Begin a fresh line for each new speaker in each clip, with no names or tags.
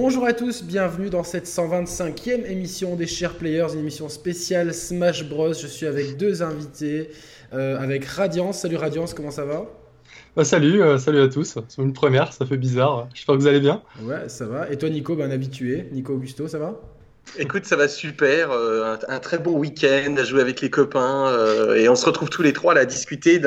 Bonjour à tous, bienvenue dans cette 125e émission des Chers Players, une émission spéciale Smash Bros. Je suis avec deux invités, avec Radiance. Salut Radiance, comment ça va ?
Salut à tous. C'est une première, ça fait bizarre. J'espère que vous allez bien.
Ouais, ça va. Et toi Nico, un habitué. Nico Augusto, ça va ?
Écoute, ça va super, un très bon week-end à jouer avec les copains et on se retrouve tous les trois là, à discuter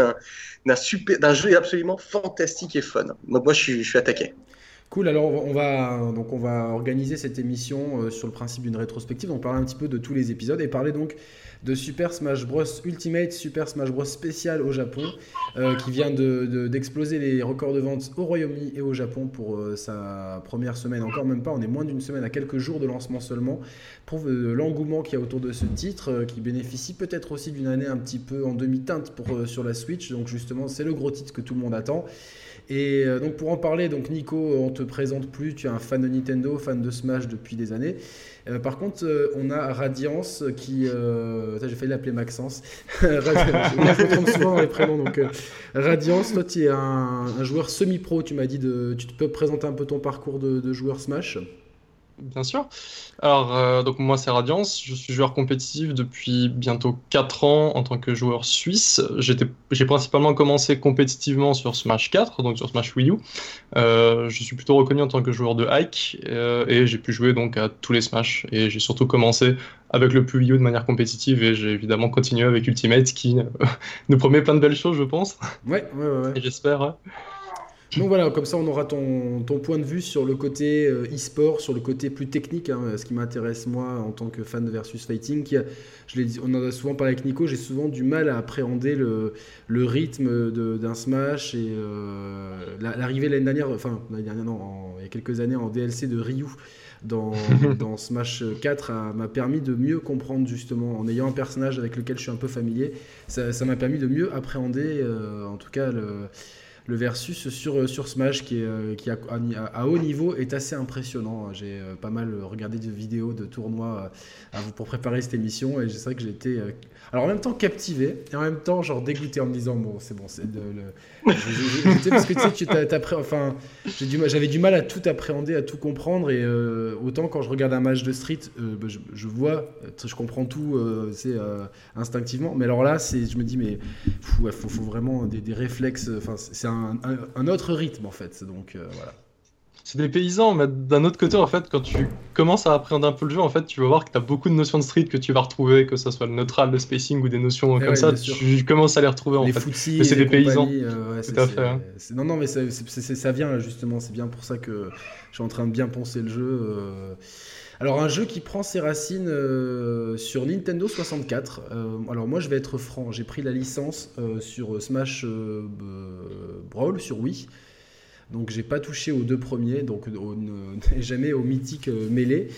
d'un jeu absolument fantastique et fun. Donc moi je suis attaqué.
Cool, alors on va organiser cette émission sur le principe d'une rétrospective, donc parler un petit peu de tous les épisodes et parler donc de Super Smash Bros Ultimate, Super Smash Bros spécial au Japon, qui vient d'exploser les records de vente au Royaume-Uni et au Japon pour sa première semaine, encore même pas, on est moins d'une semaine, à quelques jours de lancement seulement, pour l'engouement qu'il y a autour de ce titre, qui bénéficie peut-être aussi d'une année un petit peu en demi-teinte sur la Switch, donc justement c'est le gros titre que tout le monde attend. Et donc pour en parler, donc Nico, on te présente plus, tu es un fan de Nintendo, fan de Smash depuis des années. Par contre, on a Radiance qui... j'ai failli l'appeler Maxence. Je me trompe souvent dans les prénoms. Donc, Radiance, toi tu es un joueur semi-pro, tu m'as dit, tu peux présenter un peu ton parcours de joueur Smash ?
Bien sûr. Alors, donc moi c'est Radiance, je suis joueur compétitif depuis bientôt 4 ans en tant que joueur suisse. J'ai principalement commencé compétitivement sur Smash 4, donc sur Smash Wii U. Je suis plutôt reconnu en tant que joueur de Ike et j'ai pu jouer donc à tous les Smash. Et j'ai surtout commencé avec le Wii U de manière compétitive et j'ai évidemment continué avec Ultimate qui nous promet plein de belles choses, je pense.
Ouais.
Et j'espère.
Donc voilà, comme ça on aura ton point de vue sur le côté e-sport, sur le côté plus technique, ce qui m'intéresse moi en tant que fan de Versus Fighting. Je l'ai dit, on en a souvent parlé avec Nico, j'ai souvent du mal à appréhender le rythme d'un Smash et l'arrivée l'année dernière, il y a quelques années en DLC de Ryu dans Smash 4 m'a permis de mieux comprendre justement, en ayant un personnage avec lequel je suis un peu familier, ça m'a permis de mieux appréhender en tout cas le versus sur Smash qui à haut niveau est assez impressionnant. J'ai pas mal regardé de vidéos de tournois pour préparer cette émission et c'est vrai que j'ai été alors en même temps captivé et en même temps genre dégoûté en me disant bon c'est parce que tu sais j'avais du mal à tout appréhender, à tout comprendre et autant quand je regarde un match de Street je vois, je comprends tout instinctivement, mais alors là je me dis mais faut vraiment des réflexes, c'est un autre rythme en fait, donc voilà.
C'est des paysans, mais d'un autre côté, en fait, quand tu commences à appréhender un peu le jeu, en fait, tu vas voir que tu as beaucoup de notions de street que tu vas retrouver, que ce soit le neutral, le spacing ou des notions comme ça, tu commences à les retrouver en fait. Mais c'est des paysans. Tout à fait.
Non, mais ça vient justement, c'est bien pour ça que je suis en train de bien poncer le jeu. Alors un jeu qui prend ses racines sur Nintendo 64. Alors moi je vais être franc, j'ai pris la licence sur Smash Brawl sur Wii. Donc j'ai pas touché aux deux premiers, donc jamais au mythique Melee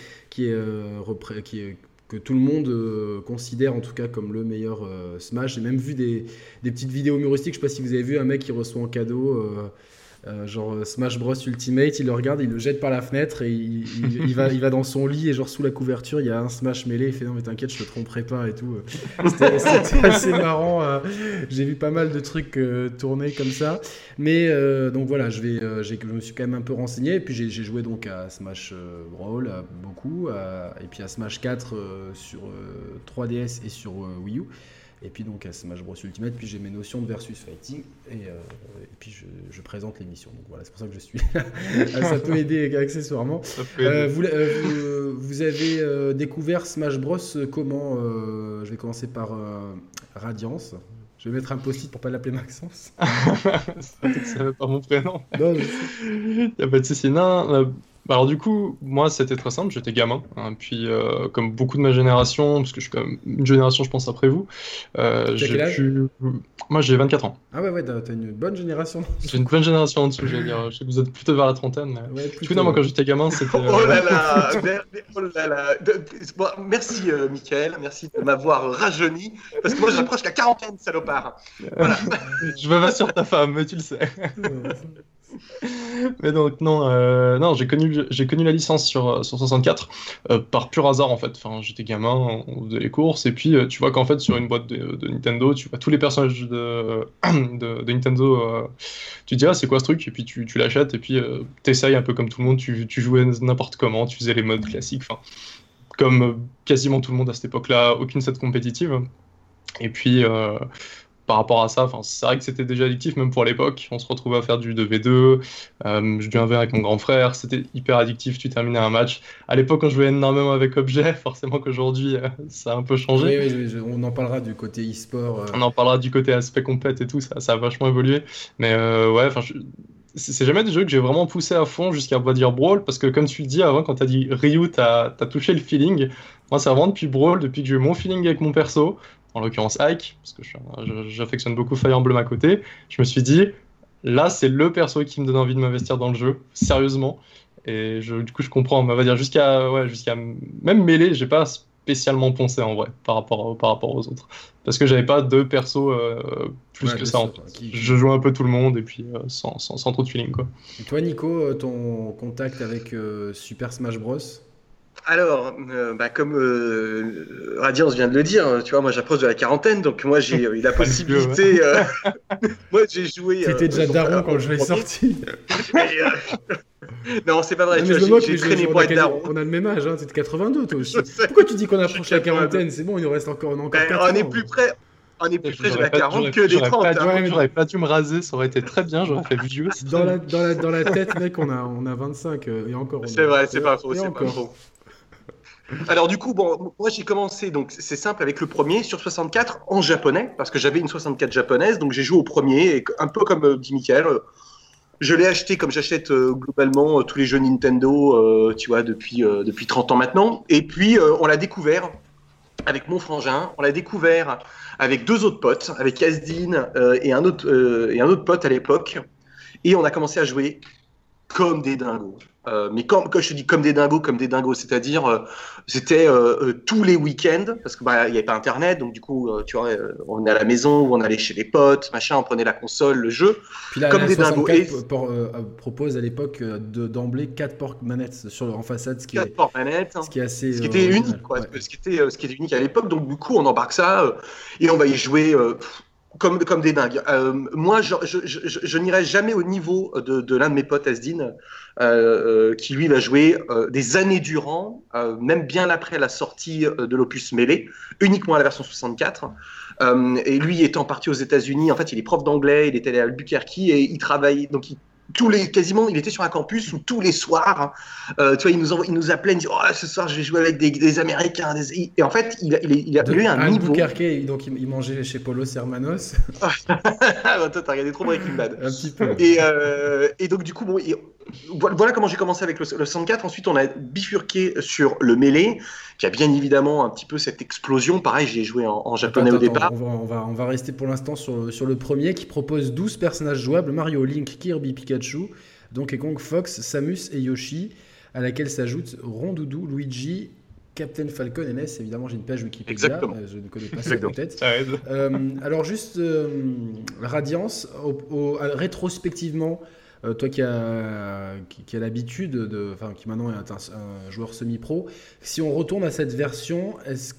que tout le monde considère en tout cas comme le meilleur Smash. J'ai même vu des petites vidéos humoristiques, je sais pas si vous avez vu un mec qui reçoit en cadeau genre Smash Bros Ultimate, il le regarde, il le jette par la fenêtre et il va dans son lit et genre sous la couverture il y a un Smash Melee, il fait non mais t'inquiète je te tromperai pas et tout. C'était assez marrant, j'ai vu pas mal de trucs tourner comme ça, mais donc voilà je me suis quand même un peu renseigné et puis j'ai joué donc à Smash Brawl beaucoup et puis à Smash 4 sur 3DS et sur Wii U. Et puis donc à Smash Bros Ultimate, puis j'ai mes notions de versus fighting et puis je présente l'émission. Donc voilà, c'est pour ça que je suis là. Ça peut aider accessoirement. Vous avez découvert Smash Bros comment je vais commencer par Radiance. Je vais mettre un post-it pour pas l'appeler Maxence.
Ça va pas mon prénom.
Non,
y a pas de souci. Non. Alors du coup, moi c'était très simple, j'étais gamin, hein, puis comme beaucoup de ma génération, parce que je suis quand même une génération je pense après vous, moi j'ai 24 ans.
Ah ouais, t'as une bonne génération.
J'ai une bonne génération en dessous, j'allais dire, je sais que vous êtes plutôt vers la trentaine. Mais... Ouais, non, moi quand j'étais gamin c'était...
Oh là là. Bon, merci Mickaël, merci de m'avoir rajeuni, parce que moi j'approche la quarantaine, salopard. Voilà.
Je me bats sur ta femme, mais tu le sais. Mais donc non, j'ai connu la licence sur 64 par pur hasard en fait. Enfin, j'étais gamin, on faisait les courses et puis tu vois qu'en fait sur une boîte de Nintendo, tu vois tous les personnages de Nintendo. Tu te dis ah c'est quoi ce truc et puis tu l'achètes et puis t'essayes un peu comme tout le monde. Tu jouais n'importe comment, tu faisais les modes classiques. Enfin, comme quasiment tout le monde à cette époque-là, aucune set compétitive. Et puis par rapport à ça, c'est vrai que c'était déjà addictif même pour l'époque. On se retrouvait à faire du 2v2, je jouais un verre avec mon grand frère, c'était hyper addictif, tu terminais un match. À l'époque, on jouait énormément avec objet, forcément qu'aujourd'hui, ça a un peu changé.
On en parlera du côté e-sport.
On en parlera du côté aspect compète et tout, ça a vachement évolué. Mais ouais, c'est jamais des jeux que j'ai vraiment poussé à fond jusqu'à on va dire Brawl, parce que comme tu le dis avant, quand t'as dit Ryu, t'as touché le feeling. Moi, c'est vraiment depuis Brawl, depuis que j'ai eu mon feeling avec mon perso, en l'occurrence Ike, parce que j'affectionne beaucoup Fire Emblem à côté, je me suis dit, là, c'est le perso qui me donne envie de m'investir dans le jeu, sérieusement. Et du coup, je comprends, on va dire jusqu'à même Melee, j'ai pas spécialement poncé en vrai par rapport aux autres. Parce que j'avais pas de perso plus que ça en fait. Je jouais un peu tout le monde et puis sans trop de feeling quoi.
Et toi Nico, ton contact avec Super Smash Bros?
Alors, comme Radiance vient de le dire, tu vois, moi j'approche de la quarantaine, donc moi j'ai eu la possibilité. Moi j'ai joué.
T'étais déjà daron quand le jeu est sorti.
Non, c'est pas vrai. J'ai traîné pour être daron.
On a le même âge, hein, t'es de 82 toi aussi. Pourquoi tu dis qu'on approche la quarantaine? C'est bon, il nous reste encore 4 ans.
On est plus près. On est plus près de la 40 que des 30.
J'aurais pas dû me raser, ça aurait été très bien, j'aurais fait vieux.
Dans la tête, mec, on a 25 et encore.
C'est vrai, c'est pas faux, c'est pas faux. Alors du coup, bon, moi j'ai commencé, donc c'est simple, avec le premier sur 64 en japonais, parce que j'avais une 64 japonaise, donc j'ai joué au premier, et un peu comme dit Mickaël, je l'ai acheté comme j'achète globalement tous les jeux Nintendo, tu vois, depuis 30 ans maintenant, et puis on l'a découvert avec mon frangin, on l'a découvert avec deux autres potes, avec Asdin et un autre pote à l'époque, et on a commencé à jouer comme des dingos. Mais quand je te dis comme des dingos, c'est-à-dire c'était tous les week-ends, parce que il y avait pas internet, donc du coup tu vois, on est à la maison ou on allait chez les potes, machin, on prenait la console, le jeu,
puis
comme des dingos.
Et propose à l'époque d'emblée 4 ports manettes en façade, ce qui est assez,
ce qui était unique, quoi, ouais. ce qui était unique à l'époque. Donc du coup on embarque ça et on va y jouer. Comme des dingues. Moi, je n'irai jamais au niveau de l'un de mes potes Asdin, qui lui va jouer des années durant, même bien après la sortie de l'opus Melee, uniquement à la version 64. Et lui étant parti aux États-Unis, en fait, il est prof d'anglais, il était allé à Albuquerque et il travaille. Donc, quasiment, il était sur un campus où tous les soirs, tu vois, il nous appelait, il nous dit oh, ce soir je vais jouer avec des Américains. Et en fait, il a eu un niveau.
Albuquerque, donc il mangeait chez Polos Hermanos.
Toi, t'as regardé trop Breaking Bad.
Un petit peu.
Et donc, du coup, bon, voilà comment j'ai commencé avec le 64. Ensuite, on a bifurqué sur le Melee, qui a bien évidemment un petit peu cette explosion. Pareil, j'y ai joué en japonais au départ.
On va rester pour l'instant sur le premier qui propose 12 personnages jouables, Mario, Link, Kirby, Pikachu, Donkey Kong, Fox, Samus et Yoshi, à laquelle s'ajoutent Rondoudou, Luigi, Captain Falcon et Ness. Évidemment, j'ai une page Wikipédia.
Exactement.
Je ne connais pas ça peut-être.
Ça aide.
Alors juste, Radiance, rétrospectivement, toi qui as l'habitude qui maintenant est un joueur semi-pro, si on retourne à cette version, est-ce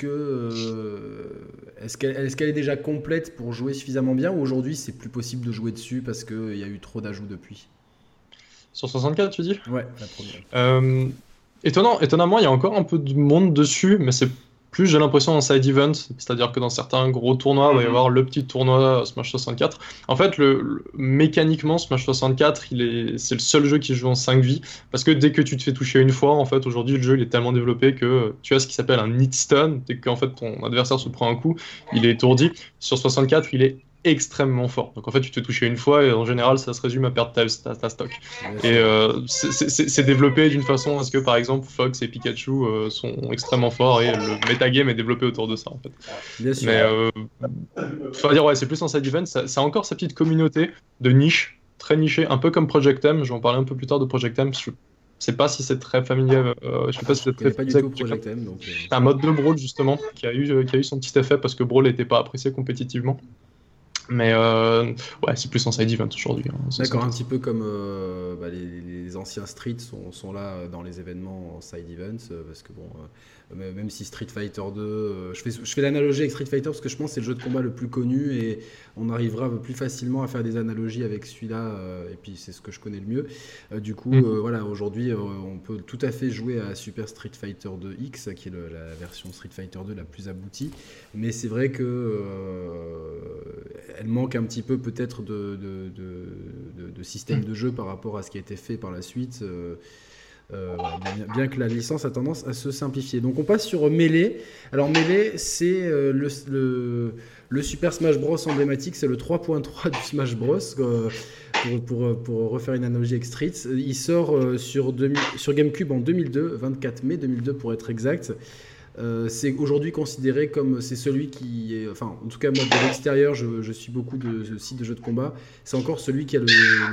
qu'elle est déjà complète pour jouer suffisamment bien, ou aujourd'hui c'est plus possible de jouer dessus parce qu'il y a eu trop d'ajouts depuis?
Sur 64, tu dis?
Ouais, la première.
Étonnamment, il y a encore un peu de monde dessus, mais c'est plus, j'ai l'impression, en side event, c'est-à-dire que dans certains gros tournois, il va y avoir le petit tournoi Smash 64. En fait, mécaniquement, Smash 64, c'est le seul jeu qui joue en 5 vies, parce que dès que tu te fais toucher une fois, en fait, aujourd'hui, le jeu il est tellement développé que tu as ce qui s'appelle un hit stun, dès qu'en fait ton adversaire se prend un coup, il est étourdi. Sur 64, il est extrêmement fort. Donc en fait, tu te fais toucher une fois et en général, ça se résume à perdre ta stock. Et c'est développé d'une façon à ce que, par exemple, Fox et Pikachu sont extrêmement forts et le metagame est développé autour de ça, en fait.
Bien sûr.
Mais faut dire, ouais, c'est plus en side event. Ça a encore sa petite communauté de niche, très nichée, un peu comme Project M. Je vais en parler un peu plus tard de Project M. Je sais pas si c'est très familier. Je sais pas si c'est très
familier avec Project M.
C'est un mode de Brawl, justement, qui a eu son petit effet parce que Brawl n'était pas apprécié compétitivement. Mais ouais, c'est plus en side event aujourd'hui. Hein,
D'accord, un petit peu comme les anciens Street sont là dans les événements en side events, parce que bon, même si Street Fighter 2, je fais l'analogie avec Street Fighter parce que je pense que c'est le jeu de combat le plus connu et on arrivera plus facilement à faire des analogies avec celui-là, et puis c'est ce que je connais le mieux. Du coup, voilà, aujourd'hui, on peut tout à fait jouer à Super Street Fighter 2 X, qui est la version Street Fighter 2 la plus aboutie, mais c'est vrai que elle manque un petit peu peut-être de système de jeu par rapport à ce qui a été fait par la suite, bien que la licence a tendance à se simplifier. Donc on passe sur Melee. Alors Melee, c'est le Super Smash Bros emblématique, c'est le 3.3 du Smash Bros. Pour refaire une analogie avec Street. Il sort sur GameCube en 2002, 24 mai 2002 pour être exact. C'est aujourd'hui considéré comme c'est celui qui est, enfin en tout cas moi de l'extérieur je suis beaucoup de sites de jeux de combat, c'est encore celui qui a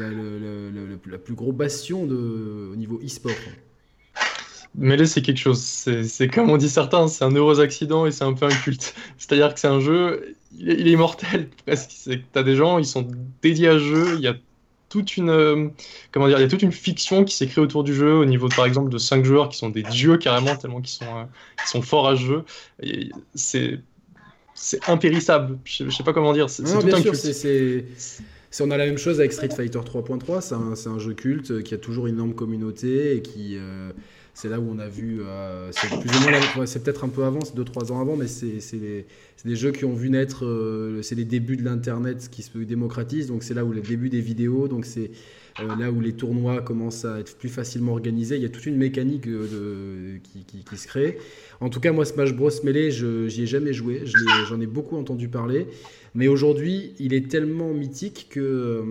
la plus gros bastion au niveau e-sport.
Melee, c'est quelque chose, c'est comme on dit certains, c'est un heureux accident et c'est un peu un culte. C'est-à-dire que c'est un jeu, il est immortel presque. T'as des gens, ils sont dédiés à ce jeu, il y a toute une il y a toute une fiction qui s'est créée autour du jeu au niveau par exemple de 5 joueurs qui sont des dieux carrément tellement qu'ils sont forts à ce jeu. Et c'est impérissable. Je sais pas comment dire. C'est tout un culte.
On a la même chose avec Street Fighter 3.3. C'est un jeu culte qui a toujours une énorme communauté et qui c'est là où on a vu, c'est plus ou moins, c'est peut-être un peu avant, c'est 2-3 ans avant, mais c'est des jeux qui ont vu naître, c'est les débuts de l'internet qui se démocratise, donc c'est là où les débuts des vidéos, donc c'est là où les tournois commencent à être plus facilement organisés. Il y a toute une mécanique qui se crée. En tout cas, moi, Smash Bros Melee, j'y ai jamais joué, j'en ai beaucoup entendu parler. Mais aujourd'hui, il est tellement mythique que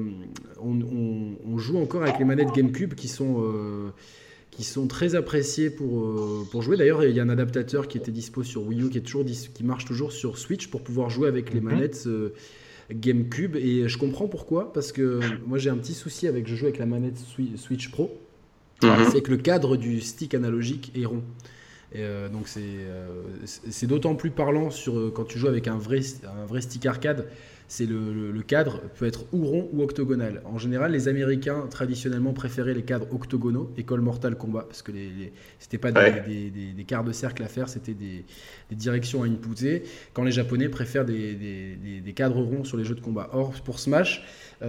on joue encore avec les manettes GameCube qui sont très appréciées pour jouer. D'ailleurs, il y a un adaptateur qui était dispo sur Wii U, qui marche toujours sur Switch pour pouvoir jouer avec les manettes GameCube. Et je comprends pourquoi, parce que moi j'ai un petit souci je joue avec la manette Switch Pro, c'est que le cadre du stick analogique est rond. Et donc c'est d'autant plus parlant quand tu joues avec un vrai stick arcade. C'est le cadre peut être ou rond ou octogonal. En général, les Américains traditionnellement préféraient les cadres octogonaux, école Mortal Kombat, parce que c'était pas des quarts de cercle à faire, c'était des directions à inputter. Quand les Japonais préfèrent des cadres ronds sur les jeux de combat. Or, pour Smash,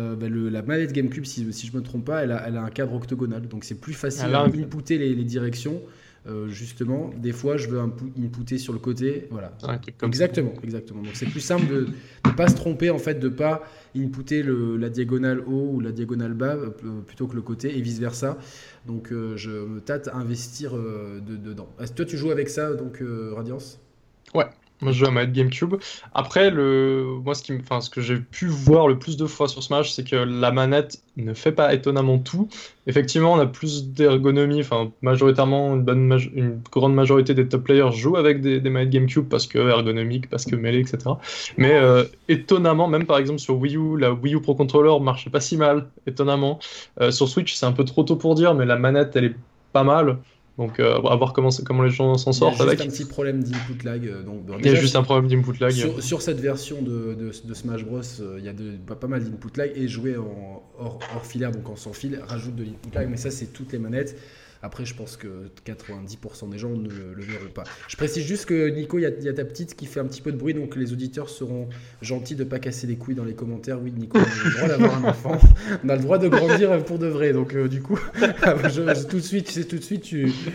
la manette GameCube, si je me trompe pas, elle a un cadre octogonal, donc c'est plus facile à inputter les directions. Justement, des fois je veux inputter sur le côté, voilà. Exactement. Donc c'est plus simple de ne pas se tromper, en fait, de pas inputter la diagonale haut ou la diagonale bas plutôt que le côté et vice versa. Donc je me tâte à investir dedans. Toi tu joues avec ça, donc Radiance?
Ouais. Moi, je joue à ma GameCube. Après, moi, ce que j'ai pu voir le plus de fois sur Smash, c'est que la manette ne fait pas étonnamment tout. Effectivement, on a plus d'ergonomie. Enfin, majoritairement, une grande majorité des top players jouent avec des manettes GameCube parce que ergonomique, parce que mêlée, etc. Mais étonnamment, même par exemple sur Wii U, la Wii U Pro Controller marchait pas si mal, étonnamment. Sur Switch, c'est un peu trop tôt pour dire, mais la manette, elle est pas mal. Donc, à voir comment les gens s'en sortent avec.
Il y a juste un petit problème d'input lag.
Il y a juste un problème d'input lag.
Sur cette version de Smash Bros, il y a pas mal d'input lag, et jouer hors filaire, donc en sans fil, rajoute de l'input lag. Mais ça, c'est toutes les manettes. Après, je pense que 90% des gens ne le verront pas. Je précise juste que Nico, il y a ta petite qui fait un petit peu de bruit, donc les auditeurs seront gentils de ne pas casser les couilles dans les commentaires. Oui, Nico, on a le droit d'avoir un enfant, on a le droit de grandir pour de vrai. Donc du coup, tout de suite,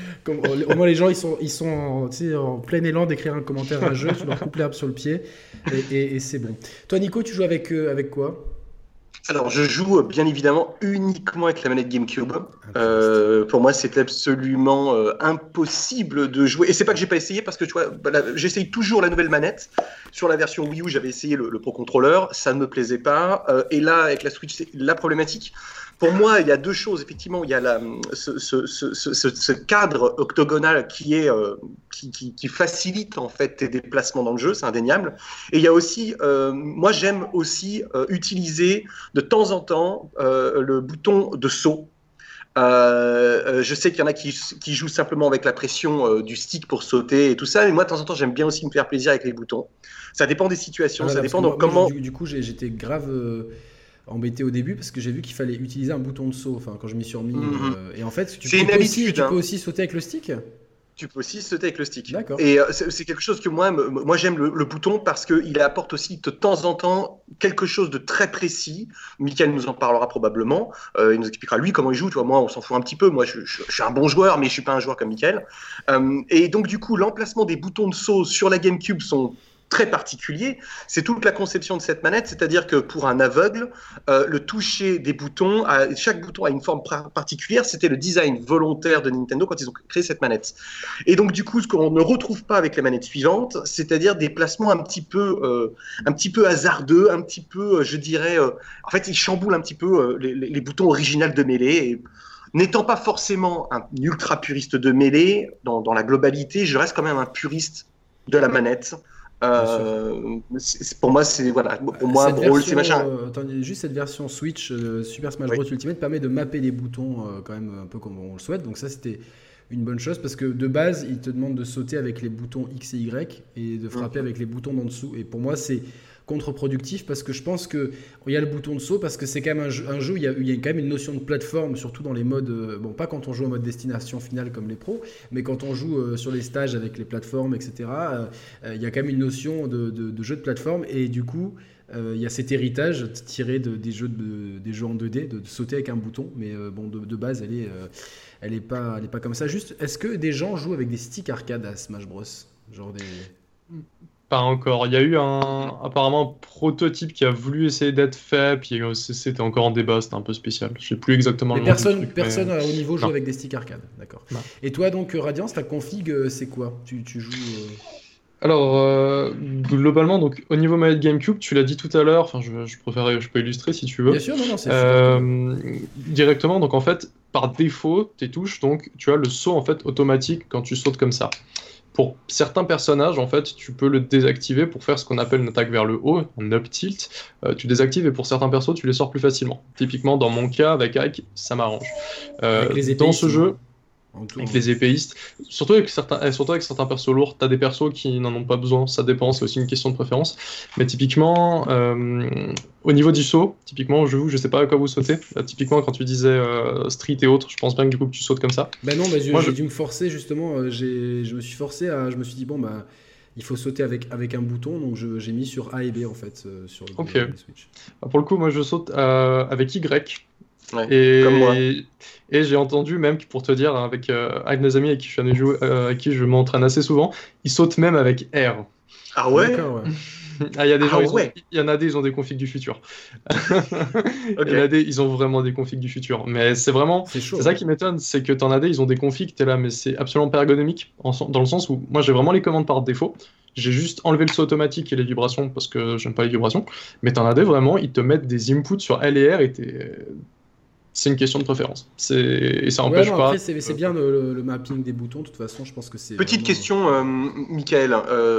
au moins les gens ils sont en plein élan d'écrire un commentaire à jeu, tu leur coupes l'herbe sur le pied et c'est bon. Toi, Nico, tu joues avec quoi?
Alors, je joue bien évidemment uniquement avec la manette GameCube. Pour moi, c'est absolument impossible de jouer. Et c'est pas que j'ai pas essayé, parce que tu vois, j'essaye toujours la nouvelle manette. Sur la version Wii U, j'avais essayé le Pro Controller, ça ne me plaisait pas. Et là, avec la Switch, c'est la problématique. Pour moi, il y a deux choses. Effectivement, il y a ce cadre octogonal qui facilite en fait tes déplacements dans le jeu, c'est indéniable. Et il y a aussi, moi j'aime aussi utiliser de temps en temps le bouton de saut. Je sais qu'il y en a qui jouent simplement avec la pression du stick pour sauter et tout ça, mais moi de temps en temps j'aime bien aussi me faire plaisir avec les boutons. Ça dépend des situations, ça dépend de comment.
Du coup, j'étais grave embêté au début parce que j'ai vu qu'il fallait utiliser un bouton de saut. Enfin, quand je m'y suis remis. Et en fait, tu peux aussi sauter avec le stick.
Tu peux aussi sauter avec le stick.
D'accord.
Et c'est quelque chose que moi j'aime le bouton parce qu'il apporte aussi de temps en temps quelque chose de très précis. Mickaël nous en parlera probablement. Il nous expliquera lui comment il joue. Tu vois, moi on s'en fout un petit peu. Moi je suis un bon joueur, mais je suis pas un joueur comme Mickaël. Et donc du coup l'emplacement des boutons de saut sur la GameCube sont très particulier, c'est toute la conception de cette manette, c'est-à-dire que pour un aveugle, le toucher des boutons, chaque bouton a une forme particulière, c'était le design volontaire de Nintendo quand ils ont créé cette manette. Et donc du coup, ce qu'on ne retrouve pas avec les manettes suivantes, c'est-à-dire des placements un petit peu hasardeux, un petit peu, je dirais, en fait, ils chamboulent un petit peu les boutons originaux de Melee. Et, n'étant pas forcément un ultra puriste de Melee, dans la globalité, je reste quand même un puriste de la manette. Pour moi, c'est voilà. Pour moi, Brawl, c'est machin.
Juste cette version Switch Super Smash Bros Ultimate permet de mapper les boutons quand même un peu comme on le souhaite. Donc ça, c'était une bonne chose parce que de base, il te demande de sauter avec les boutons X et Y et de frapper avec les boutons d'en dessous. Et pour moi, c'est contre-productif parce que je pense qu'il y a le bouton de saut parce que c'est quand même un jeu où il y a quand même une notion de plateforme, surtout dans les modes, bon pas quand on joue en mode destination finale comme les pros, mais quand on joue sur les stages avec les plateformes, etc. Il y a quand même une notion de jeu de plateforme et du coup il y a cet héritage tiré des jeux en 2D, de sauter avec un bouton, mais bon de base elle est pas comme ça. Juste, est-ce que des gens jouent avec des sticks arcade à Smash Bros, genre des...
Pas encore. Il y a eu apparemment un prototype qui a voulu essayer d'être fait, puis c'était encore en débat, c'était un peu spécial. Je sais plus exactement
mais
le nom du truc,
personne au niveau joue avec des sticks arcade, d'accord. Non. Et toi donc Radiance, ta config c'est quoi? Tu joues
Alors globalement donc au niveau manette GameCube, tu l'as dit tout à l'heure, enfin je peux illustrer si tu veux.
Bien sûr, non c'est
directement donc en fait par défaut tes touches donc tu as le saut en fait automatique quand tu sautes comme ça. Pour certains personnages, en fait, tu peux le désactiver pour faire ce qu'on appelle une attaque vers le haut, un up tilt. Tu désactives et pour certains persos, tu les sors plus facilement. Typiquement, dans mon cas, avec Ike, ça m'arrange. Dans ce jeu, avec les épéistes, surtout avec certains persos lourds, t'as des persos qui n'en ont pas besoin, ça dépend, c'est aussi une question de préférence. Mais typiquement, au niveau du saut, typiquement, je sais pas à quoi vous sautez. Typiquement, quand tu disais Street et autres, je pense bien que du coup que tu sautes comme ça.
Ben non, j'ai dû me forcer justement, je me suis dit bon bah il faut sauter avec un bouton, donc j'ai mis sur A et B en fait sur le Switch.
Pour le coup, moi je saute avec Y.
Ouais, comme moi.
Et j'ai entendu même, pour te dire, avec un de mes amis avec qui je m'entraîne assez souvent, ils sautent même avec R.
Ah ouais?
D'accord, ouais.
Il y a des gens, il y en a des, ils ont des configs du futur. Il y en a des, ils ont vraiment des configs du futur. Mais c'est vraiment, c'est ça qui m'étonne, c'est que t'en as des, ils ont des configs, t'es là, mais c'est absolument pas ergonomique, dans le sens où moi j'ai vraiment les commandes par défaut. J'ai juste enlevé le saut automatique et les vibrations parce que j'aime pas les vibrations. Mais t'en as des vraiment, ils te mettent des inputs sur L et R et c'est une question de préférence. Et ça empêche pas.
Après, c'est bien le mapping des boutons. De toute façon, je pense que c'est.
Petite question, Mickaël,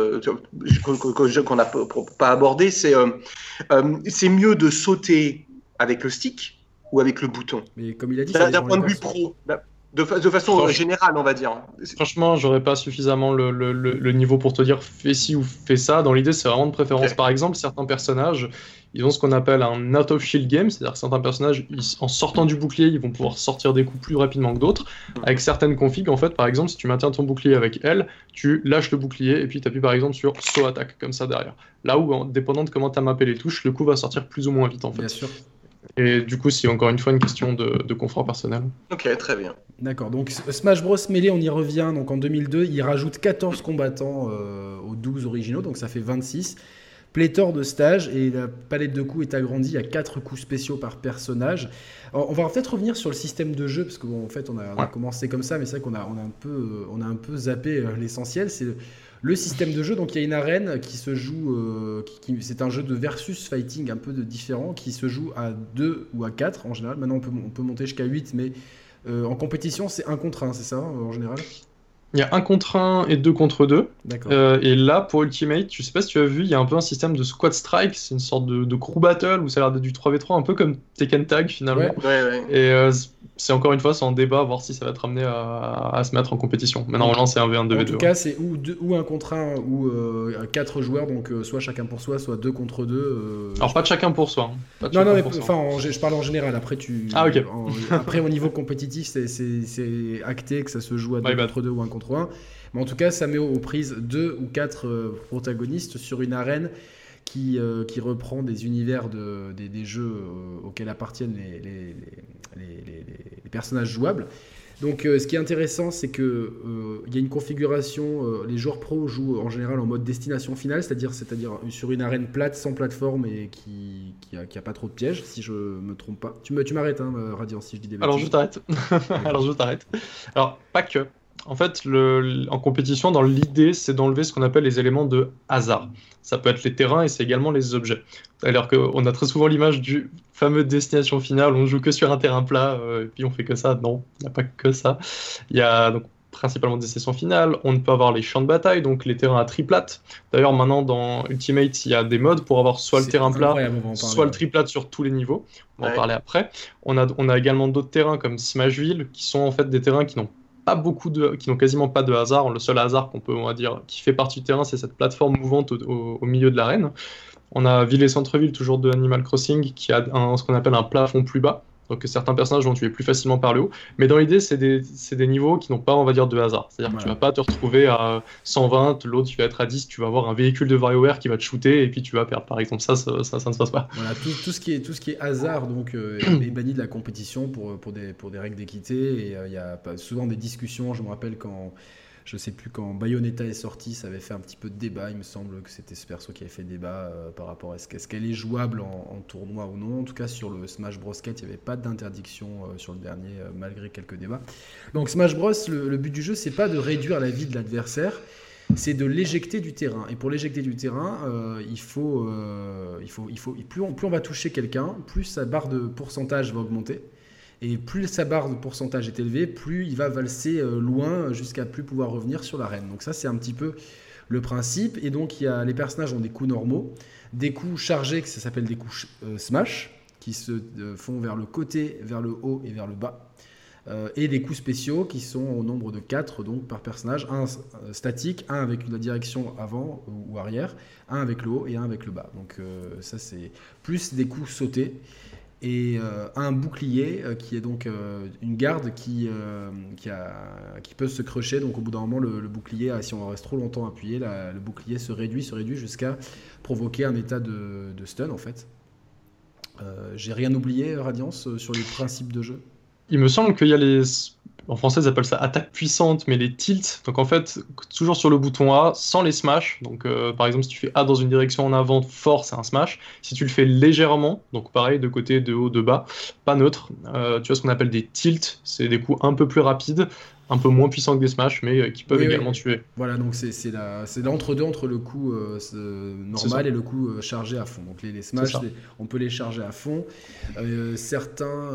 qu'on n'a pas abordé, c'est mieux de sauter avec le stick ou avec le bouton?
Mais comme il a dit,
d'un point de vue pro. De façon générale, on va dire.
Franchement, j'aurais pas suffisamment le niveau pour te dire fais ci ou fais ça. Dans l'idée, c'est vraiment de préférence. Okay. Par exemple, certains personnages, ils ont ce qu'on appelle un out of shield game, c'est-à-dire que certains personnages, en sortant du bouclier, ils vont pouvoir sortir des coups plus rapidement que d'autres. Avec certaines configs, en fait, par exemple, si tu maintiens ton bouclier avec L, tu lâches le bouclier et puis tu appuies par exemple sur saut attaque, comme ça derrière. Là où, dépendant de comment tu as mappé les touches, le coup va sortir plus ou moins vite en fait.
Bien sûr.
Et du coup, c'est encore une fois une question de confort personnel.
Ok, très bien.
D'accord, donc Smash Bros Melee, on y revient. Donc en 2002, il rajoute 14 combattants aux 12 originaux, donc ça fait 26. Pléthore de stages et la palette de coups est agrandie à 4 coups spéciaux par personnage. Alors, on va peut-être revenir sur le système de jeu, parce qu'en fait, on a commencé comme ça, mais c'est vrai qu'on a un peu zappé l'essentiel. C'est le système de jeu. Donc il y a une arène qui se joue, c'est un jeu de versus fighting un peu différent, qui se joue à 2 ou à 4 en général. Maintenant, on peut monter jusqu'à 8, mais en compétition, c'est 1 contre 1, c'est ça en général?
Il y a 1 contre 1 et 2 contre 2.
D'accord.
Et là, pour Ultimate, je sais pas si tu as vu, il y a un peu un système de squad strike. C'est une sorte de crew battle où ça a l'air d'être du 3v3, un peu comme Tekken Tag finalement.
Ouais.
Et c'est encore une fois, c'est en débat, voir si ça va être amené à se mettre en compétition. Mais normalement, c'est un V1, 2v2.
En tout cas, c'est ou un contre un ou 4 joueurs, donc soit chacun pour soi, soit 2 contre 2.
Alors, pas de chacun pour soi. Hein. Pas de
Non,
chacun
non, mais
pour soi.
enfin, je parle en général. Après,
ok.
Après, au niveau compétitif, c'est acté que ça se joue à 2 contre 2 ou 1 contre 1. Mais en tout cas, ça met aux prises 2 ou 4 protagonistes sur une arène qui reprend des univers des jeux auxquels appartiennent les personnages jouables. Donc ce qui est intéressant, c'est qu'il y a une configuration, les joueurs pros jouent en général en mode destination finale, c'est-à-dire sur une arène plate, sans plateforme et qui a pas trop de pièges, si je me trompe pas. Tu m'arrêtes, hein, Radiant, si je dis des bêtises.
Alors je t'arrête. Alors pas que. En fait, en compétition, dans l'idée, c'est d'enlever ce qu'on appelle les éléments de hasard. Ça peut être les terrains et c'est également les objets. Alors qu'on a très souvent l'image du fameux destination finale, on joue que sur un terrain plat, et puis on fait que ça. Non, il n'y a pas que ça. Il y a donc principalement des destination finale. On peut avoir les champs de bataille, donc les terrains à triplate. D'ailleurs, maintenant, dans Ultimate, il y a des modes pour avoir soit le terrain plat, soit le triplate sur tous les niveaux. On va en parler après. On a également d'autres terrains comme Smashville, qui sont en fait des terrains qui n'ont quasiment pas de hasard. Le seul hasard on va dire, qui fait partie du terrain, c'est cette plateforme mouvante au milieu de l'arène. On a Ville et Centre-Ville, toujours de Animal Crossing, qui a ce qu'on appelle un plafond plus bas. Donc certains personnages vont tuer plus facilement par le haut. Mais dans l'idée, c'est des niveaux qui n'ont pas, on va dire, de hasard. C'est-à-dire que tu vas pas te retrouver à 120, l'autre tu vas être à 10, tu vas avoir un véhicule de WarioWare qui va te shooter et puis tu vas perdre. Par exemple, ça ne se passe pas.
Voilà, tout ce qui est hasard donc, est banni de la compétition pour des règles d'équité. Et il y a souvent des discussions. Je me rappelle je sais plus, quand Bayonetta est sorti, ça avait fait un petit peu de débat. Il me semble que c'était ce perso qui avait fait débat par rapport à est-ce qu'elle est jouable en tournoi ou non. En tout cas, sur le Smash Bros 4, il n'y avait pas d'interdiction sur le dernier, malgré quelques débats. Donc Smash Bros, le but du jeu, c'est pas de réduire la vie de l'adversaire, c'est de l'éjecter du terrain. Et pour l'éjecter du terrain, plus on va toucher quelqu'un, plus sa barre de pourcentage va augmenter. Et plus sa barre de pourcentage est élevée, plus il va valser loin jusqu'à plus pouvoir revenir sur l'arène. Donc ça, c'est un petit peu le principe. Et donc, les personnages ont des coups normaux, des coups chargés, que ça s'appelle des coups smash, qui se font vers le côté, vers le haut et vers le bas. Et des coups spéciaux qui sont au nombre de 4 donc, par personnage. Un statique, un avec la direction avant ou arrière, un avec le haut et un avec le bas. Donc ça, c'est plus des coups sautés. Et un bouclier qui est donc une garde qui peut se crusher. Donc au bout d'un moment, le bouclier, si on reste trop longtemps appuyé, le bouclier se réduit jusqu'à provoquer un état de stun en fait. J'ai rien oublié, Radiance, sur les principes de jeu?
Il me semble qu'il y a en français, ils appellent ça attaque puissante, mais les tilts. Donc en fait, toujours sur le bouton A, sans les smash. Donc par exemple, si tu fais A dans une direction en avant, fort, c'est un smash. Si tu le fais légèrement, donc pareil, de côté, de haut, de bas, pas neutre, tu as ce qu'on appelle des tilts. C'est des coups un peu plus rapides, un peu moins puissants que des smash, mais qui peuvent également tuer.
Voilà, donc c'est l'entre-deux entre le coup normal et le coup chargé à fond. Donc les smash, on peut les charger à fond. Certains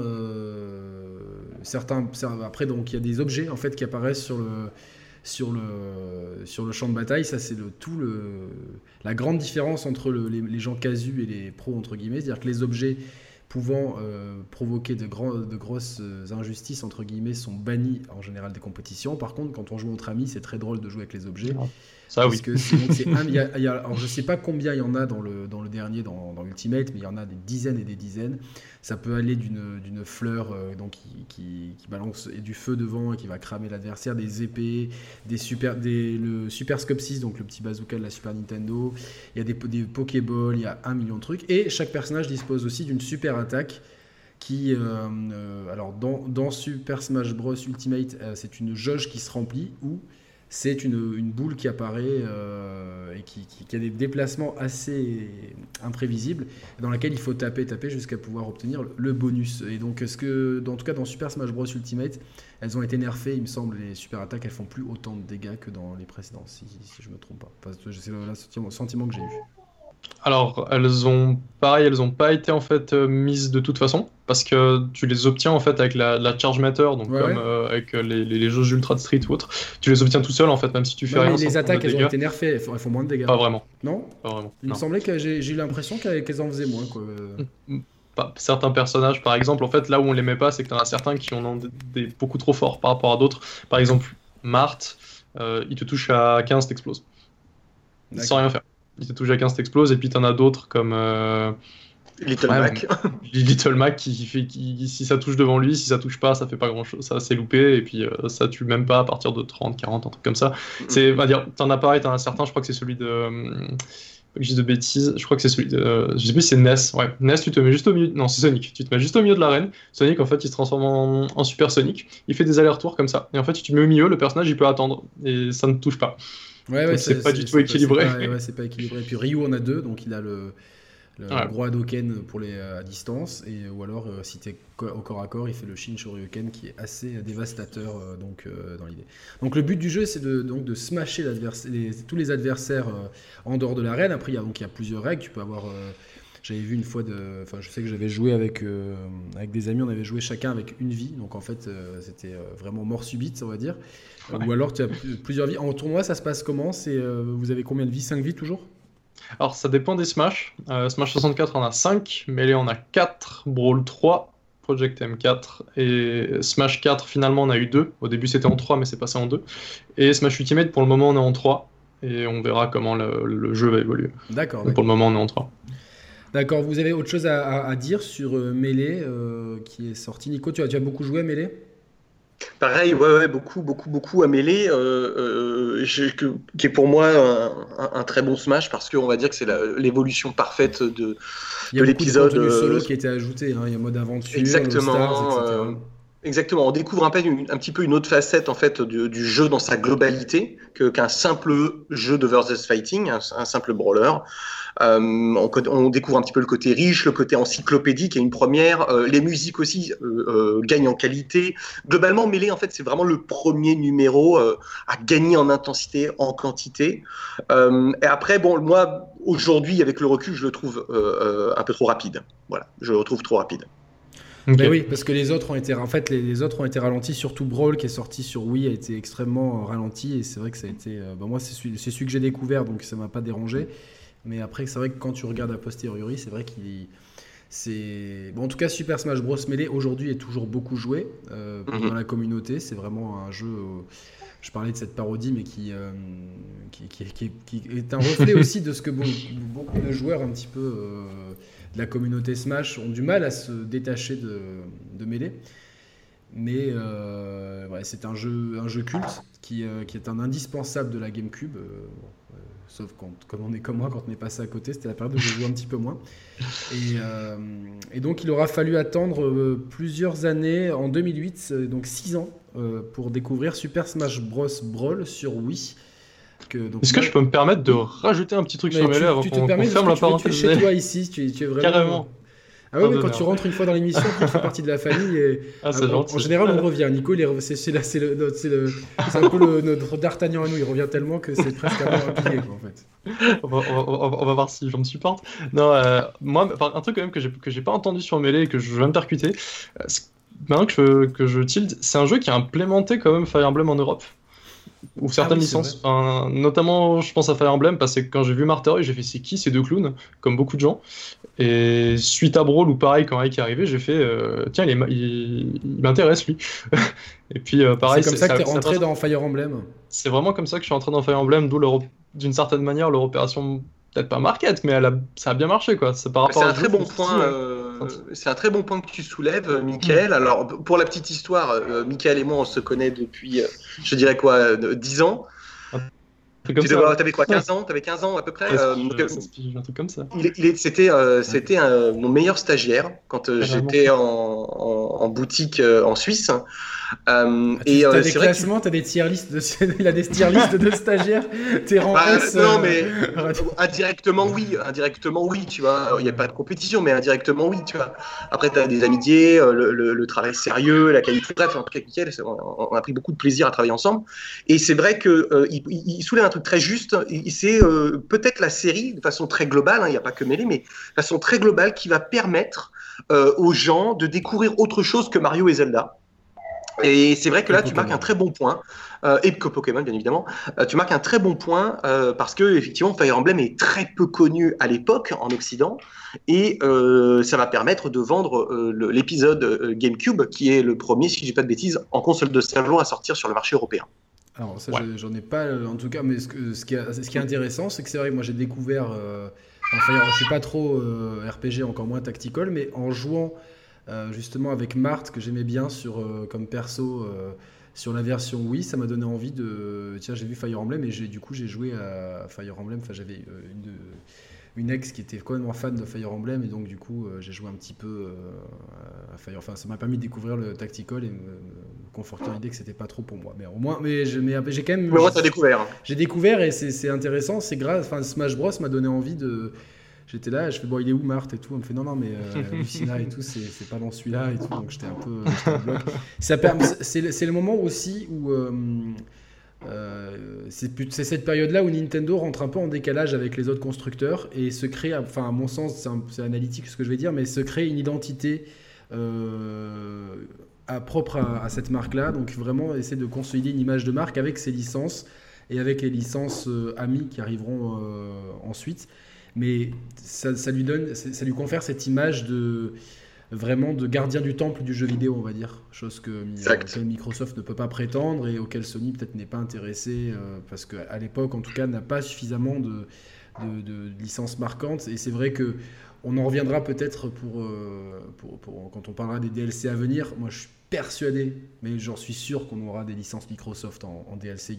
après, donc il y a des objets en fait qui apparaissent sur le champ de bataille. Ça, c'est la grande différence entre les gens casus et les pros entre guillemets, c'est-à-dire que les objets pouvant provoquer de grosses injustices entre guillemets sont bannis en général des compétitions. Par contre, quand on joue entre amis, c'est très drôle de jouer avec les objets.
Ça,
parce que alors je sais pas combien il y en a dans le dernier, dans Ultimate, mais il y en a des dizaines et des dizaines. Ça peut aller d'une fleur donc qui balance du feu devant et qui va cramer l'adversaire, des épées, le Super Scope 6, donc le petit bazooka de la Super Nintendo. Il y a des Pokéballs, il y a 1 million de trucs. Et chaque personnage dispose aussi d'une super attaque qui, alors dans Super Smash Bros Ultimate, c'est une jauge qui se remplit ou c'est une boule qui apparaît et qui a des déplacements assez imprévisibles, dans laquelle il faut taper jusqu'à pouvoir obtenir le bonus. Et donc, en tout cas dans Super Smash Bros Ultimate, elles ont été nerfées, il me semble, les super attaques, elles font plus autant de dégâts que dans les précédents, si je me trompe pas. Enfin, c'est le sentiment que j'ai eu.
Alors, elles ont pas été en fait mises de toute façon, parce que tu les obtiens en fait avec la charge meter, donc avec les jeux Ultra Street ou autre, tu les obtiens tout seul en fait, même si tu fais rien.
Mais les attaques, elles ont été nerfées, elles font moins de dégâts.
Pas vraiment.
Non.
Pas vraiment.
Il me semblait que j'ai eu l'impression qu'elles en faisaient moins, quoi.
certains personnages, par exemple, en fait, là où on les met pas, c'est que t'en as certains qui en ont des beaucoup trop forts par rapport à d'autres. Par exemple, Marthe, il te touche à 15, t'exploses. Sans rien faire. Il te touche à 15, t'exploses, et puis t'en as d'autres comme...
Little Mac.
Little Mac qui, si ça touche devant lui, si ça touche pas, ça fait pas grand chose, ça c'est loupé, et puis ça tue même pas à partir de 30, 40, un truc comme ça. C'est, on va dire, t'en as pareil, t'en as certains, je crois que c'est celui de. Pas que je dise de bêtises, je crois que c'est celui de. Je sais plus si c'est Ness, ouais. Ness, tu te mets juste au milieu. Non, c'est Sonic. Tu te mets juste au milieu de l'arène. Sonic, en fait, il se transforme en Super Sonic. Il fait des allers-retours comme ça. Et en fait, si tu te mets au milieu, le personnage, il peut attendre. Et ça ne touche pas.
Ouais,
c'est pas du tout équilibré.
C'est pas équilibré. Et puis Ryu en a 2, donc il a le gros Hadoken pour les à distance, ou alors si t'es au corps à corps, il fait le Shin Shoryuken qui est assez dévastateur dans l'idée. Donc le but du jeu, c'est de smasher tous les adversaires en dehors de l'arène. Après, il y a plusieurs règles. Tu peux avoir... j'avais vu une fois, je sais que j'avais joué avec des amis, on avait joué chacun avec une vie, donc en fait c'était vraiment mort subite, on va dire. Ouais. Ou alors tu as plusieurs vies. En tournoi, ça se passe comment? Vous avez combien de vies? 5 vies toujours?
Alors ça dépend des Smash. Smash 64 en a 5, Melee en a 4, Brawl 3, Project M4 et Smash 4 finalement on a eu 2. Au début c'était en 3 mais c'est passé en 2. Et Smash Ultimate pour le moment on est en 3 et on verra comment le jeu va évoluer.
D'accord.
Pour le moment on est en 3.
D'accord, vous avez autre chose à dire sur Melee qui est sorti? Nico, tu as beaucoup joué à Melee?
Pareil, ouais, beaucoup à Melee, qui est pour moi un très bon Smash parce qu'on va dire que c'est l'évolution parfaite de l'épisode.
Il y a beaucoup de contenu solo qui a été ajouté, hein. Il y a mode aventure,
exactement,
Stars, etc.
Exactement, on découvre un petit peu une autre facette en fait du jeu dans sa globalité qu'un simple jeu de versus fighting, un simple brawler. On découvre un petit peu le côté riche, le côté encyclopédique, et une première. Les musiques aussi gagnent en qualité. Globalement, Melee, en fait, c'est vraiment le premier numéro à gagner en intensité, en quantité. Et après, bon, moi, aujourd'hui, avec le recul, je le trouve un peu trop rapide. Voilà, je le trouve trop rapide.
Okay. Ben oui, parce que les autres ont été ralentis, surtout Brawl qui est sorti sur Wii a été extrêmement ralenti, et c'est vrai que ça a été... moi, c'est celui que j'ai découvert, donc ça m'a pas dérangé. Mais après, c'est vrai que quand tu regardes a posteriori, c'est vrai en tout cas, Super Smash Bros. Melee aujourd'hui est toujours beaucoup joué dans la communauté. C'est vraiment un jeu... je parlais de cette parodie, mais qui est un reflet aussi de ce que beaucoup de joueurs un petit peu de la communauté Smash ont du mal à se détacher de Melee. Mais c'est un jeu culte qui est un indispensable de la GameCube. Sauf comme on est comme moi, quand on est passé à côté, c'était la période où je jouais un petit peu moins. Et donc il aura fallu attendre plusieurs années, en 2008, donc 6 ans, pour découvrir Super Smash Bros. Brawl sur Wii.
Est-ce que je peux me permettre de rajouter un petit truc sur Melee avant qu'on ferme la parenthèse?
Tu es chez toi ici, tu es vraiment... Carrément. Ah oui, quand tu rentres une fois dans l'émission, tu fais partie de la famille. Et,
gentil.
En général, on revient. Nico, c'est un peu notre D'Artagnan à nous. Il revient tellement que c'est presque à mort plié, en fait.
On va voir si je me supporte. Non, moi, un truc quand même que j'ai pas entendu sur Melee et que je viens de percuter, maintenant que je tilt, c'est un jeu qui a implémenté quand même Fire Emblem en Europe. Ou certaines licences, notamment je pense à Fire Emblem, parce que quand j'ai vu Martyr, j'ai fait c'est qui ces deux clowns, comme beaucoup de gens. Et suite à Brawl, ou pareil, quand Ike est arrivé, j'ai fait tiens, il m'intéresse lui. Et puis pareil,
c'est comme ça que t'es rentré dans Fire Emblem.
C'est vraiment comme ça que je suis rentré dans Fire Emblem, d'où d'une certaine manière leur opération, peut-être pas market, mais ça a bien marché, quoi. C'est un
très bon point. C'est un très bon point que tu soulèves, Mickaël. Alors, pour la petite histoire, Mickaël et moi, on se connaît depuis, je dirais quoi, 10 ans. T'avais quoi, 15 ans? T'avais 15 ans à peu près?
Un truc comme ça.
C'était mon meilleur stagiaire quand j'étais en boutique en Suisse.
T'as des classements, t'as des tier lists il a des tier lists de stagiaires. T'es rang S.
Non, mais indirectement oui, tu vois. Il n'y a pas de compétition, mais indirectement oui, tu vois. Après, t'as des amitiés, le travail sérieux, la qualité. Bref, en tout cas, Mickaël, on a pris beaucoup de plaisir à travailler ensemble. Et c'est vrai qu'il soulève un truc très juste. C'est peut-être la série, de façon très globale, il n'y a pas que Melee, mais de façon très globale, qui va permettre aux gens de découvrir autre chose que Mario et Zelda. Et c'est vrai que là, tu
Pokémon.
marques un très bon point, et que Pokémon, bien évidemment. Tu marques un très bon point parce que effectivement, Fire Emblem est très peu connu à l'époque en Occident, et ça va permettre de vendre l'épisode GameCube, qui est le premier, si je dis pas de bêtises, en console de salon à sortir sur le marché européen.
Alors ça,
Ouais.
j'en ai pas en tout cas, mais ce qui est intéressant, c'est que c'est vrai que moi j'ai découvert, enfin je suis pas trop RPG, encore moins tactical, mais en jouant justement avec Marthe, que j'aimais bien comme perso sur la version Wii, ça m'a donné envie de... Tiens, j'ai vu Fire Emblem et du coup j'ai joué à Fire Emblem, enfin j'avais une ex qui était complètement fan de Fire Emblem et donc du coup j'ai joué un petit peu à Fire, enfin ça m'a permis de découvrir le tactical et me conforter dans l'idée que c'était pas trop pour moi, mais au moins j'ai quand même
Mais moi, t'as découvert.
j'ai découvert et c'est intéressant, c'est grâce, enfin Smash Bros m'a donné envie de... J'étais là, je fais bon, il est où Marthe et tout, elle me fait non mais Lucina et tout, c'est pas dans celui-là et tout, donc j'étais un peu j'étais en bloc. C'est le moment aussi où c'est cette période-là où Nintendo rentre un peu en décalage avec les autres constructeurs et se crée, enfin à mon sens, c'est analytique ce que je vais dire, mais se crée une identité propre à cette marque-là. Donc vraiment essayer de consolider une image de marque avec ses licences et avec les licences amies qui arriveront ensuite. Mais ça lui confère cette image vraiment de gardien du temple du jeu vidéo, on va dire, chose auquel Microsoft ne peut pas prétendre et auquel Sony peut-être n'est pas intéressé parce qu'à l'époque en tout cas n'a pas suffisamment de licences marquantes. Et c'est vrai que on en reviendra peut-être quand on parlera des DLC à venir. Moi je suis persuadé, mais j'en suis sûr qu'on aura des licences Microsoft en DLC.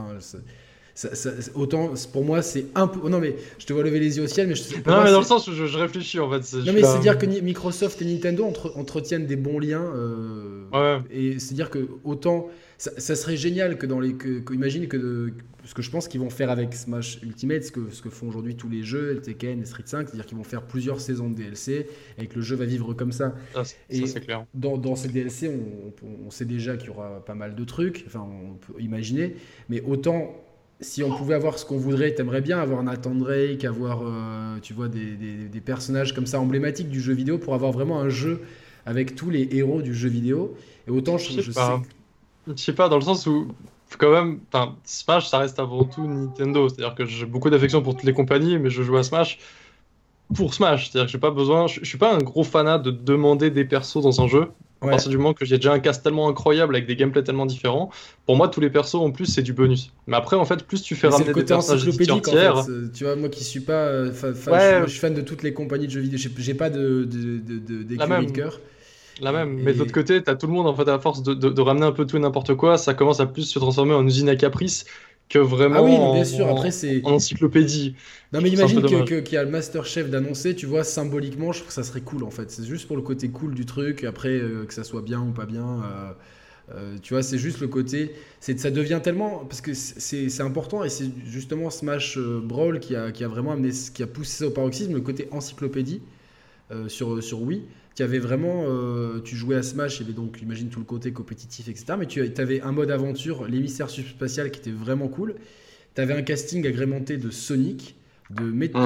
Autant pour moi c'est un peu... Non mais je te vois lever les yeux au ciel, mais
non mais dans le sens où je réfléchis en fait.
Non mais c'est-à-dire que Microsoft et Nintendo entretiennent des bons liens
ouais.
et c'est-à-dire que autant ça serait génial que imagine ce que je pense qu'ils vont faire avec Smash Ultimate, ce que font aujourd'hui tous les jeux, le Tekken, les Street 5, c'est-à-dire qu'ils vont faire plusieurs saisons de DLC et que le jeu va vivre comme ça.
Ça c'est clair.
Dans ces DLC, on sait déjà qu'il y aura pas mal de trucs, enfin on peut imaginer, mais autant si on pouvait avoir ce qu'on voudrait, t'aimerais bien avoir Nathan Drake, avoir tu vois des personnages comme ça emblématiques du jeu vidéo pour avoir vraiment un jeu avec tous les héros du jeu vidéo. Et autant je
sais pas, dans le sens où quand même, Smash ça reste avant tout Nintendo, c'est-à-dire que j'ai beaucoup d'affection pour toutes les compagnies, mais je joue à Smash pour Smash, c'est-à-dire que j'ai pas besoin, je suis pas un gros fanat de demander des persos dans un jeu. À partir du moment que j'ai déjà un cast tellement incroyable avec des gameplays tellement différents, pour moi tous les persos en plus c'est du bonus. Mais après en fait plus tu fais ramener des personnages tiers,
en fait. Tu vois, moi qui suis pas je suis fan de toutes les compagnies de jeux vidéo, j'ai pas d'écurie de cœur.
La même, mais de l'autre côté t'as tout le monde en fait à force de ramener un peu tout et n'importe quoi, ça commence à plus se transformer en usine à caprice que vraiment
bien sûr. Après,
en encyclopédie.
Non mais imagine qu'il y a le Master Chef d'annoncer, tu vois, symboliquement, je trouve que ça serait cool en fait. C'est juste pour le côté cool du truc, après que ça soit bien ou pas bien. Tu vois, c'est juste le côté, ça devient tellement, parce que c'est important et c'est justement Smash Brawl qui a vraiment amené, qui a poussé ça au paroxysme, le côté encyclopédie sur Wii. Qui avait vraiment, tu jouais à Smash, il y avait donc, imagine tout le côté compétitif, etc. Mais tu avais un mode aventure, l'émissaire subspatial qui était vraiment cool. Tu avais un casting agrémenté de Sonic, de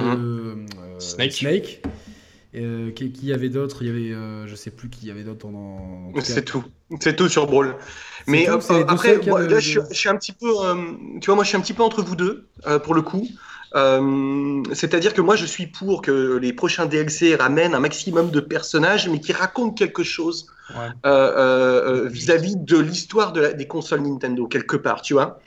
Snake. Qui y avait d'autres? Il y avait, je sais plus qui y avait d'autres
C'est tout sur Brawl. Mais après, là, je suis un petit peu, tu vois, moi je suis un petit peu entre vous deux pour le coup. C'est-à-dire que moi je suis pour que les prochains DLC ramènent un maximum de personnages mais qui racontent quelque chose vis-à-vis de l'histoire des consoles Nintendo quelque part, tu vois.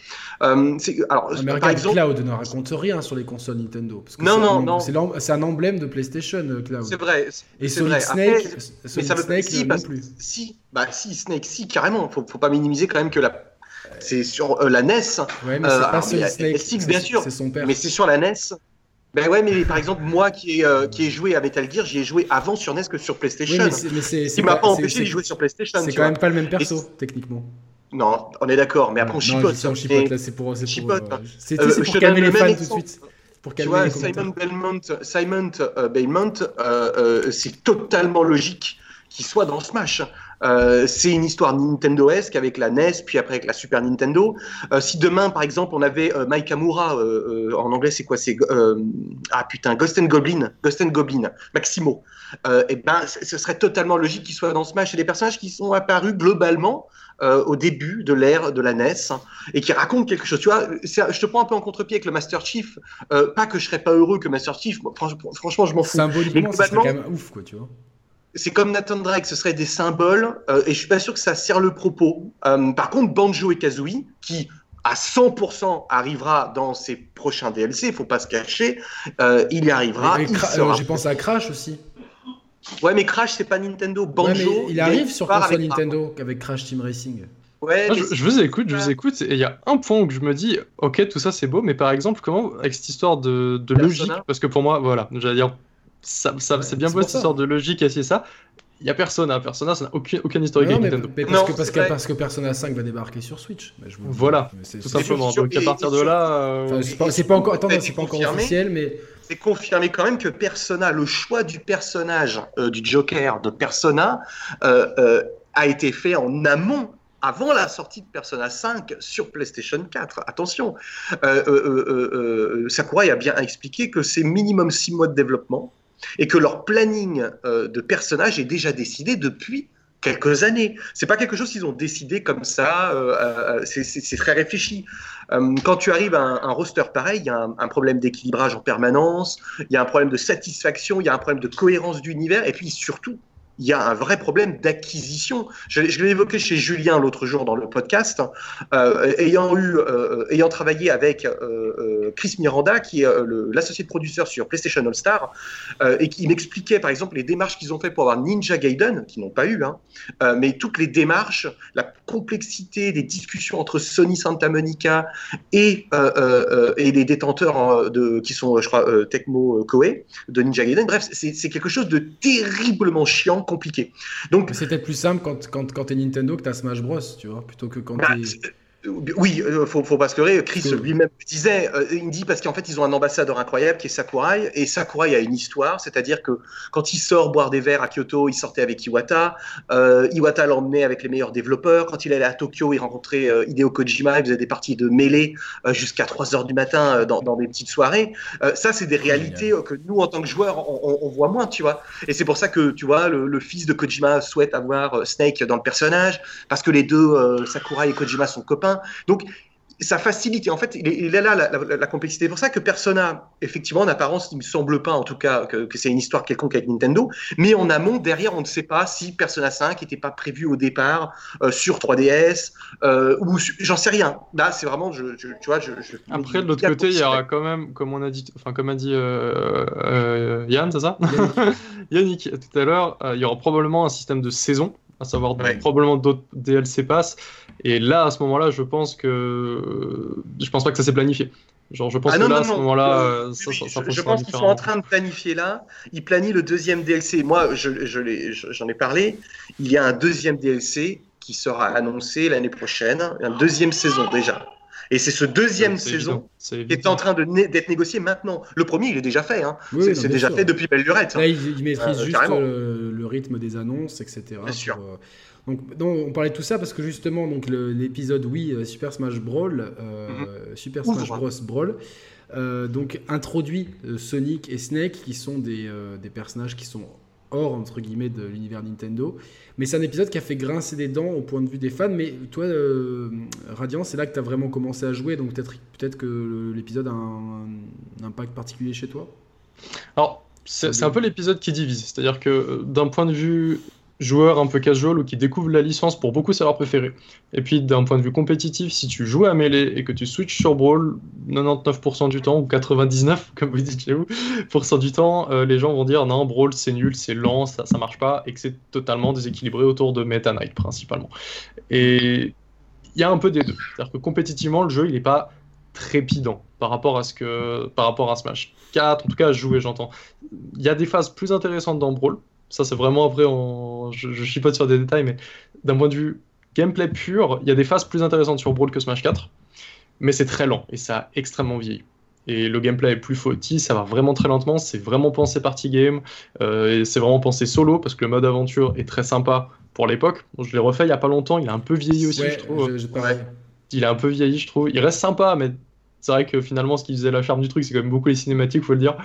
Mais par exemple, Cloud ne raconte rien sur les consoles Nintendo parce que
non.
C'est un emblème de PlayStation, Cloud.
C'est vrai.
Et Solid Snake, non plus.
Si, Snake, si, carrément. Faut pas minimiser quand même que c'est sur la NES.
Ouais, mais c'est pas Solid Snake.
SX, bien sûr.
C'est son père.
Mais c'est sur la NES. Ben ouais, mais par exemple, moi qui ai joué à Metal Gear, j'y ai joué avant sur NES que sur PlayStation.
Oui,
ce qui m'a pas empêché d'y jouer sur PlayStation.
C'est quand même pas le même perso, techniquement.
Non, on est d'accord, mais après on chipote.
On chipote, là, c'est pour
calmer
les fans tout de suite.
Tu vois, Simon Belmont, c'est totalement logique qu'il soit dans Smash. C'est une histoire Nintendo-esque avec la NES, puis après avec la Super Nintendo. Si demain, par exemple, on avait Mike Amura, en anglais, c'est quoi? C'est Ghost and Goblin, Maximo. Et ben, ce serait totalement logique qu'il soit dans Smash. C'est des personnages qui sont apparus globalement au début de l'ère de la NES et qui racontent quelque chose. Tu vois, je te prends un peu en contre-pied avec le Master Chief. Pas que je serais pas heureux que Master Chief. Franchement, je m'en fous.
Symboliquement, c'est quand même ouf, quoi, tu vois.
C'est comme Nathan Drake, ce serait des symboles, et je suis pas sûr que ça sert le propos. Par contre, Banjo et Kazooie, qui à 100% arrivera dans ses prochains DLC, il faut pas se cacher, il y arrivera.
J'ai pensé à Crash aussi.
Ouais, mais Crash, c'est pas Nintendo. Banjo,
ouais, il arrive sur console Nintendo avec Crash Team Racing.
Ouais, je vous écoute, et il y a un point où je me dis, ok, tout ça c'est beau, mais par exemple, comment, avec cette histoire de logique, parce que pour moi, voilà, j'allais dire, c'est bien beau cette histoire de logique et c'est ça. Il y a Persona, ça n'a aucun historique avec Nintendo.
Mais parce que Persona 5 va débarquer sur Switch.
Voilà, tout simplement. Donc à partir de là,
c'est pas encore officiel, mais
c'est confirmé quand même que Persona, le choix du personnage du Joker de Persona a été fait en amont. Avant la sortie de Persona 5 sur PlayStation 4, attention, Sakurai a bien expliqué que c'est minimum 6 mois de développement et que leur planning de personnages est déjà décidé depuis quelques années. C'est pas quelque chose qu'ils ont décidé comme ça, c'est très réfléchi. Quand tu arrives à un roster pareil, il y a un problème d'équilibrage en permanence, il y a un problème de satisfaction, il y a un problème de cohérence d'univers, et puis surtout, il y a un vrai problème d'acquisition. Je l'ai évoqué chez Julien l'autre jour dans le podcast, ayant travaillé avec Chris Miranda, qui est l'associé de producteur sur PlayStation All Star, et qui m'expliquait par exemple les démarches qu'ils ont fait pour avoir Ninja Gaiden, qu'ils n'ont pas eu, mais toutes les démarches, la complexité des discussions entre Sony Santa Monica et les détenteurs qui sont, je crois, Tecmo Koei de Ninja Gaiden. Bref, c'est quelque chose de terriblement chiant, compliqué. Donc,
c'était plus simple quand t'es Nintendo que t'as Smash Bros, tu vois, plutôt que quand t'es...
Oui, faut pas se leurrer. Chris lui-même disait, il me dit parce qu'en fait ils ont un ambassadeur incroyable qui est Sakurai, et Sakurai a une histoire, c'est-à-dire que quand il sort boire des verres à Kyoto, il sortait avec Iwata, Iwata l'emmenait avec les meilleurs développeurs. Quand il allait à Tokyo, il rencontrait Hideo Kojima, il faisait des parties de mêlée jusqu'à 3h du matin dans des petites soirées. Ça, c'est des réalités que nous, en tant que joueurs, on voit moins, tu vois. Et c'est pour ça que, tu vois, le fils de Kojima souhaite avoir Snake dans le personnage, parce que les deux, Sakurai et Kojima, sont copains. Donc, ça facilite. Et en fait, il est là la complexité. C'est pour ça que Persona, effectivement, en apparence, il me semble pas, en tout cas, que c'est une histoire quelconque avec Nintendo. Mais en amont, derrière, on ne sait pas si Persona 5 n'était pas prévu au départ sur 3DS ou j'en sais rien. Là, c'est vraiment, tu vois,
Après, de l'autre côté, il y aura quand même, comme a dit Yann, c'est ça? Yannick, tout à l'heure, il y aura probablement un système de saison, à savoir probablement d'autres DLC Pass. Et là, à ce moment-là, je pense pas que ça s'est planifié. Genre, je pense que à ce moment-là, ça
je pense qu'ils sont en train de planifier là. Ils planifient le deuxième DLC. Moi, j'en ai parlé. Il y a un deuxième DLC qui sera annoncé l'année prochaine, une deuxième saison déjà. Et c'est ce deuxième saison qui est en train d'être négocié maintenant. Le premier, il est déjà fait. C'est déjà fait depuis belle lurette.
Là, il maîtrise juste le rythme des annonces, etc.
Bien sûr.
Donc, on parlait de tout ça parce que justement, donc l'épisode Super Smash Brawl, Super Smash Bros Brawl, donc introduit Sonic et Snake, qui sont des personnages qui sont hors entre guillemets de l'univers Nintendo, mais c'est un épisode qui a fait grincer des dents au point de vue des fans. Mais toi, Radiant, c'est là que tu as vraiment commencé à jouer, donc peut-être que l'épisode a un impact particulier chez toi.
Alors, c'est un peu l'épisode qui divise, c'est-à-dire que d'un point de vue joueur un peu casual ou qui découvre la licence, pour beaucoup c'est leur préféré. Et puis d'un point de vue compétitif, si tu joues à Melee et que tu switches sur Brawl 99% du temps, ou 99% comme vous dites chez vous, du temps, les gens vont dire non, Brawl c'est nul, c'est lent, ça marche pas, et que c'est totalement déséquilibré autour de Meta Knight principalement. Et il y a un peu des deux, c'est-à-dire que compétitivement le jeu il est pas trépidant par rapport à Smash 4, en tout cas à jouer, j'entends. Il y a des phases plus intéressantes dans Brawl. Ça, c'est vraiment après, je chipote sur des détails, mais d'un point de vue gameplay pur, il y a des phases plus intéressantes sur Brawl que Smash 4, mais c'est très lent et ça a extrêmement vieilli. Et le gameplay est plus fautif, ça va vraiment très lentement, c'est vraiment pensé party game, et c'est vraiment pensé solo parce que le mode aventure est très sympa, pour l'époque. Bon, je l'ai refait il y a pas longtemps, il a un peu vieilli aussi, je trouve. Il a un peu vieilli, je trouve. Il reste sympa, mais c'est vrai que finalement, ce qui faisait la charme du truc, c'est quand même beaucoup les cinématiques, faut le dire.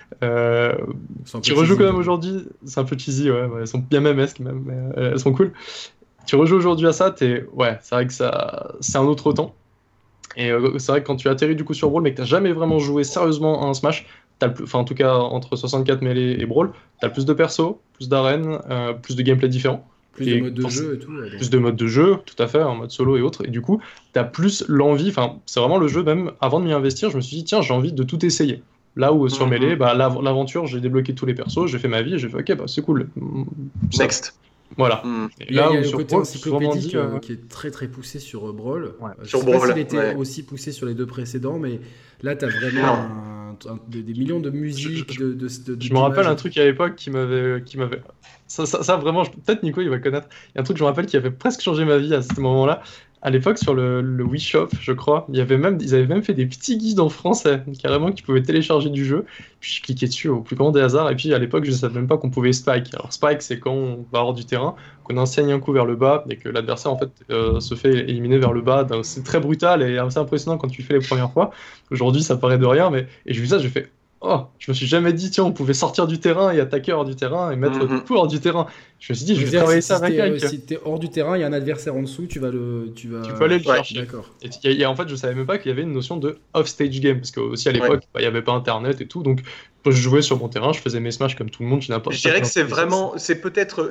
Tu rejoues quand même aujourd'hui, c'est un peu cheesy, ouais, elles sont bien memesques même, mais elles sont cool. Tu rejoues aujourd'hui à ça, ouais, c'est vrai que c'est un autre temps. Et c'est vrai que quand tu atterris du coup sur Brawl, mais que t'as jamais vraiment joué sérieusement à un Smash, enfin en tout cas entre 64 Melee et Brawl, t'as plus de persos, plus d'arènes, plus de gameplay différents.
Plus de modes de jeu et tout.
Plus de modes de jeu, tout à fait, en mode solo et autres. Et du coup, t'as plus l'envie, enfin, c'est vraiment le jeu, même avant de m'y investir, je me suis dit, tiens, j'ai envie de tout essayer. Là où sur Melee, l'aventure, j'ai débloqué tous les persos, j'ai fait ma vie, et j'ai fait, ok, c'est cool.
Next.
Voilà.
Il y a le côté encyclopédique qui est très très poussé sur Brawl.
Ouais.
Je sais pas s'il était aussi poussé sur les 2 précédents, mais là, t'as vraiment des millions de musiques.
Je me rappelle un truc à l'époque qui m'avait. Ça vraiment, peut-être Nico il va connaître. Il y a un truc que je me rappelle qui avait presque changé ma vie à ce moment-là. À l'époque, sur le Wii Shop, je crois, ils avaient même fait des petits guides en français, carrément, que tu pouvais télécharger du jeu. Puis je cliquais dessus au plus grand des hasards. Et puis à l'époque, je ne savais même pas qu'on pouvait spike. Alors spike, c'est quand on va hors du terrain, qu'on enseigne un coup vers le bas et que l'adversaire en fait se fait éliminer vers le bas. Donc, c'est très brutal et assez impressionnant quand tu le fais les premières fois. Aujourd'hui, ça paraît de rien, mais et j'ai vu ça, j'ai fait. Oh, je me suis jamais dit, tiens, on pouvait sortir du terrain et attaquer hors du terrain et mettre tout hors du terrain. Je me suis dit, je vais travailler ça avec elle.
Si t'es hors du terrain, il y a un adversaire en dessous, tu peux
aller le chercher.
D'accord.
Et en fait, je savais même pas qu'il y avait une notion de off-stage game, parce qu'aussi à l'époque, il n'y avait pas internet et tout, donc je jouais sur mon terrain, je faisais mes smash comme tout le monde. Je
dirais que c'est peut-être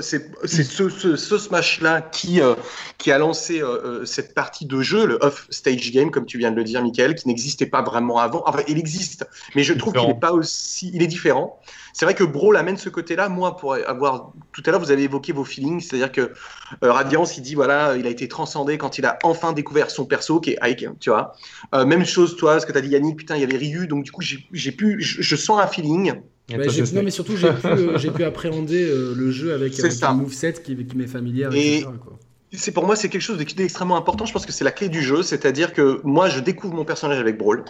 ce smash-là qui a lancé cette partie de jeu, le off-stage game, comme tu viens de le dire, Michael, qui n'existait pas vraiment avant. Enfin, il existe, mais je trouve qu'il n'est pas aussi... Il est différent. C'est vrai que Brawl amène ce côté-là. Moi, pour avoir... Tout à l'heure, vous avez évoqué vos feelings, c'est-à-dire que Radiance, il dit, voilà, il a été transcendé quand il a enfin découvert son perso, qui est Ike, tu vois. Même chose, toi, ce que tu as dit, Yannick, putain, il y avait Ryu, donc du coup, je sens un feeling.
Non, mais surtout, j'ai pu appréhender le jeu avec un moveset qui m'est familier, etc.
Quoi. Pour moi, c'est quelque chose d'extrêmement important. Je pense que c'est la clé du jeu, c'est-à-dire que moi, je découvre mon personnage avec Brawl,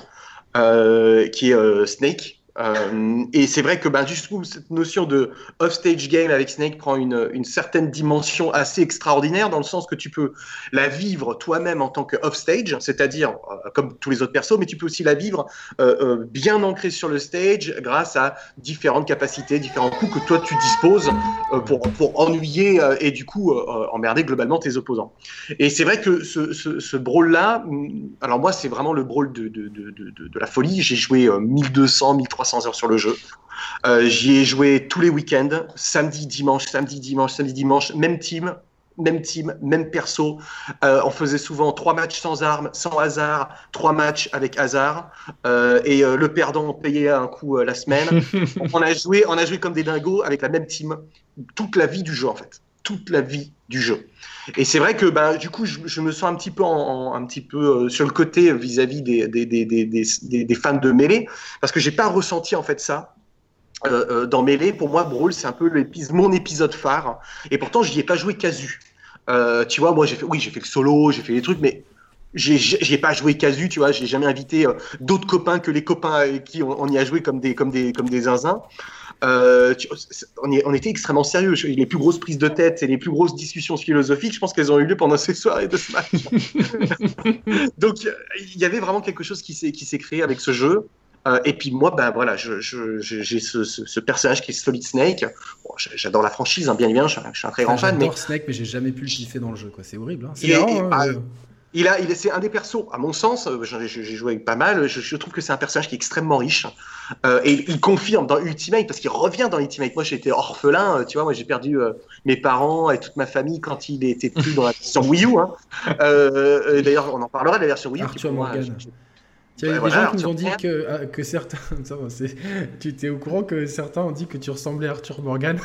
qui est Snake. Et c'est vrai que juste cette notion de off-stage game avec Snake prend une certaine dimension assez extraordinaire, dans le sens que tu peux la vivre toi-même en tant que off-stage, c'est-à-dire comme tous les autres persos, mais tu peux aussi la vivre bien ancrée sur le stage grâce à différentes capacités, différents coups que toi tu disposes pour ennuyer et du coup emmerder globalement tes opposants. Et c'est vrai que ce brawl-là, alors moi c'est vraiment le brawl de la folie. J'ai joué 1200, 1300 heures sur le jeu. J'y ai joué tous les week-ends, samedi, dimanche, même team, même perso. On faisait souvent 3 matchs sans armes, sans hasard, 3 matchs avec hasard. Et le perdant, on payait un coup la semaine. on a joué comme des dingos avec la même team toute la vie du jeu, en fait. Toute la vie du jeu. Et c'est vrai que du coup, je me sens un petit peu sur le côté vis-à-vis des fans de Melee, parce que j'ai pas ressenti en fait ça. Dans Melee, pour moi, Brawl, c'est un peu mon épisode phare. Et pourtant, j'y ai pas joué casu. Tu vois, moi, j'ai fait le solo, j'ai fait les trucs, mais j'ai pas joué casu, tu vois. J'ai jamais invité d'autres copains que les copains avec qui on y a joué comme des zinzins. On était extrêmement sérieux. Les plus grosses prises de tête et les plus grosses discussions philosophiques, je pense qu'elles ont eu lieu pendant ces soirées de Smash. Donc, il y avait vraiment quelque chose qui s'est créé avec ce jeu. Et puis moi, voilà, j'ai ce personnage qui est Solid Snake. Bon, j'adore la franchise, hein, bien évidemment, je suis un très grand fan.
J'adore Snake, mais j'ai jamais pu le kiffer dans le jeu, quoi. C'est horrible. Hein. C'est
c'est un des persos, à mon sens, j'ai joué avec pas mal, je trouve que c'est un personnage qui est extrêmement riche. Et il confirme dans Ultimate, parce qu'il revient dans Ultimate. Moi, j'étais orphelin, tu vois, moi j'ai perdu mes parents et toute ma famille quand il était plus dans la version Wii U. Hein. D'ailleurs, on en parlera de la version Wii U.
Arthur Morgan. Il y a des gens qui nous ont dit que certains... tu t'es au courant que certains ont dit que tu ressemblais à Arthur Morgan?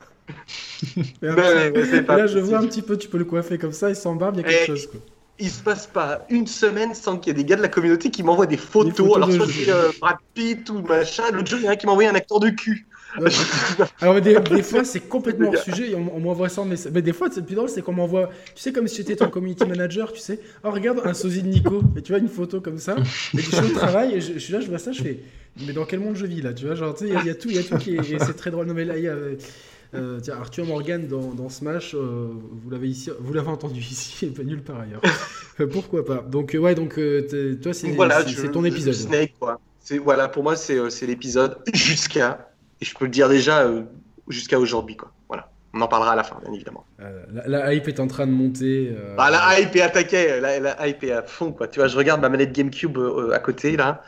Là, je vois un petit peu, tu peux le coiffer comme ça, il s'en barbe, il y a quelque chose. Quoi.
Il se passe pas une semaine sans qu'il y ait des gars de la communauté qui m'envoient des photos. Alors, soit c'est Brad Pitt ou machin. L'autre jour, il y en a qui m'a envoyé un acteur de cul.
Alors des fois c'est complètement hors sujet, on m'envoie ça, mais des fois c'est plus drôle, c'est qu'on m'envoie, tu sais, comme si j'étais ton community manager, tu sais, oh regarde un sosie de Nico, et tu vois une photo comme ça, et je suis au travail, et je suis là, je vois ça, je fais, mais dans quel monde je vis là, tu vois, genre tu sais, il y a tout qui est, et c'est très drôle, non mais là il y a... Tiens, Arthur Morgan dans Smash, vous l'avez entendu ici et pas nulle part ailleurs. Pourquoi pas. Donc toi c'est ton épisode.
Snake, quoi. Voilà, pour moi c'est l'épisode jusqu'à, et je peux le dire déjà, jusqu'à aujourd'hui, quoi. Voilà. On en parlera à la fin, bien évidemment.
La hype est en train de monter.
La hype est attaquée, la hype est à fond, quoi. Tu vois, je regarde ma manette GameCube à côté, là.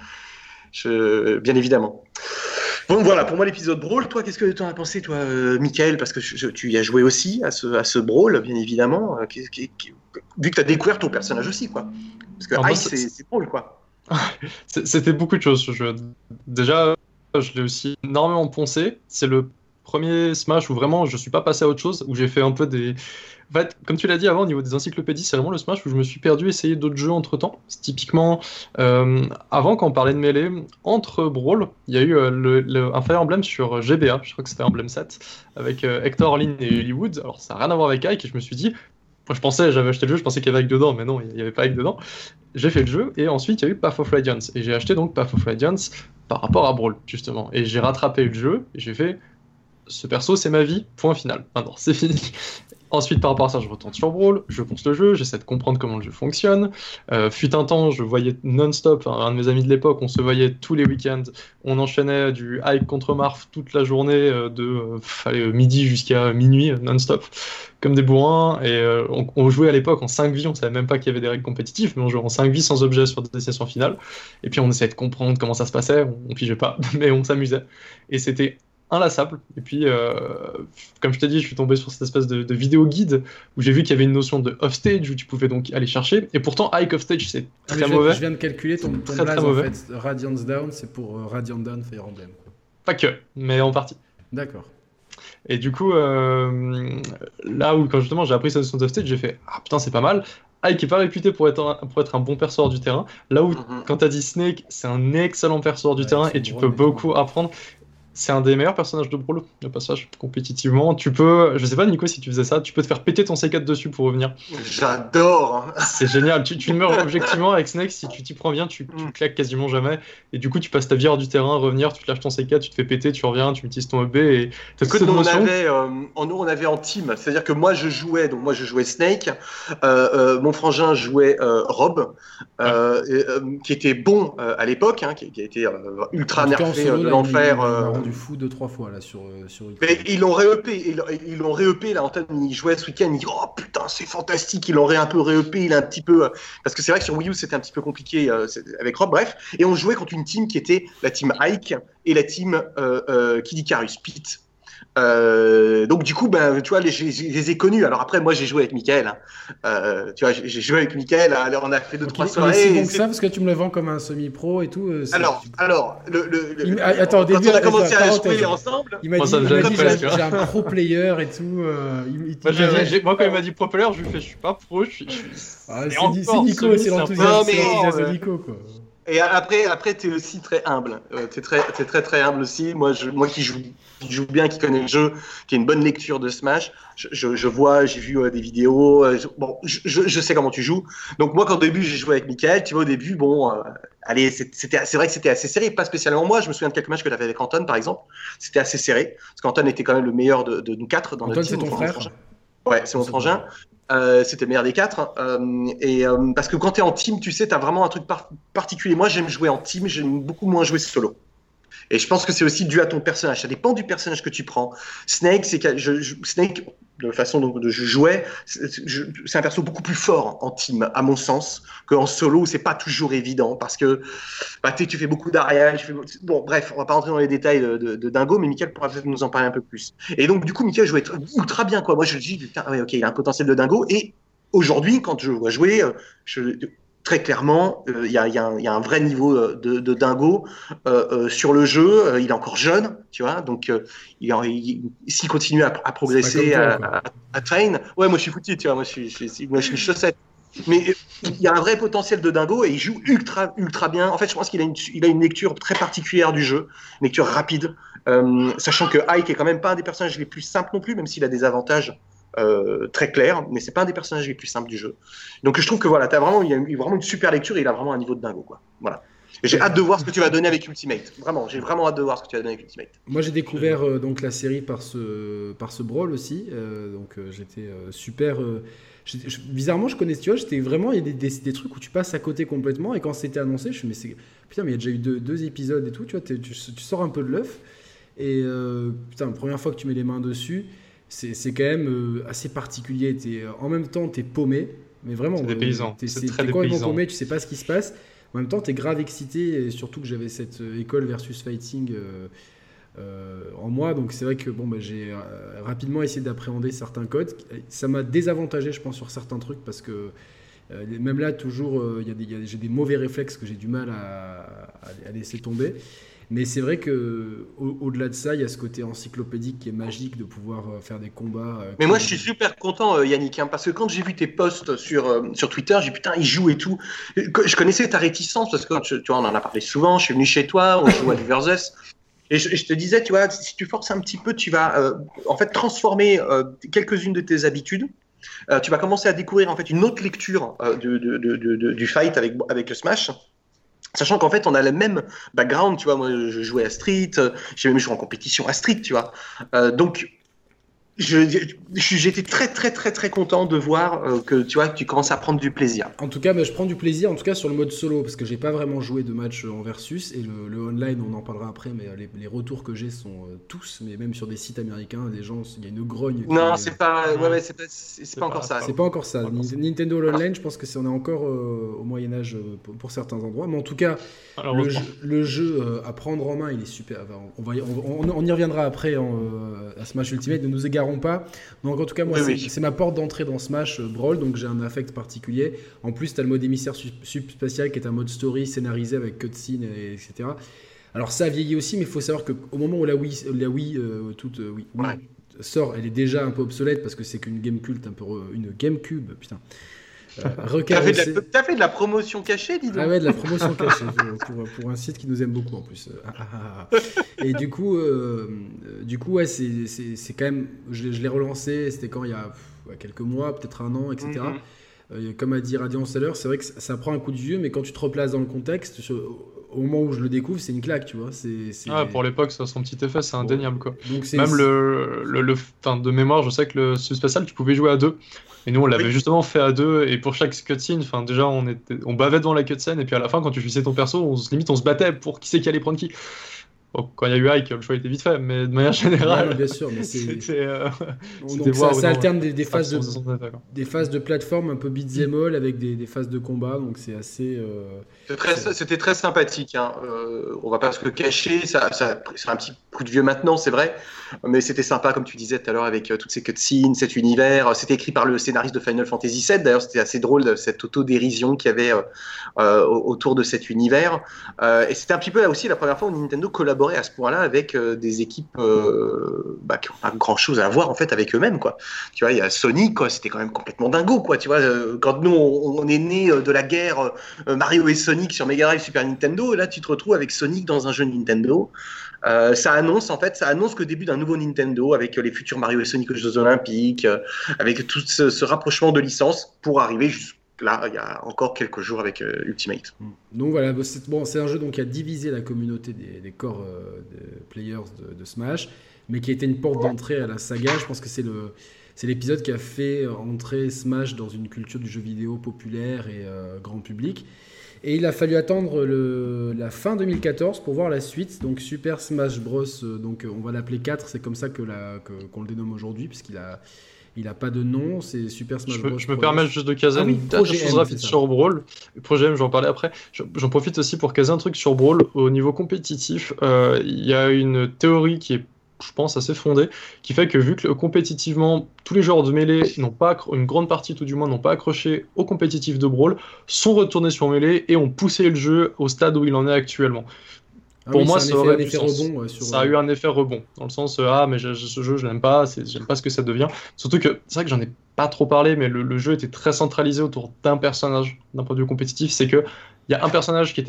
Bien évidemment. Bon, voilà, pour moi, l'épisode Brawl. Toi, qu'est-ce que tu en as pensé, toi, Michael? Parce que tu y as joué aussi à ce Brawl, bien évidemment. Vu que tu as découvert ton personnage aussi, quoi. Parce que Ice, c'est Brawl, quoi.
C'était beaucoup de choses, ce jeu. Déjà, je l'ai aussi énormément poncé. C'est le premier Smash où vraiment je suis pas passé à autre chose, où j'ai fait un peu des... En fait, comme tu l'as dit avant, au niveau des encyclopédies, c'est vraiment le Smash où je me suis perdu, essayer d'autres jeux entre-temps. C'est typiquement, avant, quand on parlait de mêlée, entre Brawl, il y a eu un Fire Emblem sur GBA, je crois que c'était Emblem 7, avec Hector, Lyn et Hollywood. Alors, ça n'a rien à voir avec Ike, et je me suis dit... Moi, j'avais acheté le jeu, je pensais qu'il y avait Ike dedans, mais non, il n'y avait pas Ike dedans. J'ai fait le jeu, et ensuite, il y a eu Path of Radiance. Et j'ai acheté donc Path of Radiance par rapport à Brawl, justement. Et j'ai rattrapé le jeu, et j'ai fait... Ce perso, c'est ma vie, point final. Maintenant, c'est fini. Ensuite, par rapport à ça, je retourne sur Brawl, je ponce le jeu, j'essaie de comprendre comment le jeu fonctionne. Fut un temps, je voyais non-stop, un de mes amis de l'époque, on se voyait tous les week-ends, on enchaînait du Ike contre Marth toute la journée, midi jusqu'à minuit, non-stop, comme des bourrins. Et on jouait à l'époque en 5 vies, on savait même pas qu'il y avait des règles compétitives, mais on jouait en 5 vies sans objet sur des destinations finales. Et puis on essayait de comprendre comment ça se passait, on pigeait pas, mais on s'amusait. Et c'était inlassable. Et puis, comme je t'ai dit, je suis tombé sur cette espèce de vidéo guide où j'ai vu qu'il y avait une notion de offstage où tu pouvais donc aller chercher. Et pourtant, Ike offstage, c'est très mauvais.
Je viens de calculer ton blaze en fait. Radiance Down, c'est pour Radiant Down Fire Emblem.
Pas que, mais en partie.
D'accord.
Et du coup, là où quand justement j'ai appris cette notion d'offstage, j'ai fait ah putain, c'est pas mal. Ike est pas réputé pour être un bon perceur du terrain. Là où, quand t'as dit Snake, c'est un excellent perceur du terrain et tu peux beaucoup apprendre. C'est un des meilleurs personnages de Brawl, au passage, compétitivement. Tu peux, je sais pas Nico si tu faisais ça, tu peux te faire péter ton C4 dessus pour revenir.
J'adore.
C'est génial, tu meurs objectivement avec Snake, si tu t'y prends bien, tu claques quasiment jamais. Et du coup, tu passes ta vie hors du terrain, revenir, tu te lâches ton C4, tu te fais péter, tu reviens, tu utilises ton EB et t'as toute cette notion.
On avait en team, c'est-à-dire que moi je jouais Snake, mon frangin jouait Rob, qui était bon à l'époque, hein, qui a été ultra nerfé de l'enfer.
Du fou 2-3 fois là sur
mais ils l'ont ré-EP là. Antoine il jouait ce week-end, il dit oh putain c'est fantastique, ils l'ont un peu ré-EP, il a un petit peu parce que c'est vrai que sur Wii U c'était un petit peu compliqué avec Rob, bref, et on jouait contre une team qui était la team Ike et la team Kid Icarus Pete. Donc du coup, ben, tu vois, je les ai connus. Alors après, moi, j'ai joué avec Michael. Tu vois, j'ai joué avec Michael. Alors, on a fait 2-3 soirées.
C'est bon que ça, parce que tu me le vends comme un semi-pro et tout.
Alors,
attends, au début,
quand on a commencé à jouer ensemble,
il m'a dit j'ai un pro player et tout.
Moi, quand il m'a dit pro player, je lui fais, je suis pas pro, je suis.
C'est Nico, c'est l'enthousiasme de Nico, quoi.
Et après, t'es aussi très humble. T'es très humble aussi. Moi qui joue bien, qui connais le jeu, qui a une bonne lecture de Smash, je vois, j'ai vu des vidéos. Je sais comment tu joues. Donc moi, quand au début j'ai joué avec Michael, tu vois, au début, bon, allez, c'est vrai que c'était assez serré, pas spécialement moi. Je me souviens de quelques matchs que j'avais avec Anton, par exemple. C'était assez serré, parce qu'Anton était quand même le meilleur de nous quatre dans notre team.
Anton, c'est ton frère?
Ouais, c'est mon frangin. C'était le meilleur des quatre. Parce que quand tu es en team, tu sais, tu as vraiment un truc particulier. Moi, j'aime jouer en team, j'aime beaucoup moins jouer solo. Et je pense que c'est aussi dû à ton personnage. Ça dépend du personnage que tu prends. Snake, Snake, de façon dont je jouais, c'est un perso beaucoup plus fort en team, à mon sens, qu'en solo, où c'est pas toujours évident, parce que tu fais beaucoup d'arial. Bon, bref, on va pas rentrer dans les détails de Dingo, mais Mickaël pourra peut-être nous en parler un peu plus. Et donc, du coup, Mickaël jouait ultra bien, quoi. Moi, je me dis, putain, ouais, ok, il a un potentiel de Dingo. Et aujourd'hui, quand je vois jouer, très clairement, il y a un vrai niveau de dingo sur le jeu. Il est encore jeune, tu vois, donc s'il continue à progresser, à train, ouais, moi je suis foutu, tu vois, moi je suis une chaussette. Mais il y a un vrai potentiel de dingo et il joue ultra bien. En fait, je pense qu'il a une lecture très particulière du jeu, une lecture rapide, sachant que Ike est quand même pas un des personnages les plus simples non plus, même s'il a des avantages très clair, mais c'est pas un des personnages les plus simples du jeu. Donc je trouve que voilà, il y a vraiment une super lecture et il a vraiment un niveau de dingo, quoi. Voilà. Et j'ai hâte de voir ce que tu vas donner avec Ultimate. Vraiment, j'ai vraiment hâte de voir ce que tu vas donner avec Ultimate.
Moi, j'ai découvert donc la série par ce brawl aussi. J'étais super. Bizarrement, je connaissais, tu vois, j'étais vraiment. Il y a des trucs où tu passes à côté complètement. Et quand c'était annoncé, je me suis dit, putain, mais il y a déjà eu deux épisodes et tout. Tu vois, tu sors un peu de l'œuf. Et putain, la première fois que tu mets les mains dessus, c'est quand même assez particulier. En même temps, t'es paumé. Mais vraiment,
c'est dépaysant.
T'es complètement paumé, tu sais pas ce qui se passe. En même temps, t'es grave excité, et surtout que j'avais cette école versus fighting en moi. Donc c'est vrai que j'ai rapidement essayé d'appréhender certains codes. Ça m'a désavantagé, je pense, sur certains trucs parce que même là, toujours, j'ai des mauvais réflexes que j'ai du mal à laisser tomber. Mais c'est vrai qu'au-delà de ça, il y a ce côté encyclopédique qui est magique de pouvoir faire des combats.
Mais moi, je suis super content, Yannick, parce que quand j'ai vu tes posts sur Twitter, j'ai dit putain, il joue et tout. Je connaissais ta réticence parce que tu vois, on en a parlé souvent. Je suis venu chez toi, on joue à du versus. Et je te disais, tu vois, si tu forces un petit peu, tu vas en fait transformer quelques-unes de tes habitudes. Tu vas commencer à découvrir en fait une autre lecture du fight avec le Smash. Sachant qu'en fait, on a le même background, tu vois. Moi, je jouais à Street, j'ai même joué en compétition à Street, tu vois. Donc, j'étais très, très, très, très content de voir que tu vois, tu commences à prendre du plaisir.
En tout cas, je prends du plaisir, en tout cas sur le mode solo, parce que j'ai pas vraiment joué de match en versus, et le online, on en parlera après, mais les retours que j'ai sont tous, mais même sur des sites américains, des gens, il y a une grogne.
Non, c'est pas encore ça.
C'est pas encore ça. Nintendo Online, je pense que on est encore au Moyen-Âge pour certains endroits, mais en tout cas, le jeu à prendre en main, il est super. On y reviendra après à Smash Ultimate, ne nous égarons pas. Donc en tout cas, moi, c'est ma porte d'entrée dans Smash Brawl, donc j'ai un affect particulier. En plus, tu as le mode émissaire subspatial qui est un mode story scénarisé avec cutscene, etc. Alors ça a vieilli aussi, mais il faut savoir qu'au moment où la Wii sort, elle est déjà un peu obsolète parce que c'est qu'une GameCube, une GameCube, putain.
T'as fait de la promotion cachée, dis donc.
Ah ouais, de la promotion cachée pour un site qui nous aime beaucoup en plus. Et du coup, ouais, c'est quand même. Je l'ai relancé. C'était quand il y a quelques mois, peut-être un an, etc. Comme a dit Radiance tout à l'heure, c'est vrai que ça prend un coup de vieux, mais quand tu te replaces dans le contexte, au moment où je le découvre, c'est une claque, tu vois.
Pour l'époque, ça a son petit effet, c'est indéniable, quoi.
Donc
même de mémoire, je sais que le subspatial, tu pouvais jouer à deux. Et nous, on l'avait justement fait à deux, et pour chaque cutscene, déjà, on bavait devant la cutscene, et puis à la fin, quand tu choisissais ton perso, limite, on se battait pour qui c'est qui allait prendre qui. Bon, quand il y a eu Ike, le choix était vite fait, mais de manière générale,
bien sûr, mais
ça
alterne des phases de plateforme un peu beat'em all avec des phases de combat, donc c'est assez.
C'était très sympathique. Hein. On va pas se le cacher, c'est un petit coup de vieux maintenant, c'est vrai, mais c'était sympa, comme tu disais tout à l'heure, avec toutes ces cutscenes, cet univers. C'était écrit par le scénariste de Final Fantasy VII. D'ailleurs, c'était assez drôle cette auto-dérision qu'il y avait autour de cet univers. Et c'était un petit peu là aussi la première fois où Nintendo collaborait à ce point-là avec des équipes qui n'ont pas grand-chose à voir en fait avec eux-mêmes, quoi. Tu vois, il y a Sonic, quoi, c'était quand même complètement dingo, quoi. Tu vois, quand nous on est né de la guerre Mario et Sonic sur Mega Drive, Super Nintendo, et là tu te retrouves avec Sonic dans un jeu Nintendo. Ça annonce le début d'un nouveau Nintendo avec les futurs Mario et Sonic aux Jeux Olympiques, avec tout ce rapprochement de licences pour arriver là, il y a encore quelques jours avec Ultimate.
Donc voilà, c'est un jeu qui a divisé la communauté des core des players de Smash, mais qui a été une porte d'entrée à la saga. Je pense que c'est l'épisode qui a fait entrer Smash dans une culture du jeu vidéo populaire et grand public. Et il a fallu attendre la fin 2014 pour voir la suite, donc Super Smash Bros. Donc on va l'appeler 4, c'est comme ça qu'on le dénomme aujourd'hui, puisqu'il a pas de nom, c'est Super Smash Bros.
Je me permets juste de caser une dernière chose rapide sur Brawl. Projet M, j'en parlais après. J'en profite aussi pour caser un truc sur Brawl. Au niveau compétitif, il y a une théorie qui est, je pense, assez fondée, qui fait que vu que compétitivement, tous les joueurs de mêlée une grande partie tout du moins, n'ont pas accroché au compétitif de Brawl, sont retournés sur mêlée et ont poussé le jeu au stade où il en est actuellement. Pour moi, ça aurait du sens. Ça a eu un effet rebond, dans le sens mais ce jeu, je l'aime pas, j'aime pas ce que ça devient. Surtout que c'est vrai que j'en ai pas trop parlé, mais le jeu était très centralisé autour d'un personnage d'un point de vue compétitif. C'est que il y a un personnage qui était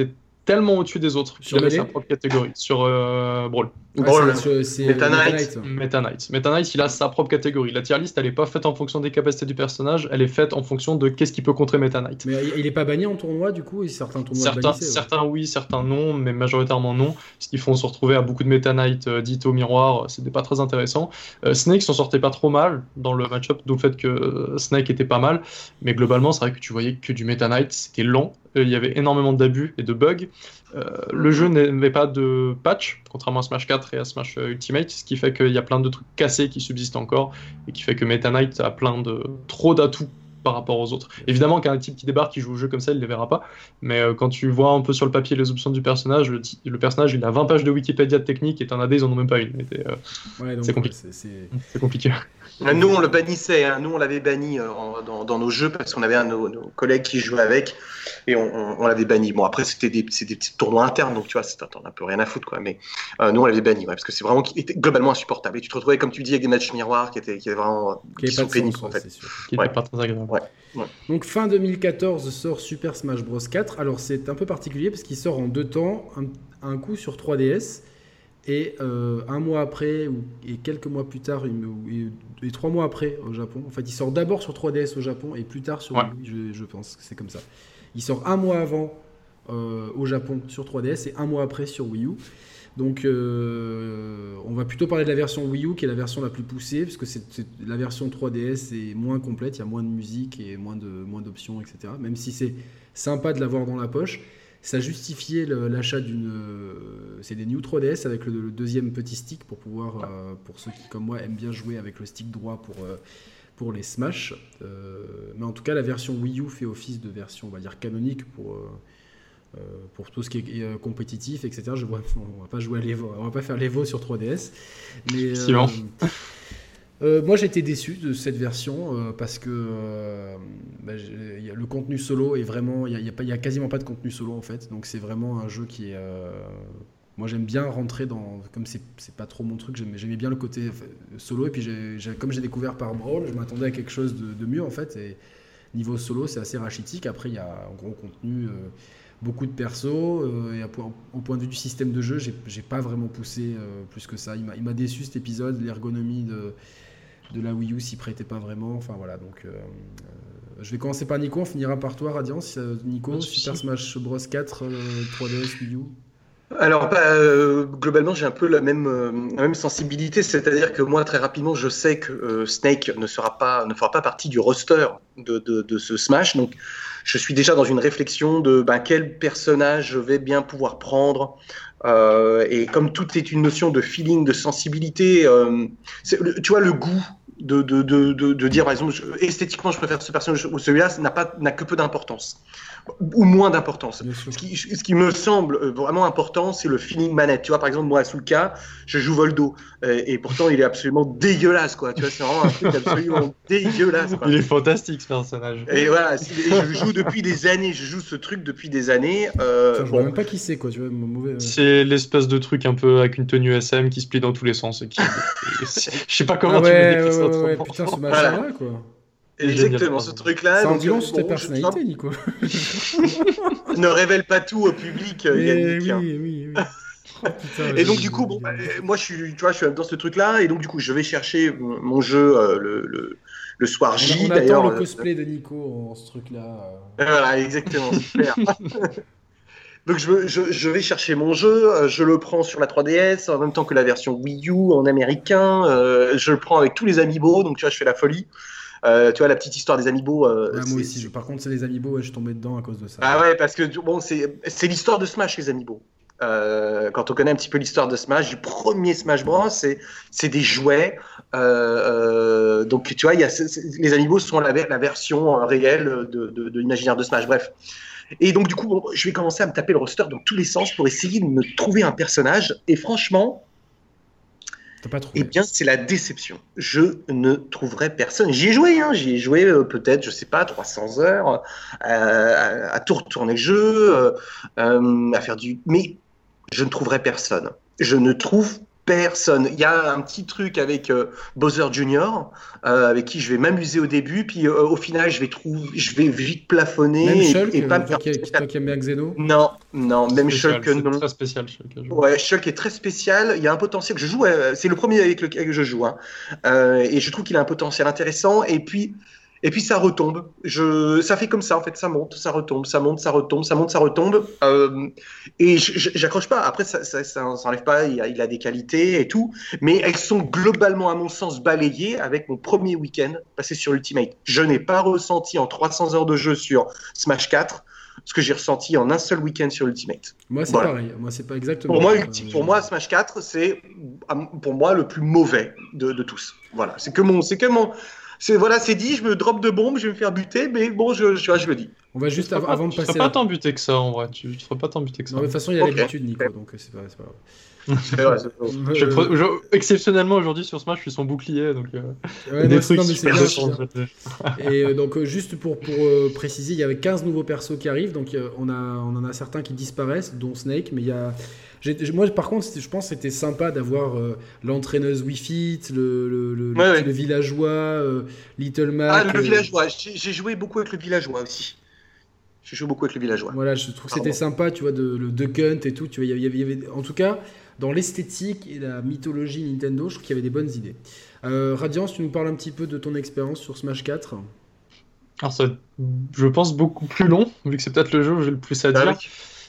tellement au-dessus des autres qu'il avait sa propre catégorie sur Brawl.
C'est
Meta Knight.
Meta Knight, il a sa propre catégorie. La tier list, elle est pas faite en fonction des capacités du personnage, elle est faite en fonction de qu'est-ce qu'il peut contrer Meta Knight.
Mais il est pas banni en tournoi du coup, et certains tournois
certains oui, certains non, mais majoritairement non, ce qui font se retrouver à beaucoup de Meta Knight dit au miroir, c'était pas très intéressant. Snake s'en sortait pas trop mal dans le match-up, d'où le fait que Snake était pas mal, mais globalement c'est vrai que tu voyais que du Meta Knight, c'était lent, il y avait énormément d'abus et de bugs. Le jeu n'avait pas de patch, contrairement à Smash 4 et à Smash Ultimate, ce qui fait qu'il y a plein de trucs cassés qui subsistent encore, et qui fait que Meta Knight a trop d'atouts par rapport aux autres. Évidemment qu'un type qui débarque, qui joue au jeu comme ça, il ne les verra pas, mais quand tu vois un peu sur le papier les options du personnage, le personnage il a 20 pages de Wikipédia de technique, et t'en as des, ils en ont même pas une. C'est compliqué. C'est compliqué.
Nous, on le bannissait, hein. Nous, on l'avait banni dans nos jeux parce qu'on avait un de nos collègues qui jouait avec et on l'avait banni. Bon, après, c'était des petits tournois internes, donc tu vois, t'en as un peu rien à foutre, quoi. Mais nous, on l'avait banni, parce que c'est vraiment était globalement insupportable. Et tu te retrouvais, comme tu dis, avec des matchs miroirs qui sont pénibles, en fait.
Qui n'étaient pas très agréables.
Ouais.
Donc fin 2014 sort Super Smash Bros 4. Alors c'est un peu particulier parce qu'il sort en 2 temps, un coup sur 3DS. Et un mois après, et quelques mois plus tard, et 3 mois après au Japon. En fait, il sort d'abord sur 3DS au Japon et plus tard sur Wii, je pense que c'est comme ça. Il sort un mois avant au Japon sur 3DS et un mois après sur Wii U. Donc on va plutôt parler de la version Wii U qui est la version la plus poussée, parce que la version 3DS est moins complète, il y a moins de musique et moins d'options, etc. Même si c'est sympa de l'avoir dans la poche. Ça justifiait l'achat c'est des New 3DS avec le deuxième petit stick pour pouvoir, pour ceux qui comme moi aiment bien jouer avec le stick droit pour les Smash. Mais en tout cas, la version Wii U fait office de version, on va dire, canonique pour tout ce qui est compétitif, etc. On va pas jouer à l'Evo, on va pas faire l'Evo sur 3DS. Mais moi j'ai été déçu de cette version parce que le contenu solo est vraiment, il y a quasiment pas de contenu solo en fait, donc c'est vraiment un jeu qui est moi j'aime bien rentrer dans, comme c'est pas trop mon truc, j'aimais bien le côté solo, et puis comme j'ai découvert par Brawl, je m'attendais à quelque chose de mieux en fait, et niveau solo c'est assez rachitique. Après il y a un gros contenu, beaucoup de persos, et au point de vue du système de jeu, j'ai pas vraiment poussé plus que ça. Il m'a déçu cet épisode, l'ergonomie de la Wii U s'y prêtait pas vraiment. Enfin voilà, donc je vais commencer par Nico, on finira par toi, Radiance. Nico, Super Smash Bros 4, 3DS, Wii U.
Alors, globalement, j'ai un peu la même sensibilité, c'est-à-dire que moi, très rapidement, je sais que Snake ne fera pas partie du roster de ce Smash, donc je suis déjà dans une réflexion de quel personnage je vais bien pouvoir prendre, et comme tout est une notion de feeling, de sensibilité, tu vois, le goût de dire, par exemple, esthétiquement, je préfère ce personnage ou celui-là, n'a que peu d'importance. Ou moins d'importance. Ce qui me semble vraiment important, c'est le feeling manette. Tu vois, par exemple, moi, à Sulka, je joue Voldo. Et pourtant, il est absolument dégueulasse, quoi. Tu vois, c'est vraiment un truc absolument dégueulasse, quoi.
Il est fantastique, ce personnage.
Et voilà, je joue depuis des années. Je joue ce truc depuis des années.
Je vois même pas qui c'est, quoi. Tu vois, mauvais.
C'est l'espèce de truc un peu avec une tenue SM qui se plie dans tous les sens. Et je sais pas comment tu me décris ça autrement.
Putain, ce machin-là, quoi.
Exactement, ce truc-là.
Ça en dit long sur ta personnalité, Nico.
Ne révèle pas tout au public, Yannick.
Oui. Oh, putain,
et donc du coup, moi je suis dans ce truc-là, et donc du coup je vais chercher mon jeu le soir J.
On attend le cosplay de Nico en ce truc-là.
Voilà, exactement, super. Donc je vais chercher mon jeu, je le prends sur la 3DS en même temps que la version Wii U en américain, je le prends avec tous les amiibo, donc tu vois, je fais la folie. Tu vois, la petite histoire des amiibo.
Moi aussi, par contre, c'est les amiibo, je suis tombé dedans à cause de ça.
Ah ouais, parce que bon, c'est l'histoire de Smash, les amiibo. Quand on connaît un petit peu l'histoire de Smash, du premier Smash Bros, c'est des jouets. Donc tu vois, les amiibo sont la version réelle de l'imaginaire de Smash. Bref. Et donc du coup, je vais commencer à me taper le roster dans tous les sens pour essayer de me trouver un personnage. Et franchement, eh bien, c'est la déception. Je ne trouverai personne. J'y ai joué, peut-être, je sais pas, 300 heures, à tout retourner le jeu, à faire mais je ne trouverai personne. Je ne trouve personne. Il y a un petit truc avec Bowser Jr., avec qui je vais m'amuser au début, puis au final, je vais vite plafonner.
Même Shulk,
et pas me
toi
faire-
qui aimes bien Xeno.
Non, même
Spécial,
Shulk,
c'est
non.
très spécial, Shulk.
Ouais, Shulk est très spécial. Il y a un potentiel que je joue. C'est le premier avec lequel je joue, hein. Et je trouve qu'il a un potentiel intéressant. Et puis ça retombe. Ça fait comme ça en fait. Ça monte, ça retombe, ça monte, ça retombe, ça monte, ça retombe. Et j'accroche pas. Après, ça s'enlève pas. Il a des qualités et tout. Mais elles sont globalement, à mon sens, balayées avec mon premier week-end passé sur Ultimate. Je n'ai pas ressenti en 300 heures de jeu sur Smash 4 ce que j'ai ressenti en un seul week-end sur Ultimate.
Moi, c'est
Voilà.
pareil. Moi, c'est pas exactement.
Pour moi, Smash 4, c'est pour moi le plus mauvais de tous. Voilà, c'est dit, je me drop de bombes, je vais me faire buter, mais bon, je le dis.
On va juste avant de
Tu
passer.
ferais pas tant buter que ça en vrai. Tu ferais pas tant buter que ça.
Non, mais de toute façon, il y a
Ok.
l'habitude, Nico, donc c'est pas grave.
C'est vrai, c'est-
Exceptionnellement aujourd'hui sur Smash, je suis son bouclier, donc
Ouais,
des
non,
trucs
non, mais c'est
super
bien,
chiants.
c'est bien. Et donc, juste pour préciser, il y avait 15 nouveaux persos qui arrivent, donc on en a certains qui disparaissent, dont Snake, mais il y a. Moi, par contre, je pense que c'était sympa d'avoir l'entraîneuse Wii Fit, le villageois, Little Mac.
le villageois. J'ai joué beaucoup avec le villageois aussi. J'ai joué beaucoup avec le villageois.
Voilà, je trouve que c'était sympa, tu vois, le Duck Hunt et tout. Tu vois, il y avait, en tout cas, dans l'esthétique et la mythologie Nintendo, je trouve qu'il y avait des bonnes idées. Radiance, tu nous parles un petit peu de ton expérience sur Smash 4.
Alors ça va être, je pense, beaucoup plus long, vu que c'est peut-être le jeu où j'ai le plus à dire.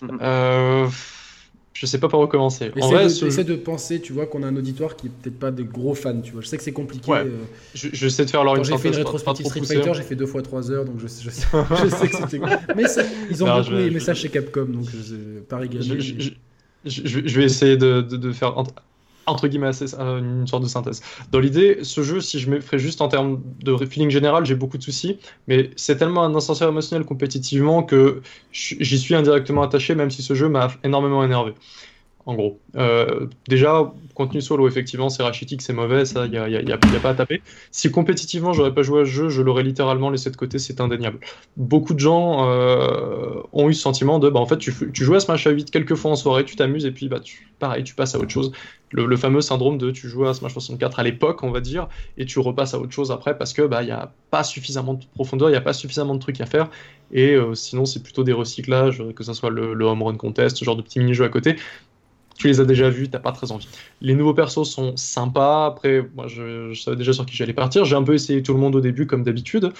Je sais pas par où commencer.
Essaie de penser, tu vois, qu'on a un auditoire qui est peut-être pas des gros fans, tu vois. Je sais que c'est compliqué.
Ouais. Je sais de faire alors
Quand
une
j'ai fait une
synthèse,
rétrospective
pas trop
Street
poussée.
Fighter, j'ai fait 2 fois 3 heures, donc je sais que c'était. Mais ils ont
Non,
beaucoup aimé ça chez Capcom, donc Paris gagné.
Je vais essayer de faire entre guillemets une sorte de synthèse. Dans l'idée, ce jeu, si je me ferais juste en termes de feeling général, j'ai beaucoup de soucis, mais c'est tellement un ascenseur émotionnel compétitivement que j'y suis indirectement attaché, même si ce jeu m'a énormément énervé. En gros. Déjà, contenu solo, effectivement, c'est rachitique, c'est mauvais, ça, il n'y a pas à taper. Si compétitivement, j'aurais pas joué à ce jeu, je l'aurais littéralement laissé de côté, c'est indéniable. Beaucoup de gens ont eu ce sentiment de, en fait, tu joues à Smash 8 quelques fois en soirée, tu t'amuses, et puis, pareil, tu passes à autre chose. Le fameux syndrome de tu joues à Smash 64 à l'époque, on va dire, et tu repasses à autre chose après, parce que, il n'y a pas suffisamment de profondeur, il n'y a pas suffisamment de trucs à faire, et sinon, c'est plutôt des recyclages, que ce soit le Home Run Contest, ce genre de petits mini-jeux à côté. Tu les as déjà vus, t'as pas très envie. Les nouveaux persos sont sympas. Après, moi, je savais déjà sur qui j'allais partir. J'ai un peu essayé tout le monde au début, comme d'habitude.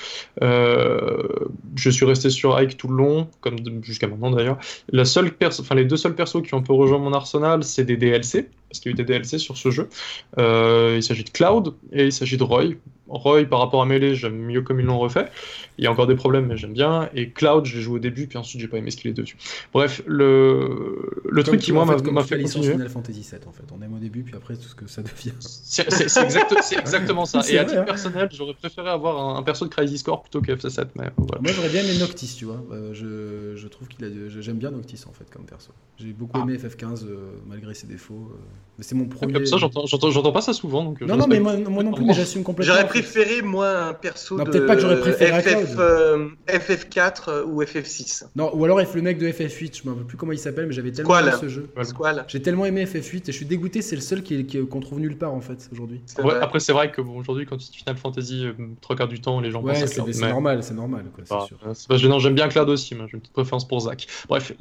Je suis resté sur Ike tout le long, comme jusqu'à maintenant d'ailleurs. Les 2 seuls persos qui ont un peu rejoint mon arsenal, c'est des DLC, parce qu'il y a eu des DLC sur ce jeu. Il s'agit de Cloud et il s'agit de Roy. Roy, par rapport à Melee, j'aime mieux comme ils l'ont refait. Il y a encore des problèmes, mais j'aime bien. Et Cloud, je l'ai joué au début, puis ensuite, j'ai pas aimé ce qu'il est devenu. Bref, le truc qui, moi, m'a fait continuer.
Final Fantasy VII, en fait. On aime au début, puis après, tout ce que ça devient.
C'est exactement ça.
C'est
Et à
vrai,
titre
hein.
personnel, j'aurais préféré avoir un perso de Crisis Core plutôt que FC7. Mais voilà.
Moi, j'aurais bien aimé Noctis, tu vois. Je trouve j'aime bien Noctis, en fait, comme perso. J'ai beaucoup aimé FF15, malgré ses défauts. Mais c'est mon premier.
Comme ça, j'entends pas ça souvent. Donc
non, mais moi non plus, mais j'assume complètement.
J'aurais préféré, moi, un perso
Non,
de
peut-être pas que j'aurais préféré à Cloud.
FF4 ou FF6.
Non, ou alors le mec de FF8, je me rappelle plus comment il s'appelle, mais j'avais tellement
Squall.
aimé ce jeu.
Squall.
J'ai tellement aimé FF8 et je suis dégoûté, c'est le seul qu'on trouve nulle part en fait aujourd'hui.
Ouais, après, c'est vrai que aujourd'hui, quand tu dis Final Fantasy, 3/4 du temps, les gens
Ouais,
pensent à
c'est
Cloud.
normal, c'est normal, quoi, c'est sûr.
C'est pas gênant, j'aime bien Cloud aussi, moi, j'ai une petite préférence pour Zach. Bref,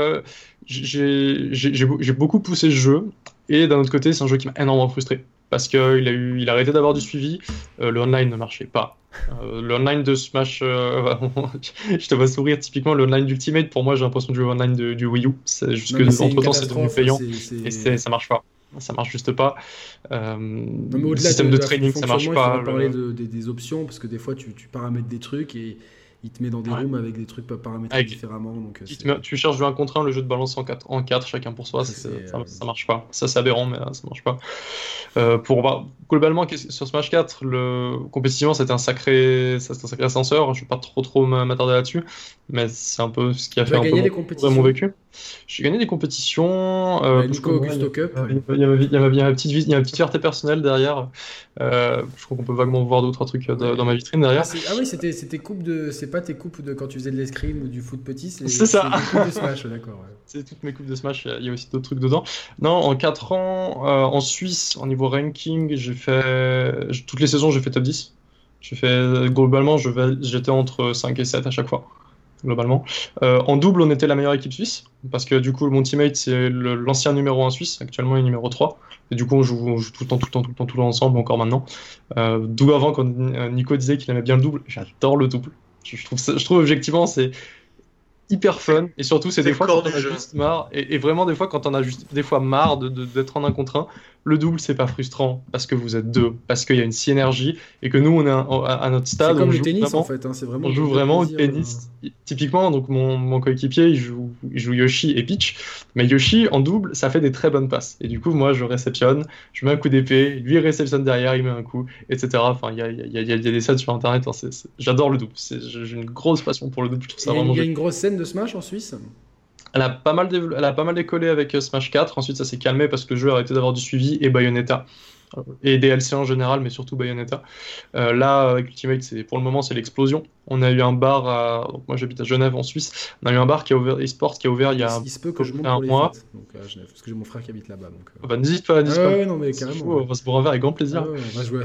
j'ai beaucoup poussé ce jeu, et d'un autre côté, c'est un jeu qui m'a énormément frustré. Parce qu'il a arrêté d'avoir du suivi, le online ne marchait pas. Le online de Smash, je te vois sourire, typiquement le online d'Ultimate, pour moi j'ai l'impression de jouer au online du Wii U. C'est juste que entre temps c'est devenu payant, et ça marche pas. Ça marche juste pas. Le système de training, ça marche pas.
On va parler des options, parce que des fois tu paramètres des trucs et il te met dans des rooms avec des trucs pas paramétrés différemment. Donc,
tu cherches du 1 contre 1, le jeu de balance en 4, chacun pour soi, ça marche pas. Ça c'est aberrant, mais ça marche pas. Globalement, sur Smash 4, compétitivement, c'était un sacré ascenseur. Je vais pas trop m'attarder là-dessus, mais c'est un peu ce qui a fait un peu mon vécu. J'ai gagné des compétitions. Parce
Nico
que,
Augusto Cup.
Il y a ma petite fierté personnelle derrière. Je crois qu'on peut vaguement voir d'autres trucs dans ma vitrine derrière.
Oui, c'était coupe de. C'est pas tes coupes de quand tu faisais de l'escrime ou du foot petit,
c'est ça.
C'est des coupes de Smash, d'accord. Ouais.
C'est toutes mes coupes de Smash, il y a aussi d'autres trucs dedans. Non, en 4 ans, en Suisse, en niveau ranking, toutes les saisons, j'ai fait top 10. Globalement, j'étais entre 5 et 7 à chaque fois. Globalement. En double, on était la meilleure équipe suisse, parce que du coup, mon teammate, c'est l'ancien numéro 1 suisse, actuellement il est numéro 3. Et du coup, on joue tout le temps ensemble, encore maintenant. D'où avant, quand Nico disait qu'il aimait bien le double, j'adore le double. Je trouve objectivement, c'est hyper fun, et surtout, c'est des fois quand on a juste marre, et vraiment des fois quand on a juste des fois marre d'être en 1 contre 1, le double c'est pas frustrant, parce que vous êtes 2, parce qu'il y a une synergie, et que nous on est à notre stade.
C'est comme le tennis vraiment, en fait, hein, c'est vraiment.
On joue vraiment au tennis. Typiquement, donc mon coéquipier il joue Yoshi et Peach, mais Yoshi en double ça fait des très bonnes passes, et du coup moi je réceptionne, je mets un coup d'épée, lui il réceptionne derrière, il met un coup, etc. Enfin il y a des sets sur internet, hein, j'adore le double, j'ai une grosse passion pour le double, je trouve ça vraiment.
Il y a une grosse scène de Smash en Suisse.
Elle a pas mal décollé avec Smash 4, ensuite ça s'est calmé parce que le jeu a arrêté d'avoir du suivi, et Bayonetta, et DLC en général, mais surtout Bayonetta. Là, avec Ultimate, pour le moment, c'est l'explosion. On a eu un bar, donc moi j'habite à Genève en Suisse, on a eu un bar qui a ouvert, eSport, qui a ouvert il y a
il se peut que je monte
un mois.
Donc, à Genève, parce que j'ai mon frère qui habite là-bas.
Bah, n'hésite pas.
Ouais, non, mais carrément.
On va se boire un verre avec grand plaisir.
Ouais, on va jouer à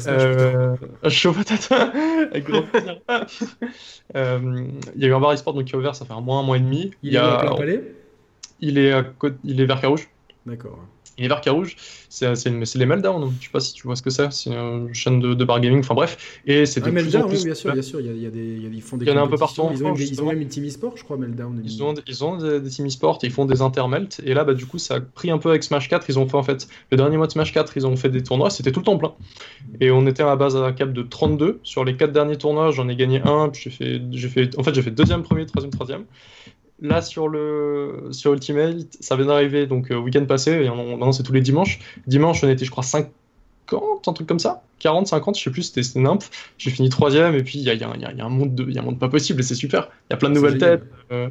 ça.
Chaud patate, avec grand plaisir. Il y a eu un bar eSport donc, qui a ouvert, ça fait un mois et demi.
Il est à Plein Palais.
Il est vers Carouge.
D'accord.
Il est vers Carouge, c'est les Meltdown, je sais pas si tu vois ce que c'est une chaîne de bar gaming, enfin bref. Et c'est
Meltdown, oui, bien sûr, ils font des.
Il y en a un peu partout en France.
Ils ont même une team e-sport, je crois, Meltdown.
Ils ont des team e-sport, et ils font des intermelt, et là, bah, du coup, ça a pris un peu avec Smash 4. Ils ont fait, en fait, le dernier mois de Smash 4, ils ont fait des tournois, c'était tout le temps plein. Et on était à la base à un cap de 32. Sur les 4 derniers tournois, j'en ai gagné un, puis j'ai fait deuxième, premier, troisième. Là, sur Ultimate, ça vient d'arriver, donc week-end passé, et maintenant c'est tous les dimanches. Dimanche, on était, je crois, 50, un truc comme ça. 40, 50, je sais plus, c'était nymphe. J'ai fini 3ème, et puis il y a un monde pas possible, et c'est super. Il y a plein de nouvelles têtes.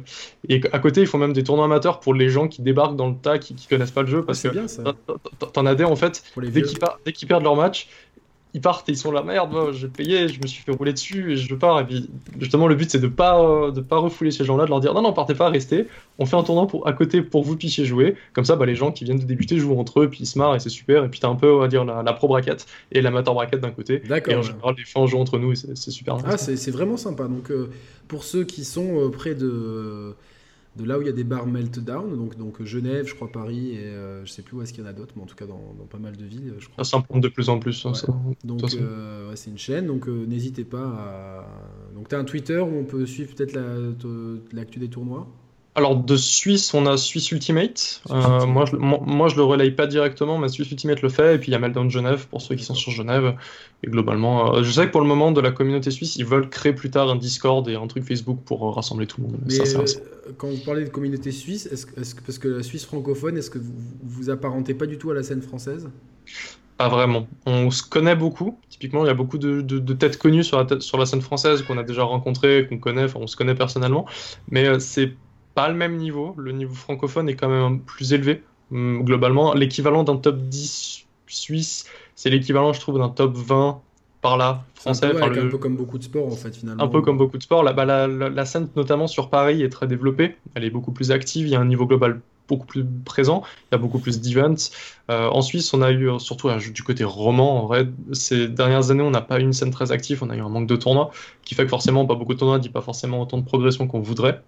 Et à côté, ils font même des tournois amateurs pour les gens qui débarquent dans le tas, qui connaissent pas le jeu, parce que
bien, ça.
T'en as des, en fait, dès qu'ils perdent leur match, ils partent et ils sont là, merde, moi, j'ai payé, je me suis fait rouler dessus et je pars. Et puis, justement, le but, c'est de pas refouler ces gens-là, de leur dire non, partez pas, restez. On fait un tournoi à côté pour que vous puissiez jouer. Comme ça, bah, les gens qui viennent de débuter jouent entre eux, puis ils se marrent et c'est super. Et puis, t'as un peu, on va dire, la pro bracket et l'amateur bracket d'un côté.
D'accord.
Et en général, les fins jouent entre nous et c'est super.
Ah, c'est vraiment sympa. Donc, pour ceux qui sont près de là où il y a des bars Meltdown, donc Genève, je crois Paris, et je sais plus où est-ce qu'il y en a d'autres, mais en tout cas dans pas mal de villes, je crois.
Ça s'implante de plus en plus.
Ouais.
Ça,
donc c'est une chaîne, donc n'hésitez pas à... Donc tu as un Twitter où on peut suivre peut-être l'actu des tournois.
Alors de Suisse, on a Suisse Ultimate. Moi, je le relaye pas directement, mais Suisse Ultimate le fait. Et puis il y a Meltdown Genève pour ceux qui sont sur Genève. Et globalement, je sais que pour le moment, de la communauté suisse, ils veulent créer plus tard un Discord et un truc Facebook pour rassembler tout le monde.
Mais quand vous parlez de communauté suisse, parce que la Suisse francophone, est-ce que vous apparentez pas du tout à la scène française ?
Pas vraiment. On se connaît beaucoup. Typiquement, il y a beaucoup de têtes connues sur la scène française qu'on a déjà rencontrées, qu'on connaît. Enfin, on se connaît personnellement. Mais c'est pas le même niveau. Le niveau francophone est quand même plus élevé. Globalement, l'équivalent d'un top 10 suisse, c'est l'équivalent, je trouve, d'un top 20 par là, français.
Un peu comme beaucoup de sports, en fait, finalement.
Un peu comme beaucoup de sports. La scène, notamment sur Paris, est très développée. Elle est beaucoup plus active. Il y a un niveau global beaucoup plus présent. Il y a beaucoup plus d'events. En Suisse, on a eu, surtout du côté roman, en vrai, ces dernières années, on n'a pas eu une scène très active. On a eu un manque de tournois, qui fait que forcément, pas beaucoup de tournois, dit pas forcément autant de progression qu'on voudrait.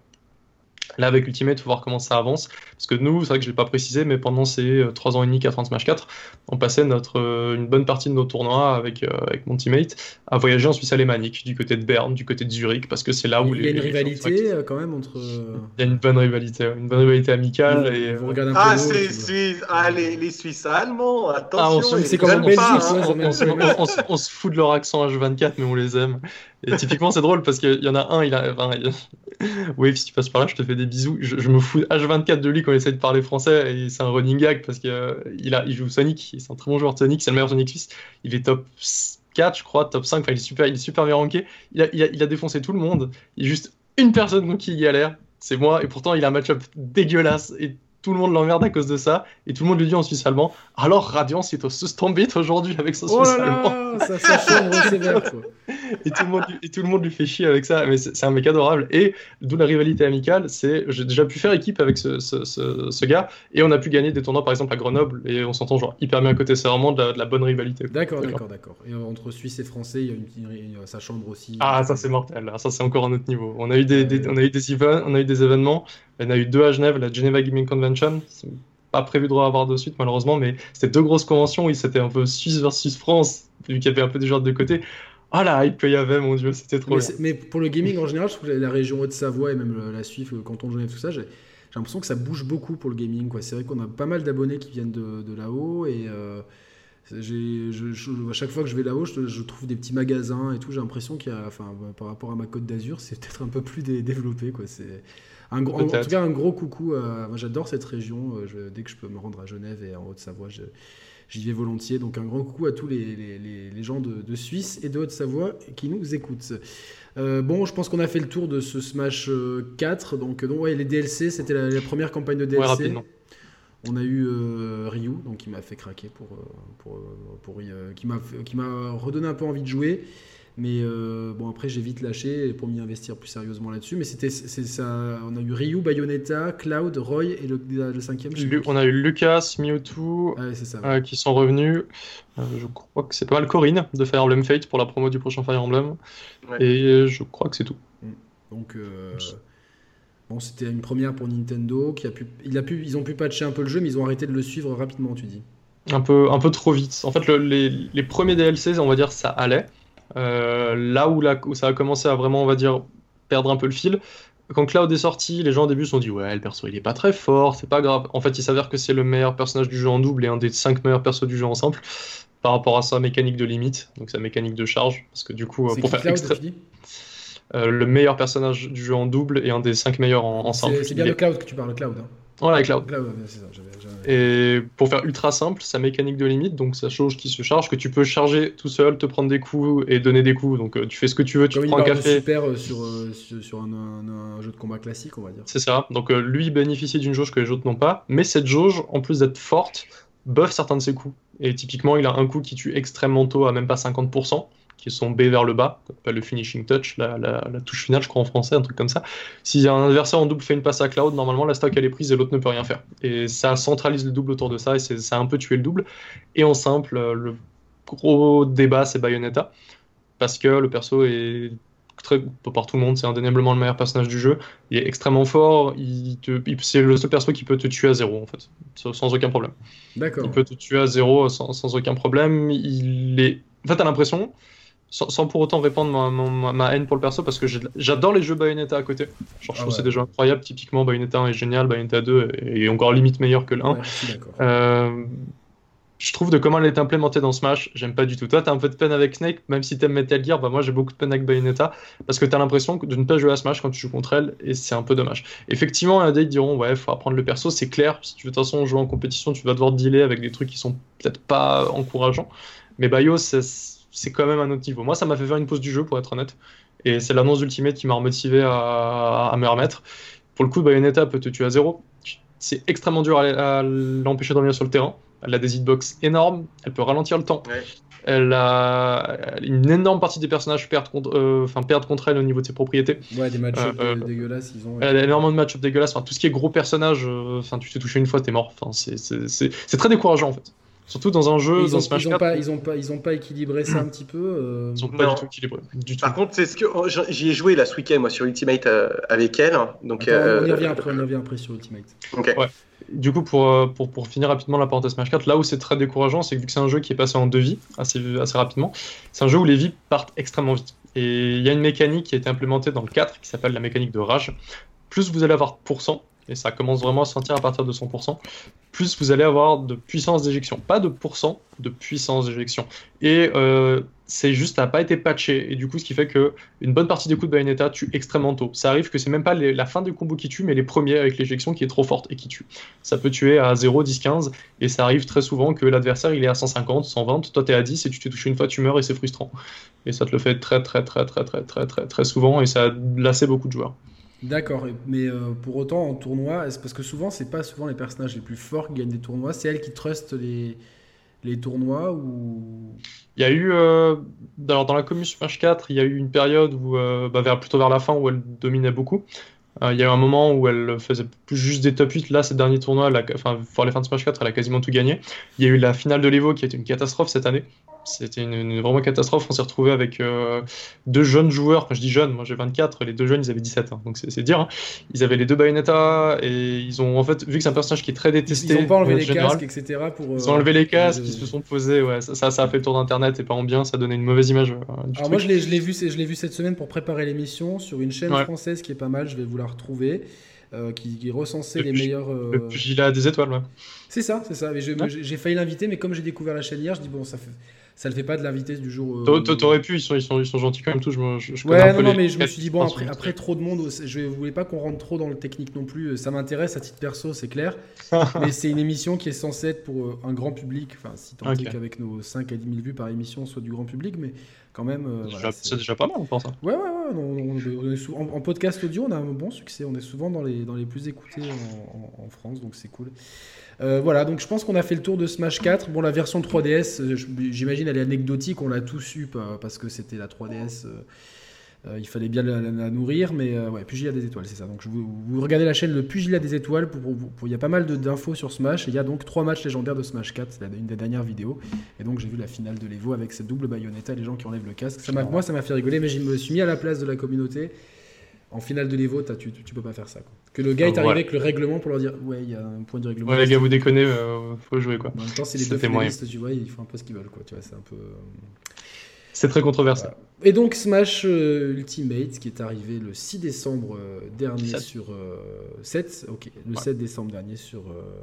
Là, avec Ultimate, il faut voir comment ça avance. Parce que nous, c'est vrai que je ne l'ai pas précisé, mais pendant ces 3 ans et demi, 4 ans de Smash 4, on passait une bonne partie de nos tournois avec mon teammate à voyager en Suisse alémanique, du côté de Berne, du côté de Zurich, parce que c'est là où
il y a une rivalité quand même entre.
Il y a une bonne rivalité amicale. Et
vous regardez un peu
les Suisses allemands, attention.
C'est comme en Belgique,
on se fout de leur accent H24, mais on les aime. Et typiquement, c'est drôle parce qu'il y en a un, Wave, si tu passes par là, je te fais des bisous. Je me fous H24 de lui quand il essaie de parler français et c'est un running gag parce qu'il joue Sonic. C'est un très bon joueur de Sonic, c'est le meilleur Sonic suisse. Il est top 4, je crois, top 5. Enfin, il est super bien ranké. Il a défoncé tout le monde. Il y a juste une personne qui galère. c'est moi, et pourtant il a un match-up dégueulasse, et tout le monde l'emmerde à cause de ça, et tout le monde lui dit en suisse allemand, alors Radiance est au Sustombit aujourd'hui avec son suisse allemand.
Ça chambre sévère, quoi.
Et tout le monde lui fait chier avec ça, mais c'est un mec adorable, et d'où la rivalité amicale, j'ai déjà pu faire équipe avec ce gars, et on a pu gagner des tournois par exemple à Grenoble, et on s'entend genre hyper bien à côté, c'est vraiment de la bonne rivalité.
D'accord. Et entre Suisse et Français, il y a sa chambre aussi.
Ah, ça c'est mortel, ça c'est encore un autre niveau. On a eu des événements. On a eu 2 à Genève, la Geneva Gaming Convention. C'est pas prévu de revoir de suite, malheureusement, mais c'était 2 grosses conventions où c'était un peu Suisse versus France, vu qu'il y avait un peu des joueurs de côté. Ah la hype qu'il y avait, mon dieu, c'était trop bien.
Mais pour le gaming en général, je trouve que la région Haute-Savoie et même la Suisse, le canton de Genève, tout ça, j'ai l'impression que ça bouge beaucoup pour le gaming, quoi. C'est vrai qu'on a pas mal d'abonnés qui viennent de là-haut et à chaque fois que je vais là-haut, je trouve des petits magasins et tout. J'ai l'impression qu'il y a, par rapport à ma Côte d'Azur, c'est peut-être un peu plus développé, quoi. C'est en tout cas un gros coucou. Moi, j'adore cette région. Dès que je peux me rendre à Genève et en Haute-Savoie, j'y vais volontiers. Donc un grand coucou à tous les gens de Suisse et de Haute-Savoie qui nous écoutent. Bon, je pense qu'on a fait le tour de ce Smash 4. Donc ouais, les DLC, c'était la première campagne de DLC.
Ouais, rapidement.
On a eu Ryu, donc qui m'a fait craquer qui m'a redonné un peu envie de jouer. Mais bon, après j'ai vite lâché pour m'y investir plus sérieusement là-dessus. Mais c'est ça. On a eu Ryu, Bayonetta, Cloud, Roy et le 5e.
On a eu Lucas, Mewtwo,
c'est ça.
Qui sont revenus. Je crois que c'est pas mal Corinne de Fire Emblem Fate pour la promo du prochain Fire Emblem. Ouais. Et je crois que c'est tout.
Donc bon, c'était une première pour Nintendo. Ils ont pu patcher un peu le jeu, mais ils ont arrêté de le suivre rapidement, tu dis.
Un peu trop vite. En fait, les premiers DLC, on va dire, ça allait. Là où ça a commencé à vraiment, on va dire, perdre un peu le fil, quand Cloud est sorti, les gens au début se sont dit ouais, le perso il est pas très fort, c'est pas grave. En fait, il s'avère que c'est le meilleur personnage du jeu en double et un des 5 meilleurs persos du jeu en simple par rapport à sa mécanique de limite, donc sa mécanique de charge, parce que du coup pour faire le meilleur personnage du jeu en double et un des 5 meilleurs en simple.
C'est bien le Cloud que tu parles, le Cloud. Hein.
Voilà, Cloud.
C'est ça,
Et pour faire ultra simple, sa mécanique de limite, donc sa jauge qui se charge, que tu peux charger tout seul, te prendre des coups et donner des coups. Donc tu fais ce que tu veux, tu prends un café.
Super sur un jeu de combat classique, on va dire.
C'est ça. Donc lui bénéficie d'une jauge que les autres n'ont pas, mais cette jauge, en plus d'être forte, buff certains de ses coups. Et typiquement, il a un coup qui tue extrêmement tôt à même pas 50%. Qui est son B vers le bas, le finishing touch, la touche finale, je crois en français, un truc comme ça. Si un adversaire en double fait une passe à Cloud, normalement la stock elle est prise et l'autre ne peut rien faire. Et ça centralise le double autour de ça et ça a un peu tué le double. Et en simple, le gros débat c'est Bayonetta, parce que le perso est très par tout le monde, c'est indéniablement le meilleur personnage du jeu. Il est extrêmement fort, c'est le seul perso qui peut te tuer à 0 en fait, sans aucun problème.
D'accord.
Il peut te tuer à 0 sans aucun problème. En fait, t'as l'impression, sans pour autant répandre ma haine pour le perso, parce que j'adore les jeux Bayonetta à côté. Je trouve que c'est des jeux incroyables. Typiquement, Bayonetta 1 est génial, Bayonetta 2 est encore limite meilleur que le 1.
Ouais,
je trouve de comment elle est implémentée dans Smash, j'aime pas du tout. Toi, t'as un peu de peine avec Snake, même si t'aimes Metal Gear, moi j'ai beaucoup de peine avec Bayonetta, parce que t'as l'impression de ne pas jouer à Smash quand tu joues contre elle, et c'est un peu dommage. Effectivement, il y en a des qui diront, ouais, faut apprendre le perso, c'est clair, si tu veux de toute façon jouer en compétition, tu vas devoir dealer avec des trucs qui sont peut-être pas encourageants, mais Bayo, c'est quand même un autre niveau. Moi, ça m'a fait faire une pause du jeu, pour être honnête, et c'est l'annonce d'Ultimate qui m'a remotivé à me remettre. Pour le coup, Bayonetta peut te tuer à 0, c'est extrêmement dur à l'empêcher de revenir sur le terrain. Elle a des hitbox énormes, elle peut ralentir le temps. Ouais. Elle a une énorme partie des personnages perdent contre elle au niveau de ses propriétés.
Ouais, des match-ups dégueulasses.
Elle a énormément de match-ups dégueulasses. Tout ce qui est gros personnage, tu t'es touché une fois, t'es mort. C'est très décourageant en fait. Surtout dans un jeu, dans Smash 4.
Ils ont pas équilibré ça un petit peu.
Ils ont pas du tout équilibré.
Par contre, c'est ce que j'y ai joué là ce week-end moi sur Ultimate avec elle. Donc,
on y revient après sur Ultimate.
Okay.
Ouais. Du coup, pour finir rapidement la parenthèse Smash 4, là où c'est très décourageant, c'est que vu que c'est un jeu qui est passé en 2 vies assez rapidement, c'est un jeu où les vies partent extrêmement vite. Et il y a une mécanique qui a été implémentée dans le 4 qui s'appelle la mécanique de rage. Plus vous allez avoir de pourcent, et ça commence vraiment à se sentir à partir de 100%, plus vous allez avoir de puissance d'éjection. Pas de pourcent, de puissance d'éjection. Et c'est juste, ça n'a pas été patché. Et du coup, ce qui fait qu'une bonne partie des coups de Bayonetta tue extrêmement tôt. Ça arrive que c'est même pas la fin du combo qui tue, mais les premiers avec l'éjection qui est trop forte et qui tue. Ça peut tuer à 0, 10, 15, et ça arrive très souvent que l'adversaire il est à 150, 120, toi t'es à 10 et tu t'es touché une fois, tu meurs et c'est frustrant. Et ça te le fait très souvent et ça a lassé beaucoup de joueurs.
D'accord, mais pour autant en tournoi, parce que souvent c'est pas souvent les personnages les plus forts qui gagnent des tournois, c'est elle qui trust les tournois ou...
Il y a eu, alors dans la commu Smash 4, il y a eu une période où, plutôt vers la fin, où elle dominait beaucoup. Il y a eu un moment où elle faisait plus juste des top 8. Là, ces derniers tournois, pour les fins de Smash 4, elle a quasiment tout gagné. Il y a eu la finale de l'Evo qui a été une catastrophe cette année. C'était une vraiment catastrophe. On s'est retrouvé avec deux jeunes joueurs. Quand je dis jeunes, moi j'ai 24, les deux jeunes ils avaient 17. Donc c'est dire. Hein. Ils avaient les deux Bayonetta et ils ont, en fait, vu que c'est un personnage qui est très détesté.
Ils ont pas enlevé les
général,
casques, etc.
ils ont enlevé les casques, ils se sont posés. Ouais, ça a fait le tour d'internet et pas en bien. Ça donnait une mauvaise image du
Alors
truc.
moi je l'ai vu cette semaine pour préparer l'émission sur une chaîne française qui est pas mal, je vais vous la retrouver, qui recensait les meilleurs...
Le pugilat des étoiles, ouais.
C'est ça. Mais j'ai failli l'inviter, mais comme j'ai découvert la chaîne hier, je dis bon, ça le fait pas de l'inviter du jour...
T'aurais pu, ils sont gentils quand même tous. Je connais
Ouais,
un peu
non,
les
mais je me
quatre
suis dit, bon,
qui
après trop de monde, je voulais pas qu'on rentre trop dans le technique non plus. Ça m'intéresse à titre perso, c'est clair. Mais c'est une émission qui est censée être pour un grand public. Enfin, si tant est qu'avec nos 5 à 10 000 vues par émission, soit du grand public, mais quand même.
C'est déjà pas mal, on pense. Hein.
Ouais. On est en podcast audio, on a un bon succès. On est souvent dans les plus écoutés en France, donc c'est cool. Voilà, donc je pense qu'on a fait le tour de Smash 4. Bon, la version 3DS, j'imagine elle est anecdotique, on l'a tous eu parce que c'était la 3DS, il fallait bien la nourrir, mais ouais, Pugilat des étoiles, c'est ça. Donc vous regardez la chaîne Le Pugilat des étoiles, il y a pas mal d'infos sur Smash, et il y a donc 3 matchs légendaires de Smash 4, c'est une des dernières vidéos, et donc j'ai vu la finale de l'Evo avec cette double Bayonetta, les gens qui enlèvent le casque. Moi ça m'a fait rigoler, mais je me suis mis à la place de la communauté. En finale de l'Evo, tu peux pas faire ça. Quoi. Que le gars est arrivé avec le règlement pour leur dire ouais, il y a un point de règlement.
Ouais, les gars, vous déconnez, faut jouer quoi.
En même temps, c'est les deux finalistes, tu vois, ils font un peu ce qu'ils veulent, quoi. Tu vois, c'est un peu.
C'est très controversé.
Voilà. Et donc Smash Ultimate, qui est arrivé le 6 décembre dernier
7.
sur 7, ok, le 7 décembre dernier sur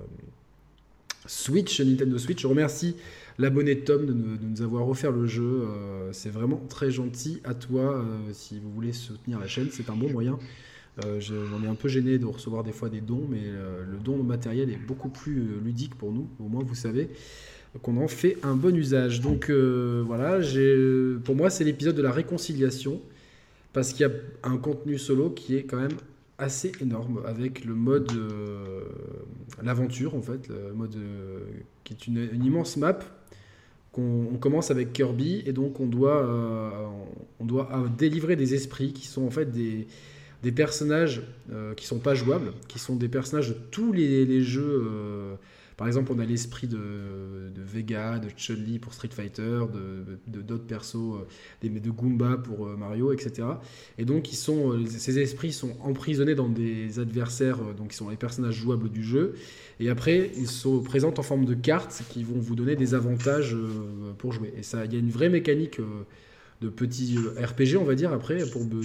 Switch, Nintendo Switch. Je remercie l'abonné Tom de nous avoir offert le jeu. C'est vraiment très gentil. À toi, si vous voulez soutenir la chaîne, c'est un bon moyen. J'en ai un peu gêné de recevoir des fois des dons, mais le don matériel est beaucoup plus ludique pour nous. Au moins, vous savez qu'on en fait un bon usage. Donc voilà, pour moi, c'est l'épisode de la réconciliation, parce qu'il y a un contenu solo qui est quand même assez énorme, avec le mode l'aventure, en fait, le mode qui est une immense map. On commence avec Kirby, et donc on doit délivrer des esprits qui sont en fait des personnages qui sont pas jouables, qui sont des personnages de tous les jeux. Par exemple, on a l'esprit de Vega, de Chun-Li pour Street Fighter, d'autres persos, de Goomba pour Mario, etc. Et donc, ces esprits sont emprisonnés dans des adversaires, donc qui sont les personnages jouables du jeu. Et après, ils sont présents en forme de cartes qui vont vous donner des avantages pour jouer. Et ça, il y a une vraie mécanique de petits RPG, on va dire, après,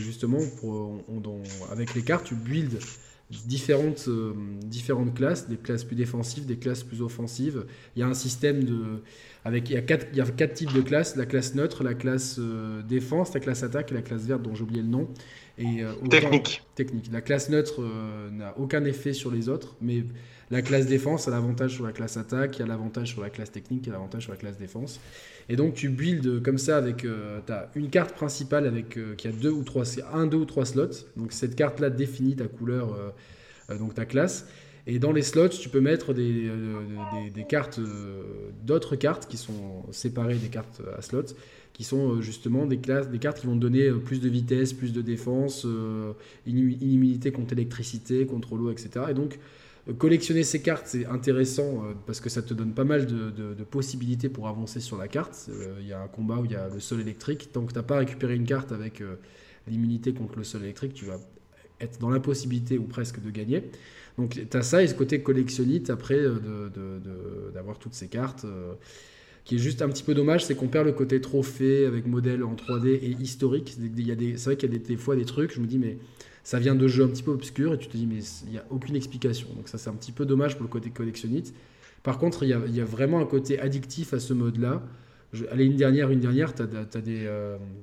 avec les cartes, tu builds différentes classes, des classes plus défensives, des classes plus offensives. Il y a un système il y a quatre types de classes: la classe neutre, la classe défense, la classe attaque et la classe verte dont j'ai oublié le nom. Et
technique.
La classe neutre n'a aucun effet sur les autres, mais la classe défense a l'avantage sur la classe attaque, il y a l'avantage sur la classe technique, il y a l'avantage sur la classe défense. Et donc tu builds comme ça avec tu as une carte principale qui a 2 ou 3 slots. Donc cette carte-là définit ta couleur, donc ta classe. Et dans les slots, tu peux mettre des cartes, d'autres cartes qui sont séparées des cartes à slots, qui sont justement des cartes qui vont te donner plus de vitesse, plus de défense, une immunité contre l'électricité, contre l'eau, etc. Et donc, collectionner ces cartes, c'est intéressant parce que ça te donne pas mal de possibilités pour avancer sur la carte. Il y a un combat où il y a le sol électrique. Tant que tu n'as pas récupéré une carte avec l'immunité contre le sol électrique, tu vas être dans l'impossibilité ou presque de gagner. Donc tu as ça, et ce côté collectionnite après d'avoir toutes ces cartes. Qui est juste un petit peu dommage, c'est qu'on perd le côté trophée avec modèle en 3D et historique. C'est vrai qu'il y a des fois des trucs, je me dis mais ça vient de jeux un petit peu obscurs et tu te dis mais il n'y a aucune explication. Donc ça c'est un petit peu dommage pour le côté collectionnite. Par contre il y a vraiment un côté addictif à ce mode-là. Une dernière, tu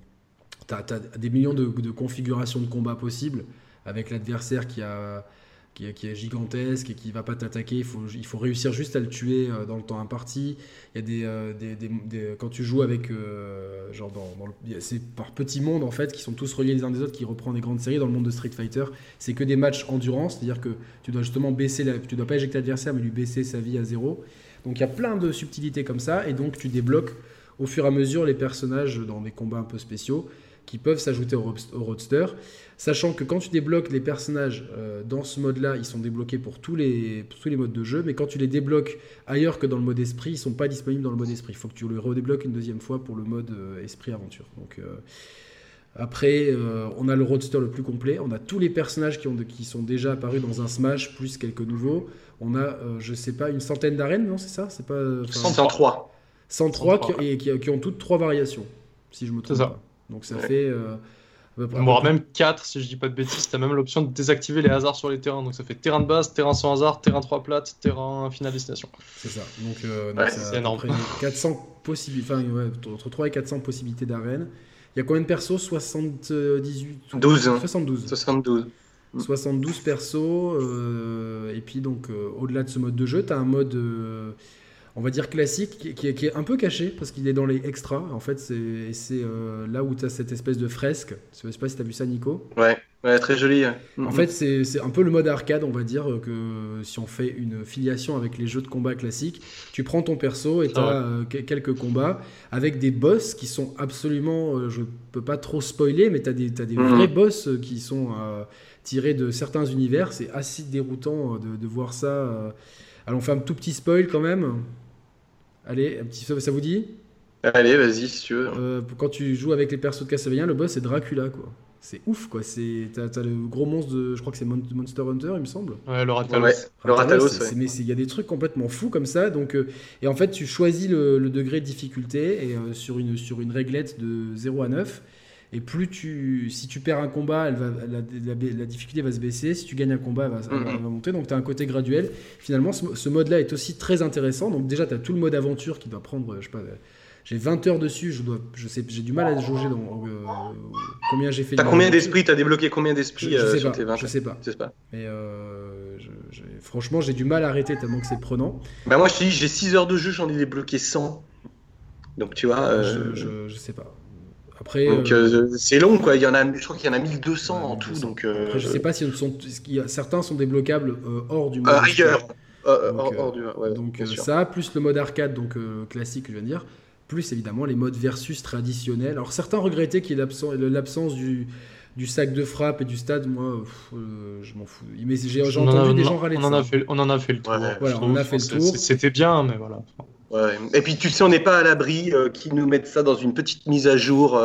as des millions de configurations de combat possibles avec l'adversaire qui a qui est gigantesque et qui va pas t'attaquer. Il faut réussir juste à le tuer dans le temps imparti. Il y a quand tu joues avec c'est par petits mondes en fait qui sont tous reliés les uns des autres, qui reprend des grandes séries. Dans le monde de Street Fighter, c'est que des matchs endurance, c'est-à-dire que tu dois justement tu dois pas éjecter l'adversaire mais lui baisser sa vie à 0. Donc il y a plein de subtilités comme ça, et donc tu débloques au fur et à mesure les personnages dans des combats un peu spéciaux qui peuvent s'ajouter au roadster, sachant que quand tu débloques les personnages dans ce mode-là, ils sont débloqués pour tous les modes de jeu, mais quand tu les débloques ailleurs que dans le mode esprit, ils sont pas disponibles dans le mode esprit. Il faut que tu le redébloques une deuxième fois pour le mode esprit aventure. Donc après, on a le roadster le plus complet, on a tous les personnages qui sont déjà apparus dans un Smash, plus quelques nouveaux. On a, je sais pas, une centaine d'arènes, non, c'est ça? C'est pas
103.
103 qui ont toutes 3 variations, si je me trompe pas. Donc ça fait...
voire même 4, si je dis pas de bêtises. Tu as même l'option de désactiver les hasards sur les terrains. Donc ça fait terrain de base, terrain sans hasard, terrain 3 plates, terrain finale destination.
C'est ça. Donc,
c'est énorme.
400 possibilités, entre 3 et 400 possibilités d'arènes. Il y a combien de persos? 78
12.
72. 72 persos. Et puis donc, au-delà de ce mode de jeu, tu as un mode... on va dire classique, qui est un peu caché parce qu'il est dans les extras. En fait, c'est là où tu as cette espèce de fresque. Je sais pas si tu as vu ça, Nico.
Ouais, très joli.
En fait, c'est un peu le mode arcade, on va dire, que si on fait une filiation avec les jeux de combat classiques, tu prends ton perso et tu as quelques combats avec des boss qui sont absolument, je peux pas trop spoiler, mais tu as des vrais boss qui sont tirés de certains univers. C'est assez déroutant de voir ça. Alors on fait un tout petit spoil quand même. Allez, ça vous dit?
Allez, vas-y, si tu veux.
Quand tu joues avec les persos de Castlevania, le boss c'est Dracula, quoi. C'est ouf, quoi. T'as le gros monstre je crois que c'est Monster Hunter, il me semble.
Ouais, le Ratalos.
Ouais, le Ratalos,
mais il y a des trucs complètement fous comme ça. Donc, et en fait, tu choisis le degré de difficulté et, sur une réglette de 0 à 9. Et si tu perds un combat, la difficulté va se baisser. Si tu gagnes un combat, elle va monter. Donc tu as un côté graduel. Finalement, ce mode-là est aussi très intéressant. Donc déjà, tu as tout le mode aventure qui doit prendre, je sais pas, j'ai 20 heures dessus. J'ai du mal à jauger dans combien j'ai fait.
T'as combien d'esprits? T'as débloqué combien d'esprits sur tes 20
Je sais pas. Mais franchement, j'ai du mal à arrêter tellement que c'est prenant.
Bah moi, je te dis, j'ai 6 heures de jeu, j'en ai débloqué 100. Donc tu vois...
Je sais pas. Après,
donc c'est long, quoi. Je crois qu'il y en a 1200 en tout. Donc,
après, je sais pas si certains sont débloquables hors du mode
ailleurs.
Donc ça, plus le mode arcade, donc classique, je viens de dire, plus évidemment les modes versus traditionnels. Alors certains regrettaient qu'il y ait l'absence du sac de frappe et du stade. Moi, je m'en fous. Mais j'ai entendu des gens râler de ça.
On en a fait le tour.
Voilà, on a fait le tour.
C'était bien, mais voilà.
Ouais. Et puis tu sais, on n'est pas à l'abri qu'ils nous mettent ça dans une petite mise à jour.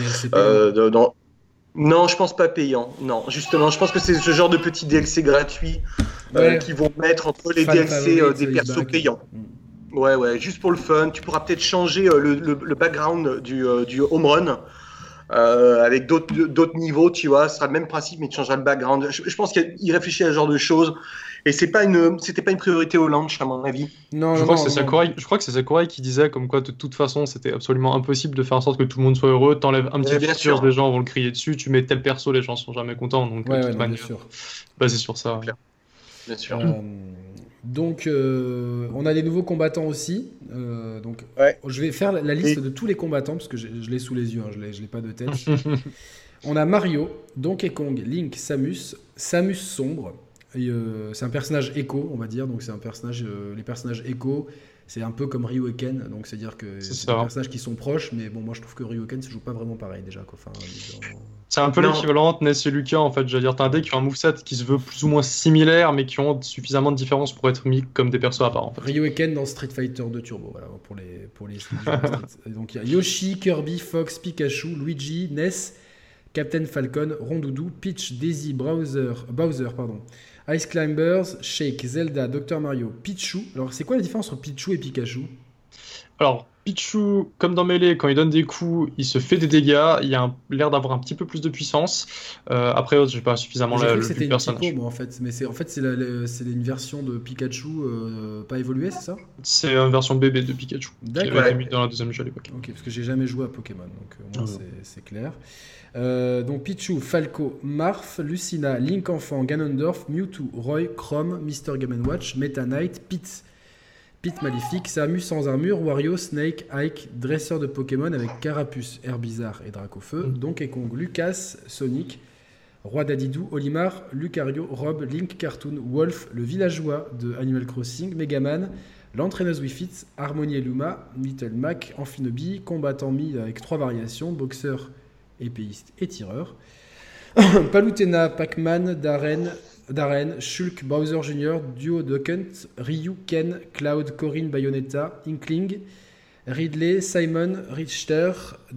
Non, je pense pas payant. Non, justement, je pense que c'est ce genre de petits DLC gratuits qu'ils vont mettre entre les DLC des persos payants. Ouais, juste pour le fun. Tu pourras peut-être changer le background du home run. Avec d'autres niveaux, tu vois, ce sera le même principe, mais tu changeras le background. Je pense qu'il réfléchit à ce genre de choses, et c'était pas une priorité au launch, à mon avis.
Je crois que c'est Sakurai qui disait comme quoi de toute façon c'était absolument impossible de faire en sorte que tout le monde soit heureux. T'enlèves un petit peu, les gens vont le crier dessus. Tu mets tel perso, les gens sont jamais contents. Donc de toute manière, basé sur ça.
Bien sûr.
Donc, on a des nouveaux combattants aussi. Je vais faire la liste de tous les combattants parce que je l'ai sous les yeux, je l'ai pas de tête. On a Mario, Donkey Kong, Link, Samus sombre. C'est un personnage écho, on va dire. Donc, c'est un personnage. Les personnages écho, c'est un peu comme Ryu et Ken. Donc, c'est-à-dire que c'est des personnages qui sont proches. Mais bon, moi, je trouve que Ryu et Ken se joue pas vraiment pareil déjà, quoi. Enfin,
c'est un peu l'équivalent entre Ness et Lucas, en fait. J'allais dire, t'as un deck qui a un moveset qui se veut plus ou moins similaire, mais qui ont suffisamment de différence pour être mis comme des persos à part, en fait.
Ryu et Ken dans Street Fighter 2 Turbo, voilà, pour les Donc, il y a Yoshi, Kirby, Fox, Pikachu, Luigi, Ness, Captain Falcon, Rondoudou, Peach, Daisy, Bowser, Ice Climbers, Shake, Zelda, Dr Mario, Pichu. Alors, c'est quoi la différence entre Pichu et Pikachu?
Alors, Pichu, comme dans Melee, quand il donne des coups, il se fait des dégâts. Il a l'air d'avoir un petit peu plus de puissance. Après, j'ai pas suffisamment
J'ai cru que
vu
c'était
le
une
personnage.
typo, moi, en fait. Mais c'est une version de Pikachu pas évoluée, c'est ça?
C'est une version bébé de Pikachu qui
D'accord.
avait été mise dans la deuxième jeu à l'époque.
Ok, parce que j'ai jamais joué à Pokémon, donc au moins
Ah ouais.
c'est clair. Donc Pichu, Falco, Marth, Lucina, Link Enfant, Ganondorf, Mewtwo, Roy, Chrome, Mr. Game & Watch, Meta Knight, Pete Maléfique, Samus sans armure, Wario, Snake, Ike, dresseur de Pokémon avec Carapuce, Herbizarre et Dracofeu, Donkey Kong, Lucas, Sonic, Roi Dadidou, Olimar, Lucario, Rob, Link Cartoon, Wolf, le villageois de Animal Crossing, Megaman, l'entraîneuse Wii Fit, Harmony et Luma, Little Mac, Amphinobi, combattant Mi avec 3 variations, boxeur, épéiste et tireur, Palutena, Pac-Man, Darren, Shulk, Bowser Jr., Duo Duck Hunt, Ryu, Ken, Cloud, Corinne, Bayonetta, Inkling, Ridley, Simon, Richter,